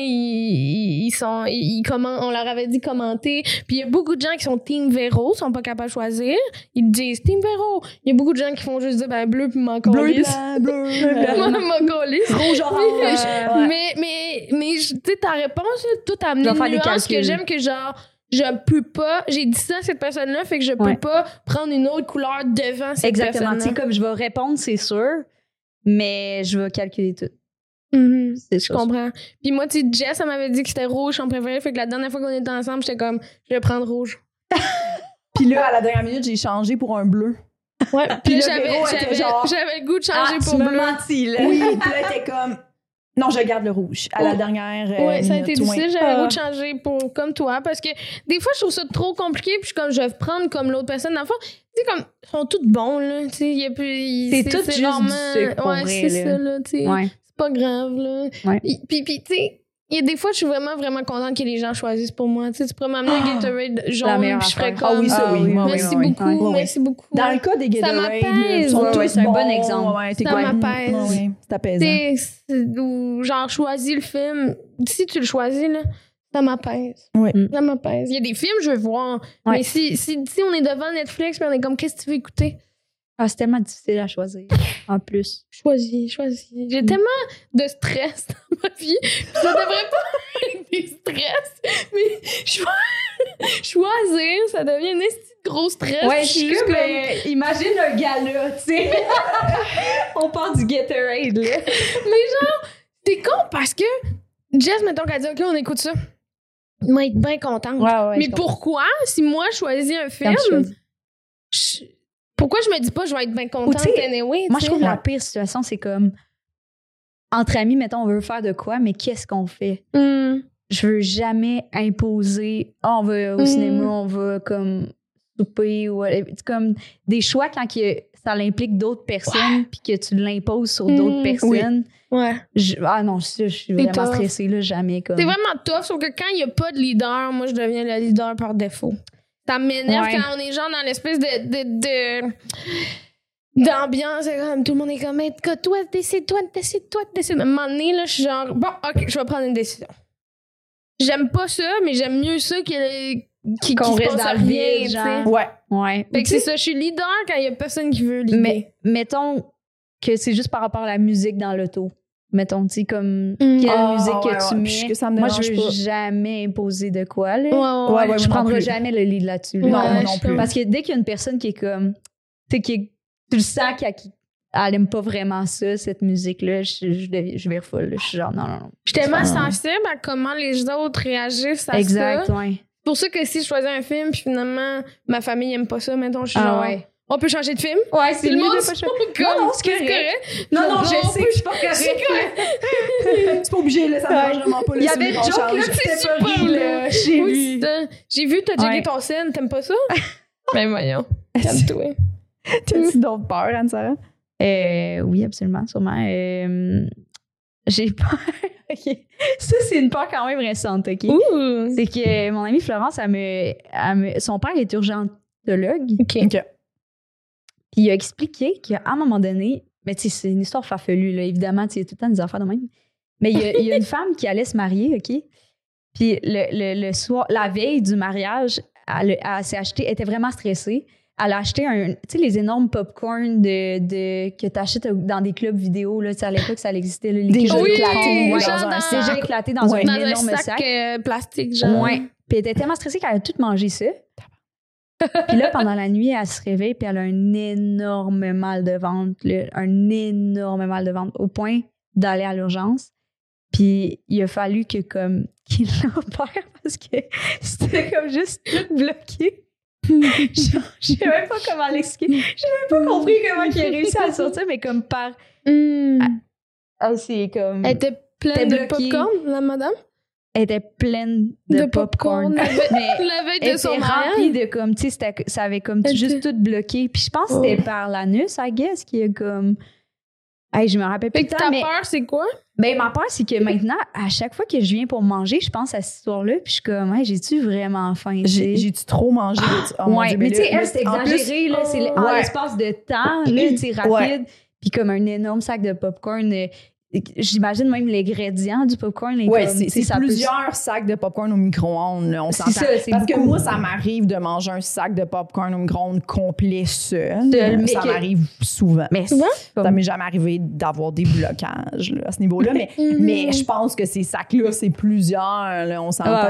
ils commentent, on leur avait dit commenter. Puis, il y a beaucoup de gens qui sont Team Véro, sont pas capables de choisir. Ils disent Team Véro. Il y a beaucoup de gens qui font juste dire, ben, bleu, puis m'en calisse. Bleu, m'en calisse. Rouge, orange. Mais tu sais, ta réponse, tout a amené une nuance que j'aime que genre, je peux pas, j'ai dit ça à cette personne-là, fait que je peux pas prendre une autre couleur devant cette personne-là. Exactement. Tu sais, comme je vais répondre, c'est sûr, mais je vais calculer tout. Je comprends. Puis moi, tu sais, Jess, elle m'avait dit que c'était rouge son préféré, fait que la dernière fois qu'on était ensemble, j'étais comme, je vais prendre rouge. Puis là, à la dernière minute, j'ai changé pour un bleu. Ouais, puis là, j'avais le goût de changer pour bleu. Menti, là. Oui, puis là, t'es comme... Non, je garde le rouge à la dernière minute. Ça a été difficile. J'avais le goût de changer pour comme toi parce que des fois, je trouve ça trop compliqué puis je suis comme, je vais prendre comme l'autre personne. Dans le fond, tu sais, comme, ils sont toutes bons, là. Tu sais, c'est tout juste du sucre pour vrai, c'est ça, là, tu sais. C'est pas grave, là. Puis tu sais, il y a des fois, je suis vraiment, vraiment contente que les gens choisissent pour moi. Tu sais, tu pourrais m'amener un Gatorade jaune, puis je ferais comme... Merci beaucoup, merci beaucoup. Dans le cas des Gatorade, ça m'apaise. C'est un bon exemple. Ça m'apaise. C'est apaisant. Ou genre, choisis le film. Si tu le choisis, là, ça m'apaise. Oui. Ça m'apaise. Il y a des films que je veux voir. Mais si on est devant Netflix, puis on est comme, qu'est-ce que tu veux écouter? Ah, c'est tellement difficile à choisir, en plus. Choisis. J'ai tellement de stress dans ma vie. Ça devrait pas être des stress, mais choisir, ça devient un esti de gros stress. Ouais, je suis comme... imagine un gala, tu sais. On parle du Gatorade, là. Mais genre, c'est con parce que Jess, mettons qu'elle dit, OK, on écoute ça. Elle va être bien contente. Ouais, mais pourquoi, si moi, je choisis un film... Pourquoi je me dis pas je vais être bien contente anyway? Moi, je trouve la pire situation, c'est comme entre amis, mettons, on veut faire de quoi, mais qu'est-ce qu'on fait? Je veux jamais imposer on va au cinéma, on va comme souper ou comme des choix quand ça implique d'autres personnes puis que tu l'imposes sur d'autres personnes. Ouais. Je suis vraiment stressée, là, jamais comme. C'est vraiment tough, sauf que quand il n'y a pas de leader, moi, je deviens le leader par défaut. Ça m'énerve quand on est genre dans l'espèce d'ambiance, comme tout le monde est comme, toi, décide. À un moment donné, là, je suis genre, bon, OK, je vais prendre une décision. J'aime pas ça, mais j'aime mieux ça qu'on reste dans le vide, genre. Ouais. Fait que c'est ça, je suis leader quand il y a personne qui veut leader. Mais mettons que c'est juste par rapport à la musique dans l'auto. Mettons, tu sais, comme quelle musique que tu mets. Moi, je veux jamais imposer de quoi, là. Je prendrai jamais le lead là-dessus. Là. Non plus. Parce que dès qu'il y a une personne qui est comme... Tu sais, tu le sens qu'elle aime pas vraiment ça, cette musique-là, je vais folle. Je suis genre, non. Je suis tellement sensible à comment les autres réagissent à ça. Exact, ouais. C'est pour ça que si je choisis un film, puis finalement, ma famille aime pas ça, mettons, je suis genre... On peut changer de film? Ouais, c'est le mieux monde de pas changer. Non, c'est correct. Non, je sais que je suis pas correct. C'est pas obligé, là, ça me dérange vraiment pas. Il y avait une joke, là, c'était pas ri, là. J'ai vu, t'as checké ton scène, t'aimes pas ça? Ben voyons, calme-toi. T'as-tu d'autres peurs, Anne-Sara? Oui, absolument, sûrement. J'ai peur. OK. Ça, c'est une peur quand même récente, OK? Ouh. C'est que mon amie Florence, son père est urgentologue. OK. Puis il a expliqué qu'à un moment donné, mais tu sais, c'est une histoire farfelue, là, évidemment, il y a tout le temps des affaires de même. Mais il y a une femme qui allait se marier, OK? Puis le soir, la veille du mariage, elle s'est achetée, elle était vraiment stressée. Elle a acheté tu sais, les énormes popcorn que tu achètes dans des clubs vidéo, là, à l'époque, ça existait, là, les déjà clubs éclatés, déjà éclatés dans un énorme sac. Plastique, genre. Ouais. Puis elle était tellement stressée qu'elle a tout mangé ça. Puis là, pendant la nuit, elle se réveille, puis elle a un énorme mal de ventre, au point d'aller à l'urgence. Puis il a fallu qu'il l'opère parce que c'était comme juste tout bloqué. Je sais même pas comment l'expliquer. J'ai même pas compris comment il a réussi à le sortir, mais comme par... c'est comme... Elle était pleine de popcorn, la madame? Elle était pleine de popcorn. La veille de son mariage. Remplie de comme, tu sais, ça avait comme juste tout bloqué. Puis je pense que c'était par l'anus, I guess, qui a comme... Hey, je me rappelle plus. Fait que ta peur, c'est quoi? Ben, ma peur, c'est que maintenant, à chaque fois que je viens pour manger, je pense à cette histoire-là, puis je suis comme, hey, j'ai-tu vraiment faim? J'ai-tu trop mangé? Ouais, mais tu sais, elle, c'est exagéré, là, c'est en l'espace de temps, là, tu sais, rapide, puis comme un énorme sac de popcorn. J'imagine même l'ingrédient du popcorn. Oui, c'est plusieurs sacs de popcorn au micro-ondes, on s'entend. Parce beaucoup. Que moi, ça m'arrive de manger un sac de popcorn au micro-ondes complet seul. Mais ça m'arrive souvent. Mais souvent? Ça m'est jamais arrivé d'avoir des blocages là, à ce niveau-là. Mais je pense que ces sacs-là, c'est plusieurs. Là, on s'entend.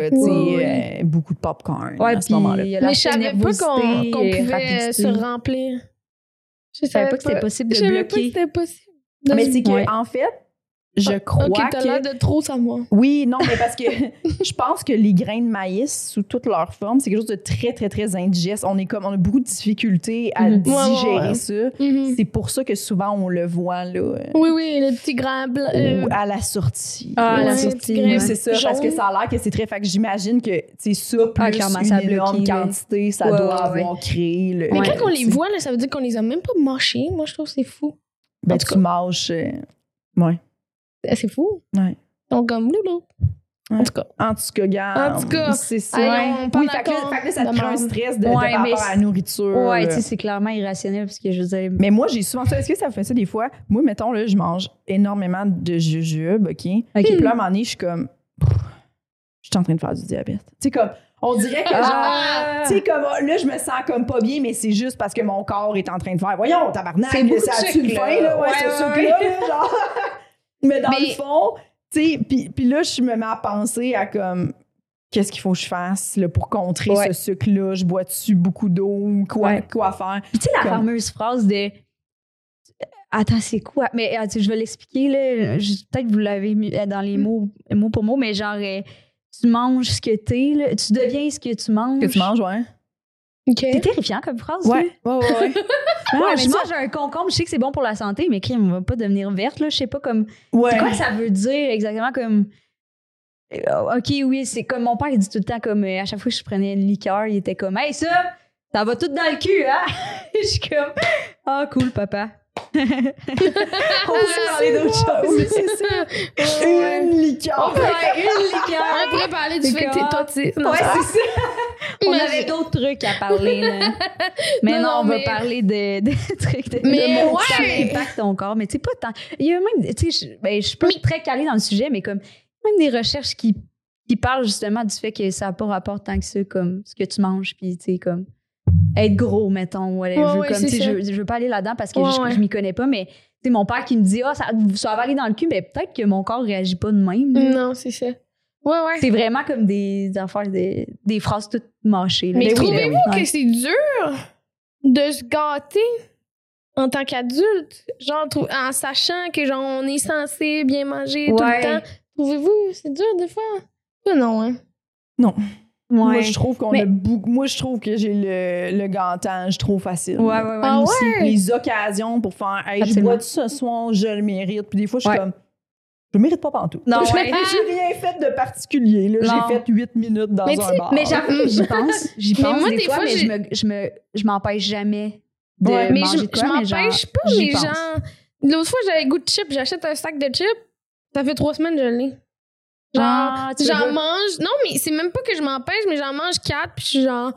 Beaucoup de popcorn à ce moment-là. Mais je savais pas qu'on pouvait se remplir. Je savais pas que c'était possible de bloquer. Je savais pas que c'était possible. Mais c'est que en fait, je crois que... t'as l'air de trop savoir. Oui, non, mais parce que je pense que les grains de maïs, sous toutes leurs formes, c'est quelque chose de très, très, très indigeste. On a beaucoup de difficultés à digérer ça. C'est pour ça que souvent, on le voit, là. Oui, le petit grain blanc. À la sortie. À la sortie. Oui, c'est ça, parce que ça a l'air que c'est très... Fait que j'imagine que, tu sais, ça, plus une énorme quantité, ça doit avoir créé le... Mais quand on les voit, là, ça veut dire qu'on les a même pas mâchés. Moi, je trouve que c'est fou. Ben, tu mâches... ouais. C'est fou. Ouais. Donc, comme loulou. En tout cas, gars. En tout cas, c'est ça. Oui, fait que là, ça te crée un stress par rapport à la nourriture. Ouais, tu sais, c'est clairement irrationnel parce que je veux dire. Mais moi, j'ai souvent ça. Est-ce que ça fait ça des fois? Moi, mettons, là, je mange énormément de jujube, OK? Puis là, à un moment donné, je suis comme. Je suis en train de faire du diabète. Tu sais, comme. On dirait que genre, tu sais, comme là, je me sens comme pas bien, mais c'est juste parce que mon corps est en train de faire. Voyons, tabarnak, ça a-tu le faim, là? Ouais, c'est sucre-là, genre. Mais dans le fond, tu sais, puis là, je me mets à penser à comme, qu'est-ce qu'il faut que je fasse là, pour contrer ce sucre-là? Je bois-tu beaucoup d'eau? Quoi faire? Puis tu sais, la fameuse phrase de... Attends, c'est quoi? Mais je vais l'expliquer, là. Peut-être que vous l'avez mis dans les mots pour mot, mais genre... tu manges ce que t'es, là. Tu deviens ce que tu manges. Ce que tu manges, ouais. Okay. C'est terrifiant comme phrase, ouais. Ouais. Je mange un concombre, je sais que c'est bon pour la santé, mais crème, on va pas devenir verte, là. Je sais pas comme... C'est quoi ça veut dire exactement comme... OK, oui, c'est comme mon père, il dit tout le temps comme... à chaque fois que je prenais une liqueur, il était comme « Hey, ça va tout dans le cul, hein? » Je suis comme « Ah, cool, papa. » On pourrait parler d'autre chose. Oui, c'est ça. Une liqueur. On pourrait parler du fait que t'es toxique. Ouais, c'est ça. On avait d'autres trucs à parler, là. Mais non, on va parler de trucs de ça impacte ton corps. Mais tu sais, pas tant. Il y a même, tu sais, je suis pas très calée dans le sujet, mais comme même des recherches qui parlent justement du fait que ça n'a pas rapport tant que ça, comme ce que tu manges, puis tu sais, comme être gros, mettons, whatever. Je veux pas aller là-dedans parce que je m'y connais pas, mais c'est mon père qui me dit ça va aller dans le cul, mais peut-être que mon corps réagit pas de même. Non, c'est ça. Ouais. C'est vraiment comme des affaires, des phrases toutes mâchées. Mais trouvez-vous que c'est dur de se gâter en tant qu'adulte? Genre, en sachant que genre on est censé bien manger tout le temps. Trouvez-vous c'est dur des fois? Non, hein? Non. Moi, je trouve Moi, je trouve que j'ai le gantage trop facile. Ouais. Les occasions pour faire « Hey, je bois ce soir, je le mérite. » Puis des fois, je suis comme « Je le mérite pas pantoute. » Non, j'ai rien fait de particulier. Là. J'ai fait 8 minutes dans un bar. Mais j'avoue, j'y pense moi, des fois, mais je m'empêche jamais de manger de quoi. Je m'empêche pas, mais genre... L'autre fois, j'avais goût de chips, j'achète un sac de chips. Ça fait 3 semaines que je l'ai. Genre, j'en mange. Non, mais c'est même pas que je m'empêche, mais j'en mange 4, puis je suis genre.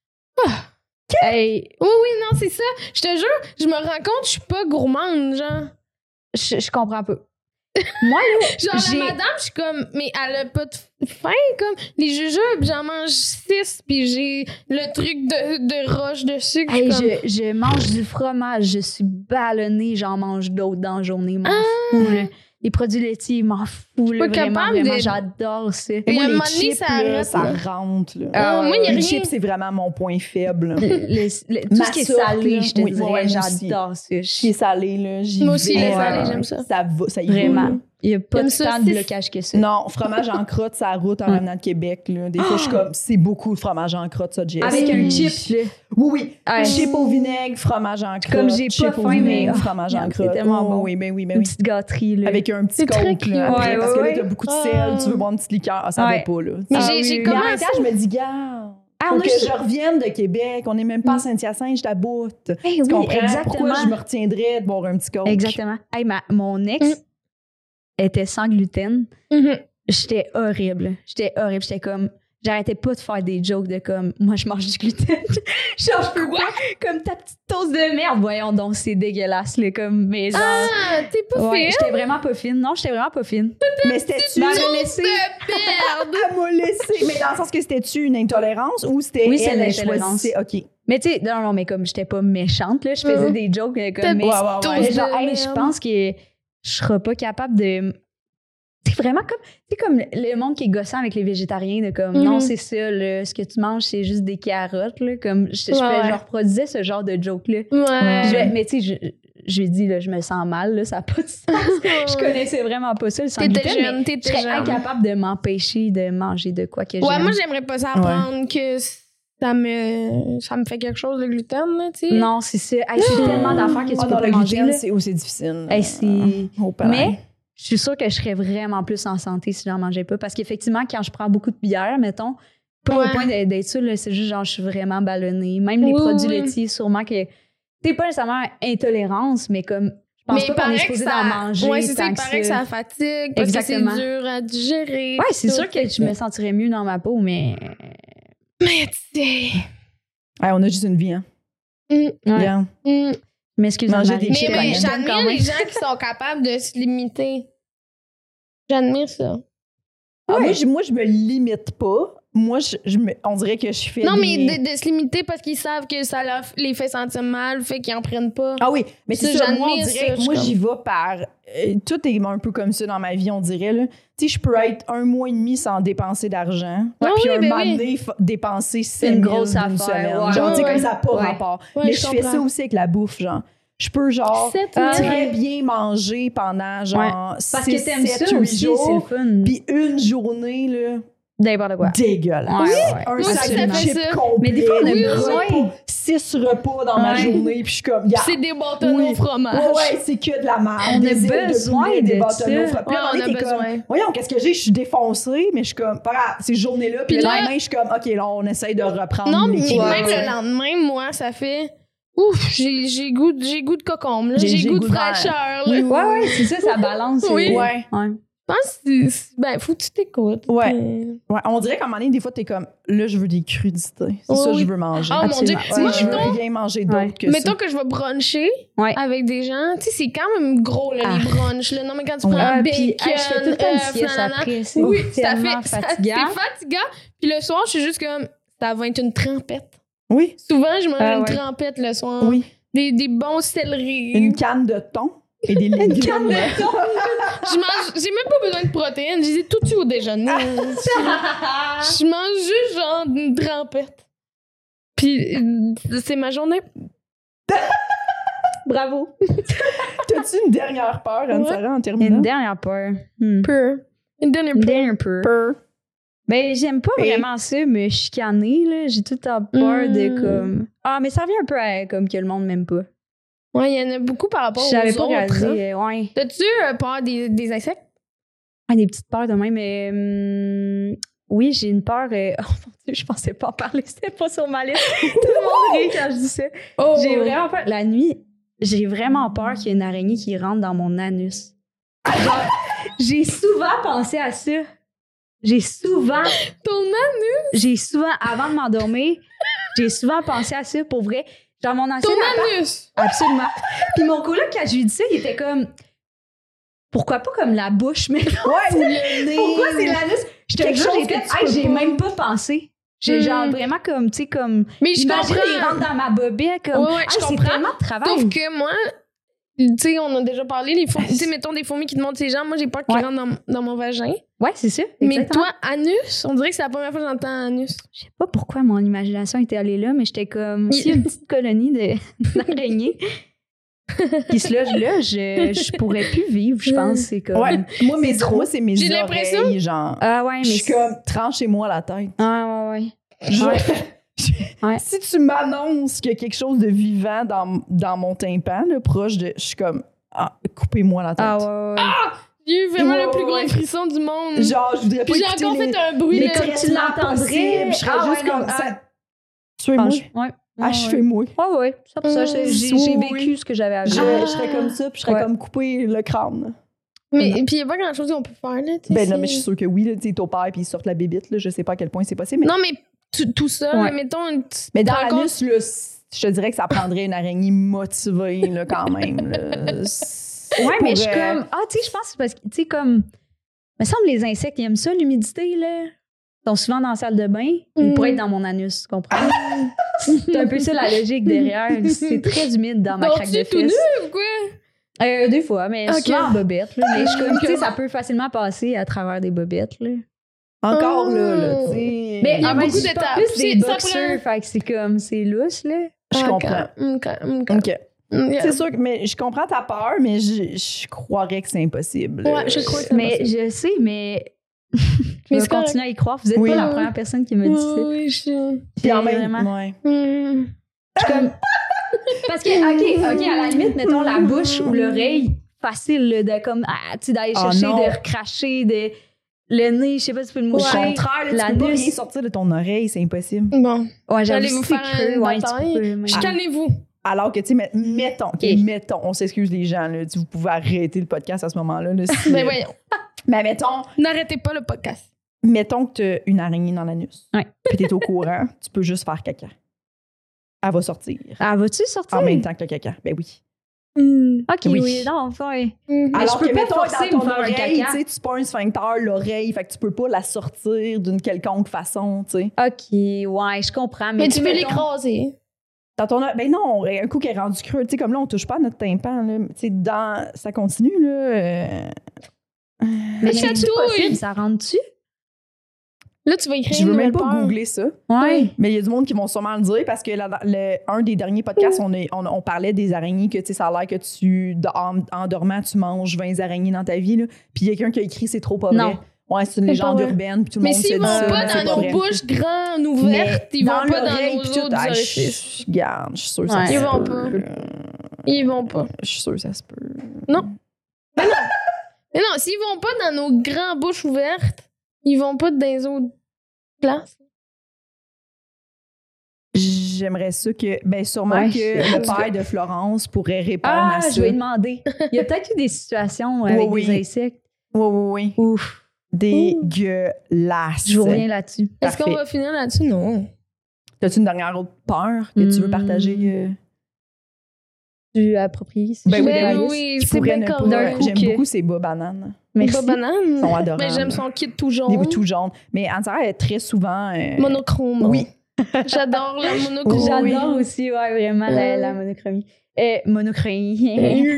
Hey. Oui, non, c'est ça. Je te jure, je me rends compte, je suis pas gourmande, genre. Je comprends pas. Moi, là, genre, la madame, je suis comme, mais elle a pas de faim, comme. Les jujubes, j'en mange 6, puis j'ai le truc de roche de sucre. Hey, comme... je mange du fromage, je suis ballonnée, j'en mange d'autres dans la journée, m'en fous, là. Les produits laitiers, m'en fous, là, vraiment, j'adore ça. Et moi, un les moment donné, chips, ça là, arrête, ça là. rentre. Là. Moi, y a les rien. chips, c'est vraiment mon point faible. Tout ce qui est salé, je te dirais, j'adore ça. Ce qui est salé, là, j'y vais. Moi aussi, le salé, j'aime ça. Ça va, ça y vraiment. va. Il n'y a pas tant de blocage que ça. Non, fromage en crotte, ça route en revenant de Québec. Là. Des fois, je suis comme, c'est beaucoup de fromage en crotte, ça, Jess. Avec un chip, là. Oui. Chip au vinaigre, fromage en crotte. Comme j'ai pas faim, mais fromage en crotte. C'est tellement bon. Oui, ben oui. Une petite gâterie, là. Avec un petit coke, là, après, parce que là, t'as beaucoup de sel, tu veux boire une petite liqueur. Ça va pas, là. Mais j'ai commencé... Mais en je me dis, gars... Faut que je revienne de Québec. On n'est même pas à Saint-Hyacinthe, je t'aboute. Hey, oui, exactement. Pourquoi je me retiendrais de boire un petit coke? Exactement. Hey, mon ex était sans gluten. J'étais horrible. J'étais comme... J'arrêtais pas de faire des jokes de comme... Moi, je mange du gluten. Genre, je peux pas... Comme ta petite toast de merde. Voyons donc, c'est dégueulasse. Là, comme, mais genre... Ah, t'es pas fine? J'étais vraiment pas fine. Non, j'étais vraiment pas fine. Mais c'était-tu... de merde! Elle m'a laissé. Mais dans le sens que c'était-tu une intolérance ou c'était elle choisissait? OK. Mais tu sais, non, mais comme j'étais pas méchante, là, je faisais des jokes comme... Mais genre, hey, je pense que je serais pas capable de... C'est vraiment comme le monde qui est gossant avec les végétariens, de comme, non, c'est ça, là, ce que tu manges, c'est juste des carottes, là, comme, je reproduisais ce genre de joke-là. Mais tu sais, je lui ai dit, là, je me sens mal, là, ça n'a pas de sens. Je connaissais vraiment pas ça, le sang gluten, mais je serais incapable de m'empêcher de manger de quoi que j'aime. Ouais, moi, j'aimerais pas ça apprendre que ça me fait quelque chose, le gluten, là, tu sais. Non, c'est ça. Hey, c'est tellement d'affaires que tu peux pas manger, là. C'est difficile. Hey, mais... Je suis sûre que je serais vraiment plus en santé si j'en mangeais pas. Parce qu'effectivement, quand je prends beaucoup de bière, mettons, pas au point d'être sûre, c'est juste genre, je suis vraiment ballonnée. Même les produits laitiers, sûrement que t'es pas nécessairement intolérance, mais comme, je pense pas qu'on est supposé d'en manger. Ouais, c'est ça, il paraît que ça fatigue, parce que c'est dur à digérer. Ouais, c'est sûr que je me sentirais mieux dans ma peau, mais. Mais tu sais. On a juste une vie, hein. M'excuse, manger des chips. Mais j'admire les gens qui sont capables de se limiter. J'admire ça. Moi, je me limite pas. Moi, on dirait que je fais non, mais de se limiter parce qu'ils savent que ça les fait sentir mal, fait qu'ils en prennent pas. Ah oui, mais c'est ça, moi, on dirait ça, moi, j'y vais par... tout est un peu comme ça dans ma vie, on dirait. Là. Tu sais, je peux être 1 mois et demi sans dépenser d'argent. Puis un moment donné, dépenser 7 000 une grosse affaire. Semaine. Genre, tu sais, comme ça n'a pas rapport. Mais je fais ça aussi avec la bouffe, genre. Je peux, genre, très bien manger pendant, genre, 6-7-8 jours. Puis une journée, là... N'importe quoi. Dégueulasse. Un sac de chips complet. Mais des fois, on a besoin 6 repas dans ma journée, puis je suis comme, c'est des bâtonnets au fromage. Ouais, c'est que de la merde. On a besoin des bâtonnets au fromage. Puis on a besoin. Comme, voyons, qu'est-ce que j'ai? Je suis défoncée, mais je suis comme, pas grave, ces journées-là. Puis le lendemain, je suis comme, OK, là, on essaye de reprendre. Non, mais même le lendemain, moi, ça fait... Ouf, j'ai goût de cocombe, j'ai goût de fraîcheur. Ouais, c'est ça balance. Oui. Ouais. Je pense que faut que tu t'écoutes. Ouais. On dirait qu'à un moment donné, des fois, t'es comme, là, je veux des crudités. C'est ça que je veux manger. Oh mon Dieu. Moi, je veux rien manger d'autre que ça. Mettons que je vais bruncher avec des gens. Tu sais, c'est quand même gros, là, les brunchs. Là. Non, mais quand tu prends un bacon, je fais tout le temps une sieste après. C'est tellement fatigant. C'est fatigant. Puis le soir, je suis juste comme, ça va être une trempette. Oui. Souvent, je mange une trempette le soir. Oui. Des bons céleris. Une canne de thon. Et des légumes. Une canne de thon. J'ai même pas besoin de protéines. Je les ai tout de suite au déjeuner. Je mange juste genre une trempette. Puis c'est ma journée. Bravo. T'as-tu une dernière peur, Anne-Sara, en terminant? Une dernière peur. Une dernière peur. Ben, j'aime pas vraiment ça, me chicaner, là. J'ai tout le temps peur de comme... Ah, mais ça revient un peu à comme que le monde m'aime pas. Ouais, il y en a beaucoup par rapport aux autres. J'avais pas réalisé, ouais. T'as-tu peur des insectes? Ah, des petites peurs de même, mais... oui, j'ai une peur... Oh mon Dieu, je pensais pas en parler, c'était pas sur ma liste. Tout le monde rit quand je dis ça. J'ai vraiment peur... La nuit, j'ai vraiment peur qu'il y ait une araignée qui rentre dans mon anus. Genre, J'ai souvent pensé à ça. J'ai souvent, avant de m'endormir, j'ai souvent pensé à ça, pour vrai. Dans mon ancien anus! Absolument. Puis mon coloc, quand je lui ai dit ça, il était comme... Pourquoi pas comme la bouche, mais... Ouais, ou le nez. Pourquoi c'est l'anus? Je te jure, j'ai même pas pensé. J'ai genre vraiment comme, tu sais, comme... Mais je comprends. Il rentre dans ma bobette, comme... Ouais, je comprends. C'est tellement de travail. Sauf que moi... Tu sais, on a déjà parlé, les fourmis. Tu sais, mettons des fourmis qui te montent ses jambes. Moi, j'ai peur qu'ils rentrent dans mon vagin. Ouais, c'est ça. Mais toi, anus, on dirait que c'est la première fois que j'entends anus. Je sais pas pourquoi mon imagination était allée là, mais j'étais comme... S'il y a une petite colonie d'araignées qui se loge là, je pourrais plus vivre, je pense. C'est comme... Ouais, moi, c'est mes J'ai oreilles, l'impression... genre. Ah ouais, mais... Je suis comme, tranchez-moi la tête. Ah ouais. Ouais. Si tu m'annonces qu'il y a quelque chose de vivant dans mon tympan, là, proche de... Je suis comme, coupez-moi la tête. Ah ouais. Ah! J'ai eu vraiment le plus gros frisson du monde. Genre, je voudrais pas écouter j'ai encore fait un bruit. Mais tu l'entendrais. Je serais juste comme ça. Tuez-moi. Ouais. Achevez-moi. Ouais. C'est pour ça. J'ai vécu ce que j'avais à vivre. Je serais comme ça, puis je serais comme couper le crâne. Mais puis il n'y a pas grand-chose qu'on peut faire, là. Ben non, mais je suis sûre que oui, là, tu sais, ton père, puis il sort la bébite, là, je sais pas à quel point c'est possible. Mais... Non, mais tout ça, là, mettons... Mais dans l'anus, là, je te dirais que ça prendrait une araignée motivée, là, quand même. Là. Ouais, mais je suis comme... tu sais, je pense que c'est parce que, tu sais, comme... Il me semble que les insectes, ils aiment ça, l'humidité, là. Ils sont souvent dans la salle de bain. Ils pourraient être dans mon anus, tu comprends? C'est un peu ça, la logique derrière. C'est très humide dans ma craque de fesses. Tu tout nu ou quoi? Des fois, mais souvent en bobette, là. Mais je suis comme, tu sais, ça peut facilement passer à travers des bobettes, là. Encore là, tu sais. Mais il y a beaucoup d'étapes. Plus des boxers, fait que c'est comme, c'est lousse, là. Je comprends. OK. Yeah. C'est sûr que mais je comprends ta peur, mais je croirais que c'est impossible. Ouais, je crois que c'est impossible. Je sais, mais je vais continuer à y croire. Vous êtes pas la première personne qui me dit ça. Oui, je puis en même ouais. Je suis comme... Parce que, OK, à la limite, mettons la bouche ou l'oreille, facile là, de comme, tu sais, d'aller chercher, de recracher, de... Le nez, je sais pas si tu peux le moucher. Au contraire, tu peux pas rien sortir de ton oreille, c'est impossible. Bon. Ouais, j'allais vous faire une bataille. Calmez-vous. Alors que, tu sais, mettons, on s'excuse les gens, là, vous pouvez arrêter le podcast à ce moment-là. Là, si, mais voyons. Mais mettons... N'arrêtez pas le podcast. Mettons que tu as une araignée dans l'anus. Ouais. Puis t'es au courant, tu peux juste faire caca. Elle va sortir. Elle va-tu sortir? En même temps que le caca. Ben oui. OK, oui, non, enfin. Alors je peux que, pas mettons, forcer dans me ton faire un oreille, caca. tu sais, tu pas un sphincter, l'oreille, fait que tu peux pas la sortir d'une quelconque façon, tu sais. OK, ouais, je comprends. Mais tu veux l'écraser. Dans ton ben non, un coup qui est rendu creux, tu sais, comme là, on touche pas à notre tympan, là. Tu sais, ça continue, là. Mais c'est possible, ça rentre-tu? Là, tu vas écrire. Je veux même pas googler ça. Ouais. Mais il y a du monde qui vont sûrement le dire parce que un des derniers podcasts, on parlait des araignées que, tu sais, ça a l'air que en dormant, tu manges 20 araignées dans ta vie, là. Puis il y a quelqu'un qui a écrit c'est trop pas vrai. Non. Ouais, c'est une légende urbaine, puis tout le monde sait ça. Mais s'ils vont pas dans nos bouches grandes ouvertes, ils vont pas dans nos autres orifices. Regarde, je suis sûre que ça se peut. Ils vont pas. Ils vont pas. Je suis sûre que ça se peut. Non. Mais non. Mais non, s'ils vont pas dans nos grandes bouches ouvertes, ils vont pas dans les autres places. J'aimerais ça que... Ben sûrement que le père de Florence pourrait répondre à ça. Je vais demander. Il y a peut-être eu des situations avec des insectes. Oui. Ouf. Dégueulasse. Je vous reviens là-dessus. Est-ce qu'on va finir là-dessus? Non. T'as-tu une dernière autre peur que tu veux partager? Tu appropries? Ben oui, c'est bien correct. J'aime beaucoup ces bas bananes. Merci. Bas bananes? Ils sont adorables. Mais j'aime son kit tout jaune. Oui, tout jaune. Mais Anne-Sarah est très souvent... monochrome. Oui. J'adore la monochrome. J'adore aussi, vraiment, la monochromie. Monochromie.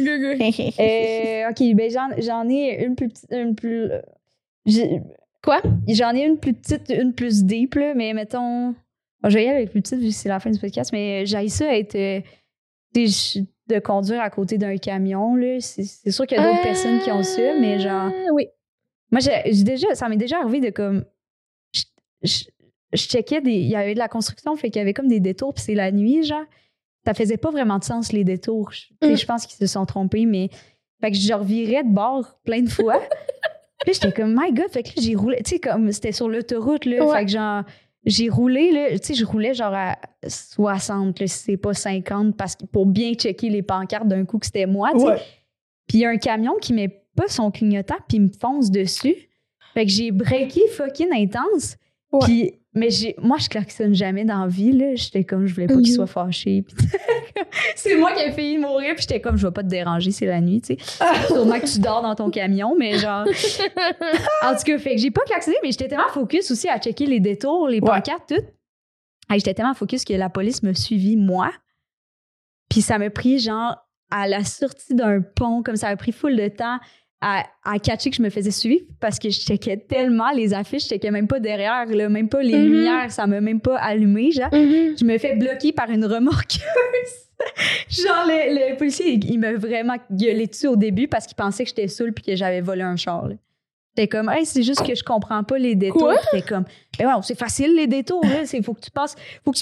OK, ben j'en ai une plus petite... Quoi? J'en ai une plus petite, une plus deep, là, mais mettons... Bon, je vais y aller avec plus petite vu que c'est la fin du podcast, mais j'ai ça être... de conduire à côté d'un camion, là. C'est sûr qu'il y a d'autres personnes qui ont ça, mais genre... Oui. Moi, ça m'est déjà arrivé de comme... Je checkais il y avait de la construction, fait qu'il y avait comme des détours, puis c'est la nuit, genre. Ça faisait pas vraiment de sens, les détours. Je pense qu'ils se sont trompés, mais... Fait que je revirais de bord plein de fois. Puis j'étais comme, my God, fait que là, j'ai roulé... Tu sais, comme c'était sur l'autoroute, là. Ouais. Fait que genre... J'ai roulé, là, tu sais, je roulais genre à 60, là, si c'est pas 50, parce que pour bien checker les pancartes d'un coup que c'était moi, tu sais. Ouais. Puis il y a un camion qui m'est pas son clignotant, puis il me fonce dessus. Fait que j'ai breaké fucking intense. Puis, mais moi, je klaxonne jamais dans la vie, là. J'étais comme, je voulais pas qu'il soit fâché. C'est moi qui ai failli mourir, puis j'étais comme, je vais pas te déranger, c'est la nuit, tu sais. Sûrement que tu dors dans ton camion, mais genre... En tout cas, fait que j'ai pas klaxonné, mais j'étais tellement focus aussi à checker les détours, les pancartes, tout. Et j'étais tellement focus que la police me suivit, moi. Puis ça m'a pris, genre, à la sortie d'un pont, comme ça m'a pris full de temps à catcher que je me faisais suivre parce que je checkais tellement les affiches, je checkais même pas derrière, là, même pas les lumières, ça m'a même pas allumé, genre. Je me fais bloquer par une remorqueuse. Genre, le policier, il m'a vraiment gueulé dessus au début parce qu'il pensait que j'étais saoule puis que j'avais volé un char, là. T'es comme, hey, c'est juste que je comprends pas les détours. T'es comme, ben ouais, c'est facile les détours, là. Faut que tu passes.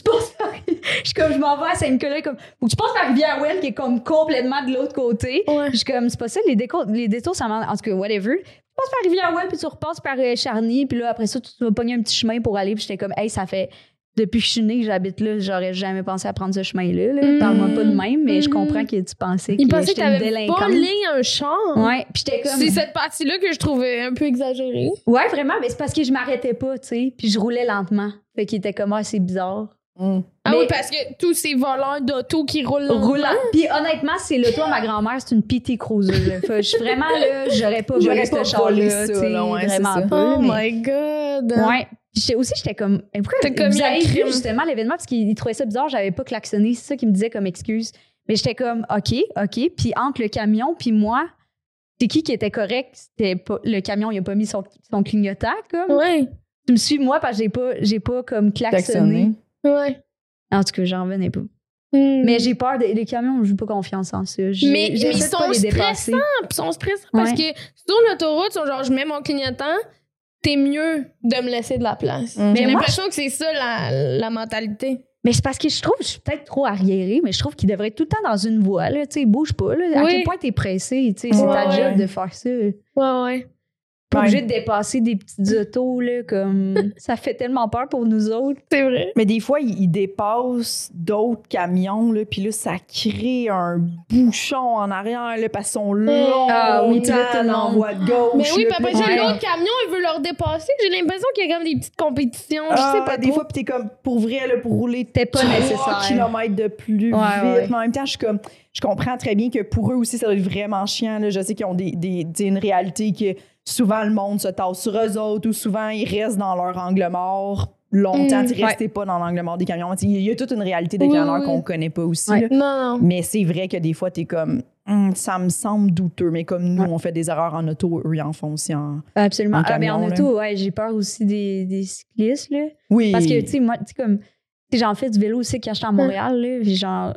Je suis comme, je m'en vais à Saint-Nicolas, comme, faut que tu passes par Rivière-Ouelle qui est comme complètement de l'autre côté. Je suis comme, c'est pas ça, les détours, ça m'en. En tout cas, whatever. Tu passes par Rivière-Ouelle, puis tu repasses par Charny, puis là, après ça, tu vas pogner un petit chemin pour aller, puis j'étais comme, hey, ça fait. Depuis que je suis née, que j'habite là, j'aurais jamais pensé à prendre ce chemin-là. Là. Parle-moi pas de même, mais je comprends que tu pensais que j'étais une délinquante. Pas ligne un char. Ouais, puis j'étais comme... C'est cette partie-là que je trouvais un peu exagérée. Ouais, vraiment, mais c'est parce que je m'arrêtais pas, tu sais, puis je roulais lentement. Fait qu'il était comme, c'est bizarre. Ah mais oui, parce que tous ces voleurs d'auto qui roulent lentement. Puis honnêtement, c'est l'auto à ma grand-mère, c'est une PT Cruiser. Je suis vraiment là, j'aurais pas volé ce char-là, tu sais, vraiment pas. Oh my God! Ouais. J'étais comme, pourquoi vous avez vu justement l'événement parce qu'il trouvait ça bizarre, j'avais pas klaxonné, c'est ça qu'il me disait comme excuse. Mais j'étais comme, OK. Puis entre le camion puis moi, c'est qui était correct? C'était pas, le camion, il a pas mis son clignotant, comme. Ouais. Tu me suis, moi, parce que j'ai pas comme klaxonné. Ouais. En tout cas, j'en revenais pas. Mais j'ai peur des camions, j'ai pas confiance en ça. Mais ils sont stressants, parce que sur l'autoroute, genre, je mets mon clignotant, t'es mieux de me laisser de la place. J'ai l'impression que c'est ça la mentalité. Mais c'est parce que je trouve que je suis peut-être trop arriérée, mais je trouve qu'il devrait être tout le temps dans une voie, là, tu sais, bouge pas, là. À quel point t'es pressé, tu sais, c'est ta job de faire ça. Ouais. Pas obligé de dépasser des petites autos, là, comme... Ça fait tellement peur pour nous autres. C'est vrai. Mais des fois, ils dépassent d'autres camions, là, puis là, ça crée un bouchon en arrière, là, parce qu'ils sont longs. Ah oui, en voie de gauche. Mais oui, puis après, l'autre camion, il veut leur dépasser. J'ai l'impression qu'il y a comme des petites compétitions. Je sais pas des fois, puis t'es comme, pour vrai, là, pour rouler t'es pas 3 kilomètres de plus vite. Mais en même temps, je comprends très bien que pour eux aussi, ça doit être vraiment chiant, là. Je sais qu'ils ont une réalité que souvent, le monde se tasse sur eux autres ou souvent, ils restent dans leur angle mort longtemps. Restez pas dans l'angle mort des camions. Il y a toute une réalité des camionneurs qu'on connaît pas aussi. Là. Non. Mais c'est vrai que des fois, t'es comme, ça me semble douteux. Mais comme nous, on fait des erreurs en auto, eux, ils en font aussi en Absolument. En camion, mais en auto, j'ai peur aussi des cyclistes. Là. Oui. Parce que, tu sais, moi, tu sais, comme, j'en fais du vélo aussi quand j'étais à Montréal. Là, puis genre,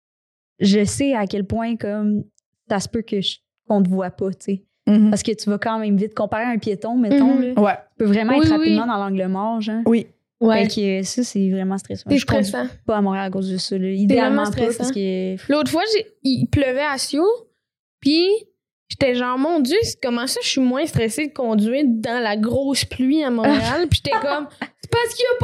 je sais à quel point, comme, ça se peut qu'on te voit pas, tu sais. Parce que tu vas quand même vite comparer à un piéton, mettons. Là, tu peux vraiment être rapidement dans l'angle mort, genre. Oui. Fait que ça, c'est vraiment stressant. C'est stressant. Pas à Montréal à cause de ça. Là. Idéalement pas, parce que... L'autre fois, il pleuvait à Sio, puis j'étais genre, mon Dieu, comment ça je suis moins stressée de conduire dans la grosse pluie à Montréal? Puis j'étais comme, c'est parce qu'il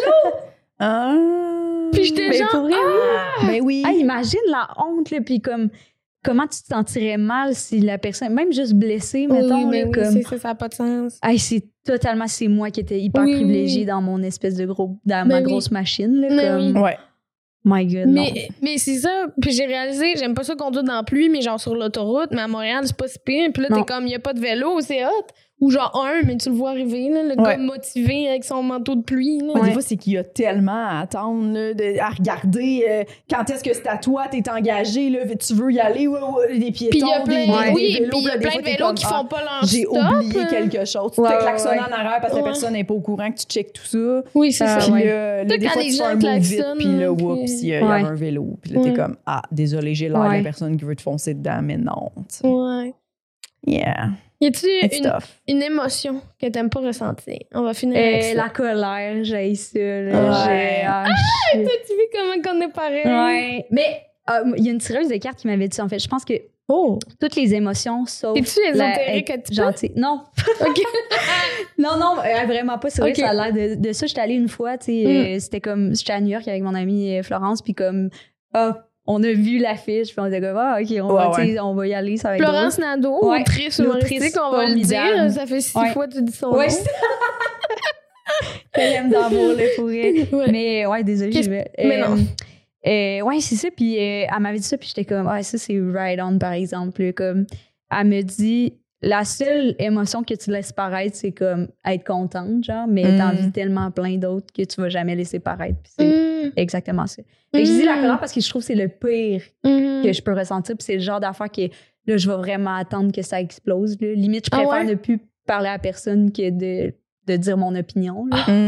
n'y a pas de vélo! Puis j'étais genre, mais oui. Ah, imagine la honte, là, puis comme... Comment tu te sentirais mal si la personne, même juste blessée, mettons, là, comme... ça n'a pas de sens. Hey, c'est moi qui étais hyper privilégiée dans mon espèce de ma grosse machine, là, comme... Ouais. My God, mais c'est ça. Puis j'ai réalisé, j'aime pas ça conduire dans la pluie, mais genre sur l'autoroute, mais à Montréal, c'est pas si pire. Puis là, t'es comme, il y a pas de vélo, c'est hot. Ou genre mais tu le vois arriver, là, le gars motivé avec son manteau de pluie. Là. Des fois, c'est qu'il y a tellement à attendre, là, à regarder quand est-ce que c'est à toi, t'es engagé, là, tu veux y aller, des piétons, puis il y a plein, des vélos. Puis il y a plein de vélos qui font pas leur j'ai stop. oublié quelque chose. Tu te klaxonnes en arrière parce que la personne n'est pas au courant que tu checkes tout ça. Oui, c'est ça. Puis là, des fois, tu fais un mot vite, puis là, oups, il y a un vélo. Puis là, t'es comme, désolé, j'ai l'air de la personne qui veut te foncer dedans, mais non. Ouais. Yeah. Y a-tu une émotion que t'aimes pas ressentir? On va finir avec ça. La colère, j'ai ça. T'as-tu vu comment qu'on est pareil? Ouais. Mais il y a une tireuse de cartes qui m'avait dit, en fait, je pense que toutes les émotions, sauf... Es-tu ésotérique être gentil? Non. OK. non, vraiment pas. C'est vrai que ça a l'air de ça. J'étais allée une fois, tu sais, c'était comme... J'étais à New York avec mon amie Florence, puis comme... on a vu l'affiche, puis on était comme, on va y aller, ça va être Florence drôle. Nadeau, autrice humoristique, on va le dire. Ça fait 6 fois que tu dis son nom. J'aime d'amour, le fourré. Mais désolée, je vais. Mais non. C'est ça. Puis elle m'avait dit ça, puis j'étais comme, ça, c'est right on, par exemple. Comme, elle me dit, la seule émotion que tu laisses paraître, c'est comme être contente, genre, mais t'en vis tellement plein d'autres que tu vas jamais laisser paraître. Puis c'est exactement ça. Et je dis la colère parce que je trouve que c'est le pire que je peux ressentir, puis c'est le genre d'affaire que là, je vais vraiment attendre que ça explose. Là. Limite, je préfère ne plus parler à personne que de dire mon opinion.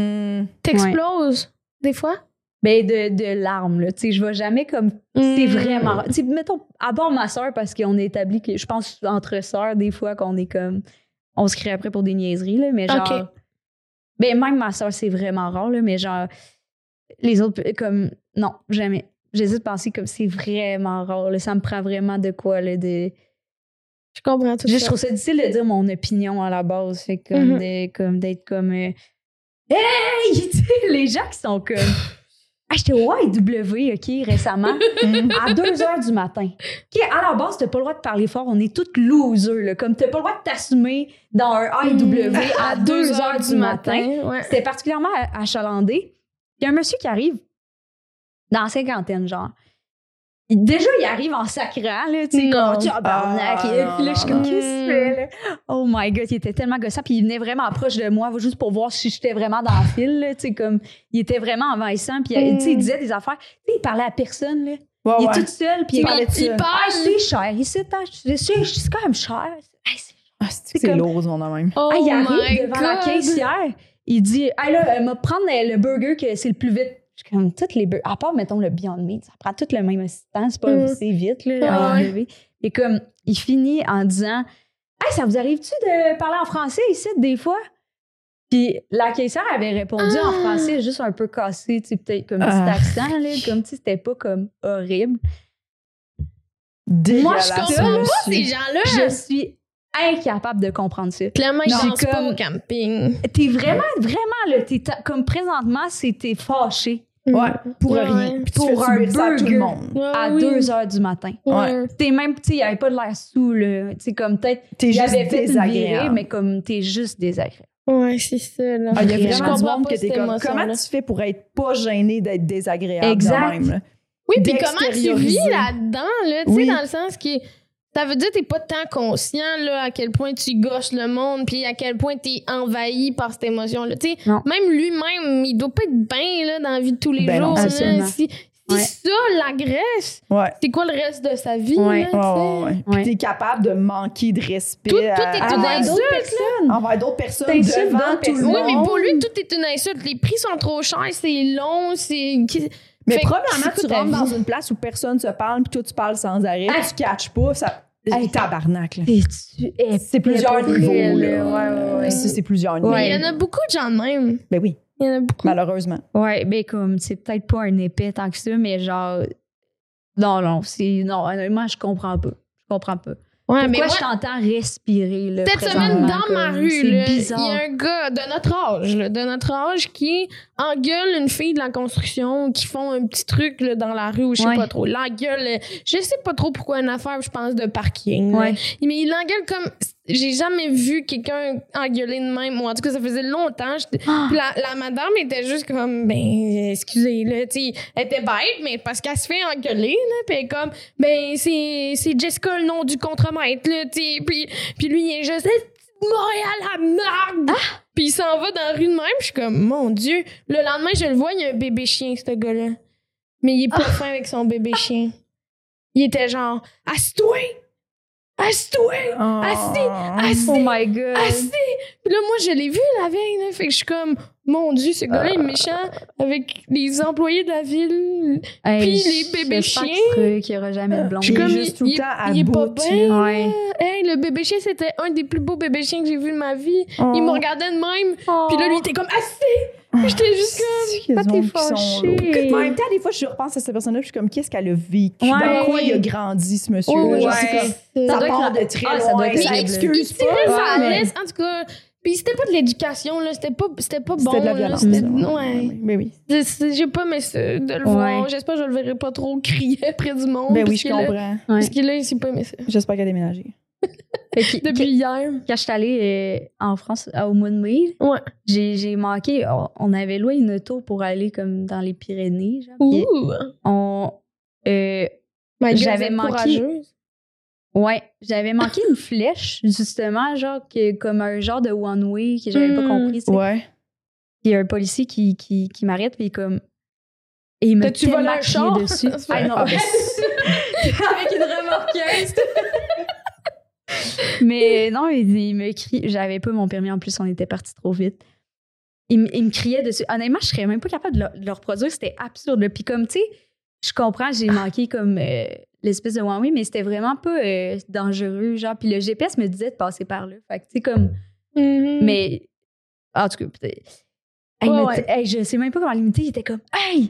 T'exploses des fois? Ben, de larmes, là. Tu sais, je vais jamais comme. C'est vraiment. Tu sais, mettons, à part ma soeur, parce qu'on est établi que je pense entre sœurs, des fois, qu'on est comme. On se crie après pour des niaiseries, là, mais genre. Ben, même ma soeur, c'est vraiment rare, là, mais genre. Les autres, comme. Non, jamais. J'hésite de penser comme c'est vraiment rare, là. Ça me prend vraiment de quoi, là, de. Je comprends tout ça. Je trouve ça difficile de dire mon opinion à la base. Fait comme, d'être comme. Hey! Tu sais, les gens qui sont comme. J'étais au YW, OK, récemment, à 2h du matin. OK, à la base, t'as pas le droit de parler fort. On est toutes losers, là. Comme t'as pas le droit de t'assumer dans un IW à 2h du matin. Ouais. C'était particulièrement achalandé. Il y a un monsieur qui arrive dans la cinquantaine, genre. Déjà, il arrive en sacrant, là, tu sais, comme tu barnac. Puis là, je suis comme, qu'est-ce que tu fais, là? Oh my God, il était tellement gossant. Puis il venait vraiment proche de moi, juste pour voir si j'étais vraiment dans le fil, là, tu sais, comme, il était vraiment envahissant. Puis, tu sais, il disait des affaires. Tu sais, il parlait à personne, là. Il est tout seul. Puis il parle. C'est cher. Ici, c'est quand même cher. C'est lourd, mon nom même. Il arrive devant la caissière. Il dit, là, m'a prendre le burger que c'est le plus vite. Je suis comme, toutes les burgers, à part, mettons, le Beyond Meat, ça prend tout le même temps, c'est vite, là, Et comme, il finit en disant, hey, ça vous arrive-tu de parler en français ici, des fois? Puis la caissière avait répondu en français, juste un peu cassé, tu sais, peut-être comme petit accent, là, comme si c'était pas comme horrible. Moi, je comprends pas ces gens-là. Je suis incapable de comprendre ça. Clairement, ils dansent pas au camping. T'es vraiment, là, comme présentement, t'es fâché. Ouais, pour rien. Puis pour un burger à 2h du matin. Ouais. T'es même, tu sais, il n'y avait pas de l'air sous, là. Tu sais, comme peut-être, t'es juste désagréable, mais comme t'es juste désagréable. Ouais, c'est ça, là. Il y a vraiment du monde que t'es comme, comment tu fais pour être pas gêné d'être désagréable? Exact. Même, là? Oui, puis comment tu vis là-dedans, là, tu sais, dans le sens que ça veut dire que t'es pas tant conscient, là, à quel point tu gosses le monde, puis à quel point t'es envahi par cette émotion-là. Tu sais, même lui-même, il doit pas être bien, là, dans la vie de tous les jours. Non, là. Si ça l'agresse, c'est quoi le reste de sa vie? Puis t'es capable de manquer de respect tout est une insulte, envers d'autres personnes devant tout le monde. Oui, mais pour lui, tout est une insulte. Les prix sont trop chers, c'est long, c'est... Mais premièrement, tu rentres dans une place où personne se parle, puis toi, tu parles sans arrêt, tu catches pas, ça... tabarnak, là. C'est plusieurs niveaux, là. C'est plusieurs niveaux. Mais il y en a beaucoup de gens de même. Ben oui. Il y en a beaucoup. Malheureusement. Ouais, ben comme, c'est peut-être pas un épais tant que ça, mais genre... Non, honnêtement, je comprends pas. Ouais, pourquoi mais moi, je t'entends respirer, là, cette semaine, dans ma rue, il y bizarre. a un gars de notre âge, qui engueule une fille de la construction qui font un petit truc là, dans la rue, ou je sais pas trop. L'engueule, je sais pas trop pourquoi une affaire, je pense, de parking. Mais il l'engueule comme... J'ai jamais vu quelqu'un engueuler de même. Moi, en tout cas, ça faisait longtemps. Puis la madame était juste comme, ben, excusez, là, tu sais, elle était bête, mais parce qu'elle se fait engueuler, là, puis elle est comme, ben, c'est Jessica le nom du contremaître, là, tu sais, puis lui, il est juste, Montréal, la merde! Puis il s'en va dans la rue de même, je suis comme, mon Dieu. Le lendemain, je le vois, il y a un bébé chien, ce gars-là. Mais il est pas fin avec son bébé chien. Il était genre, assis-toi! Assis-toi! Assis! Oh my God! Assis! Puis là, moi, je l'ai vu la veille, là. Fait que je suis comme, mon Dieu, ce gars-là est méchant avec les employés de la ville. Puis les bébés chiens. Qu'il n'y aura jamais de blonde. Je suis comme, juste tout le temps à bout. Il est pas bien. Hey, le bébé chien, c'était un des plus beaux bébés chiens que j'ai vu de ma vie. Il me regardait de même. Puis là, lui, il était comme, assis! J'étais juste comme, t'es fâchée. En même temps, des fois, je repense à cette personne-là, je suis comme, qu'est-ce qu'elle a vécu? Dans quoi il a grandi, ce monsieur-là? Ça part de très loin. Ça excuse pas. En tout cas, Puis c'était pas de l'éducation, là. C'était pas bon. C'était de la violence. Ouais. Mais oui. J'ai pas aimé ça, de le voir. J'espère que je le verrai pas trop crier près du monde. Ben oui, je comprends. Parce qu'il a aussi pas aimé ça. J'espère qu'elle a déménagé. Depuis hier. Quand je suis allée en France au mois de mai, j'ai manqué. On avait loué une auto pour aller comme dans les Pyrénées. Genre, j'avais manqué. Ouais, j'avais manqué une flèche, justement, genre, comme un genre de one-way que j'avais pas compris. T'sais. Ouais. Il y a un policier qui m'arrête, puis comme. Et il m'a tellement crié dessus. Ah non, avec une remorqueuse. Mais non, il me crie. J'avais pas mon permis en plus, on était parti trop vite. Il me criait dessus. Honnêtement, je serais même pas capable de le reproduire. C'était absurde. Là. Puis comme, tu sais, je comprends, j'ai manqué comme l'espèce de one-way, mais c'était vraiment pas dangereux. Genre, puis le GPS me disait de passer par là. Fait que, tu sais, comme. Mais, en tout cas, peut-être. Je sais même pas comment limiter. Il était comme, hey!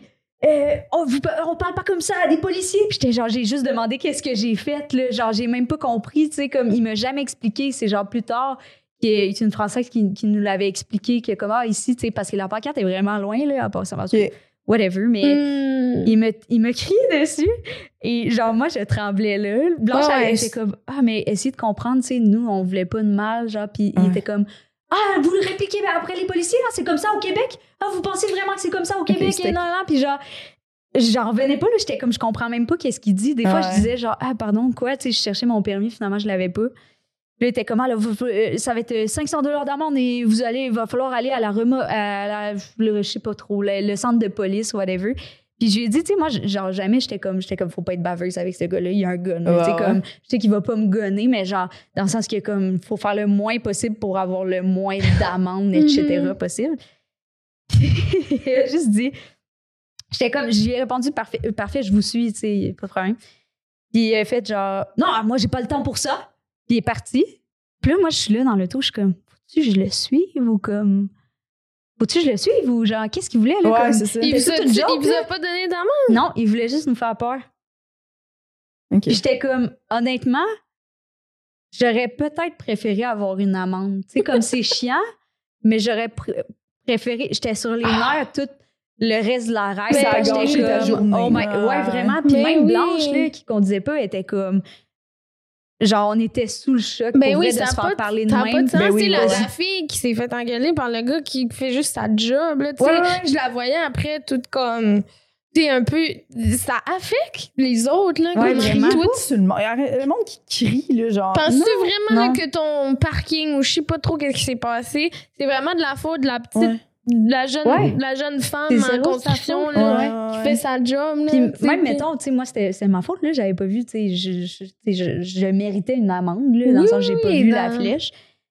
On parle pas comme ça à des policiers. Puis j'étais genre, j'ai juste demandé qu'est-ce que j'ai fait, là. Genre, j'ai même pas compris, tu sais, comme, il m'a jamais expliqué. C'est genre plus tard, c'est une Française qui nous l'avait expliqué, que comme, ici, tu sais, parce que la pancarte est vraiment loin, là, à part ça, whatever, mais il me crié dessus. Et genre, moi, je tremblais, là. Blanche, elle était comme, mais essayez de comprendre, tu sais, nous, on voulait pas de mal, genre, puis il était comme, vous le répliquez après les policiers, là, c'est comme ça au Québec? Vous pensez vraiment que c'est comme ça au Québec? Non, puis genre, j'en revenais pas, là, j'étais comme, je comprends même pas qu'est-ce qu'il dit. Des fois, je disais genre, pardon, quoi? Tu sais, je cherchais mon permis, finalement, je l'avais pas. Puis là, il était comme, ça va être $500 d'amende et il va falloir aller à je sais pas trop, le centre de police, whatever. Puis je lui ai dit, tu sais, moi, genre, jamais j'étais comme, faut pas être baveuse avec ce gars-là, il y a un gun. Tu sais, comme, je sais qu'il va pas me gonner, mais genre, dans le sens que, comme, faut faire le moins possible pour avoir le moins d'amende, etc. possible. Il a juste dit, j'étais comme, j'y ai répondu, parfait, je vous suis, tu sais, pas de problème. Puis il a fait genre, non, moi, j'ai pas le temps pour ça. Puis il est parti. Puis là, moi, je suis là dans l'auto, je suis comme, faut-tu que je le suive ou comme. Faut-tu que je le suive ou genre, qu'est-ce qu'il voulait, là? Ouais, comme, c'est ça. Il vous a pas donné d'amende? Non, il voulait juste nous faire peur. Okay. Puis j'étais comme, honnêtement, j'aurais peut-être préféré avoir une amende. Tu sais, comme c'est chiant, mais j'aurais préféré. J'étais sur les nerfs tout le reste de la ride. Ça a gâché ta journée. Ouais, vraiment. Puis même Blanche, là, qui conduisait pas, était comme. Genre, on était sous le choc pour vrai de se faire parler de même. Ça n'a pas de sens. Oui, la fille qui s'est fait engueuler par le gars qui fait juste sa job. Là, je la voyais après toute comme... Tu sais, un peu... Ça affecte les autres. Là, ouais, vraiment. Le monde qui crie, là, genre... Penses-tu vraiment là, que ton parking ou je sais pas trop qu'est-ce qui s'est passé, c'est vraiment de la faute de la petite... Ouais. La jeune femme en constatation qui fait sa job. Là, puis même, mettons, tu sais, moi, c'est ma faute, là, j'avais pas vu, tu sais, je méritais une amende, là, dans le sens que j'ai pas vu la flèche.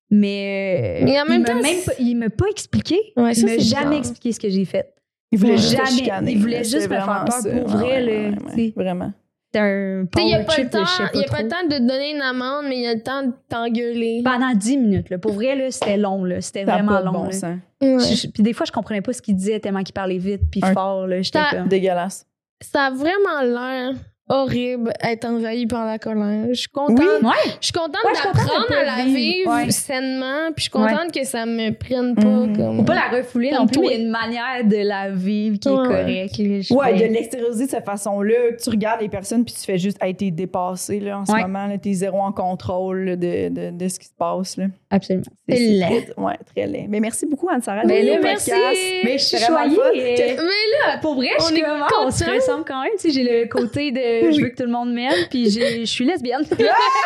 Mais en même temps, il m'a pas expliqué. Ouais, il m'a jamais expliqué ce que j'ai fait. Il voulait jamais. Il voulait juste me faire peur pour vrai, là. Vraiment. C'était un power trip, je sais pas trop. Il n'y a pas le temps de te donner une amende, mais il y a le temps de t'engueuler. Pendant 10 minutes, là. Pour vrai, là, c'était long, là. C'était vraiment long. Puis des fois, je comprenais pas ce qu'il disait tellement qu'il parlait vite puis fort, là. J'étais comme... Dégueulasse. Ça a vraiment l'air horrible être envahi par la colère. Je suis contente. Je suis contente d'apprendre à la vivre sainement, puis je suis contente que ça me prenne pas comme... Faut pas la refouler non plus, mais il y a une manière de la vivre qui est correcte. De l'extérioriser de cette façon-là, tu regardes les personnes puis tu fais juste t'es dépassé là, en ce moment, là, t'es zéro en contrôle là, de ce qui se passe. Là. Absolument. C'est laid. Ouais, très laid. Mais merci beaucoup, Anne-Sarah. Merci. Mais je suis choyée. Mais là, pour vrai, on se ressemble quand même. Tu sais, j'ai le côté de je veux que tout le monde m'aime, puis je suis lesbienne. Je suis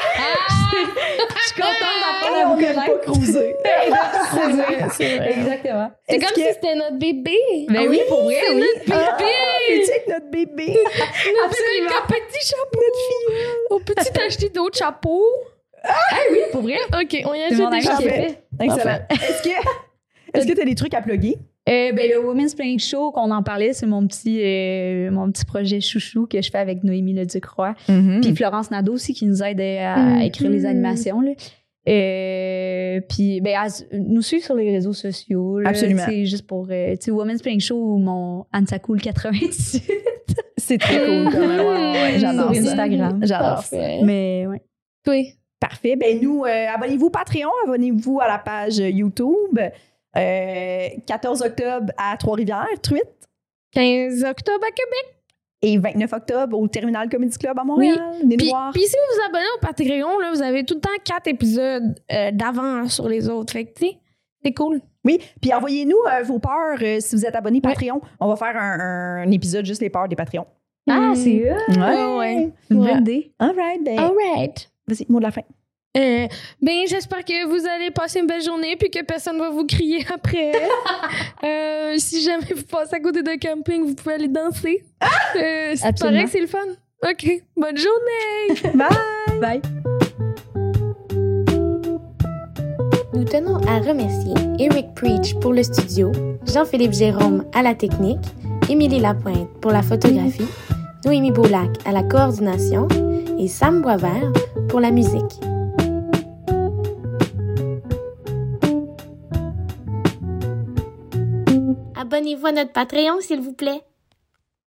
contente d'apprendre à vous connaître. Pas cruiser. C'est vrai. Exactement. C'est comme si c'était notre bébé. Ben oui, pour vrai, c'est notre bébé. C'est notre bébé. Absolument. Avec un petit chapeau. Notre fille. On peut-tu t'acheter d'autres chapeaux? Oui, pour vrai. OK, on y a des chapeaux. Excellent. Est-ce que tu as des trucs à plugger? Le Women's Playing Show, qu'on en parlait, c'est mon petit projet chouchou que je fais avec Noémie Leducroix. Puis Florence Nadeau aussi qui nous aide à écrire les animations. Là. Puis nous suivre sur les réseaux sociaux. Là, absolument. Juste pour Women's Playing Show ou mon Ansa Cool 98. C'est très cool quand même. Ouais, j'adore sur ça. Instagram. J'adore ça. Mais ouais. Oui. Parfait. Ben nous, abonnez-vous Patreon, abonnez-vous à la page YouTube. 14 octobre à Trois-Rivières, Truite. 15 octobre à Québec. Et 29 octobre au Terminal Comedy Club à Montréal. Oui. Puis si vous vous abonnez au Patreon, là, vous avez tout le temps 4 épisodes d'avance sur les autres. Fait que, tu sais, c'est cool. Oui, puis envoyez-nous vos peurs si vous êtes abonné Patreon. On va faire un épisode juste les peurs des Patreons. Ah, c'est eux? Ouais. Une bonne idée. All right. Vas-y, mot de la fin. J'espère que vous allez passer une belle journée puis que personne va vous crier après. Si jamais vous passez à côté d'un camping, vous pouvez aller danser. C'est pareil que c'est le fun. OK. Bonne journée. Bye. Bye. Nous tenons à remercier Eric Preach pour le studio, Jean-Philippe Jérôme à la technique, Émilie Lapointe pour la photographie, Noémie Boulac à la coordination et Sam Boisvert pour la musique. Abonnez-vous à notre Patreon, s'il vous plaît.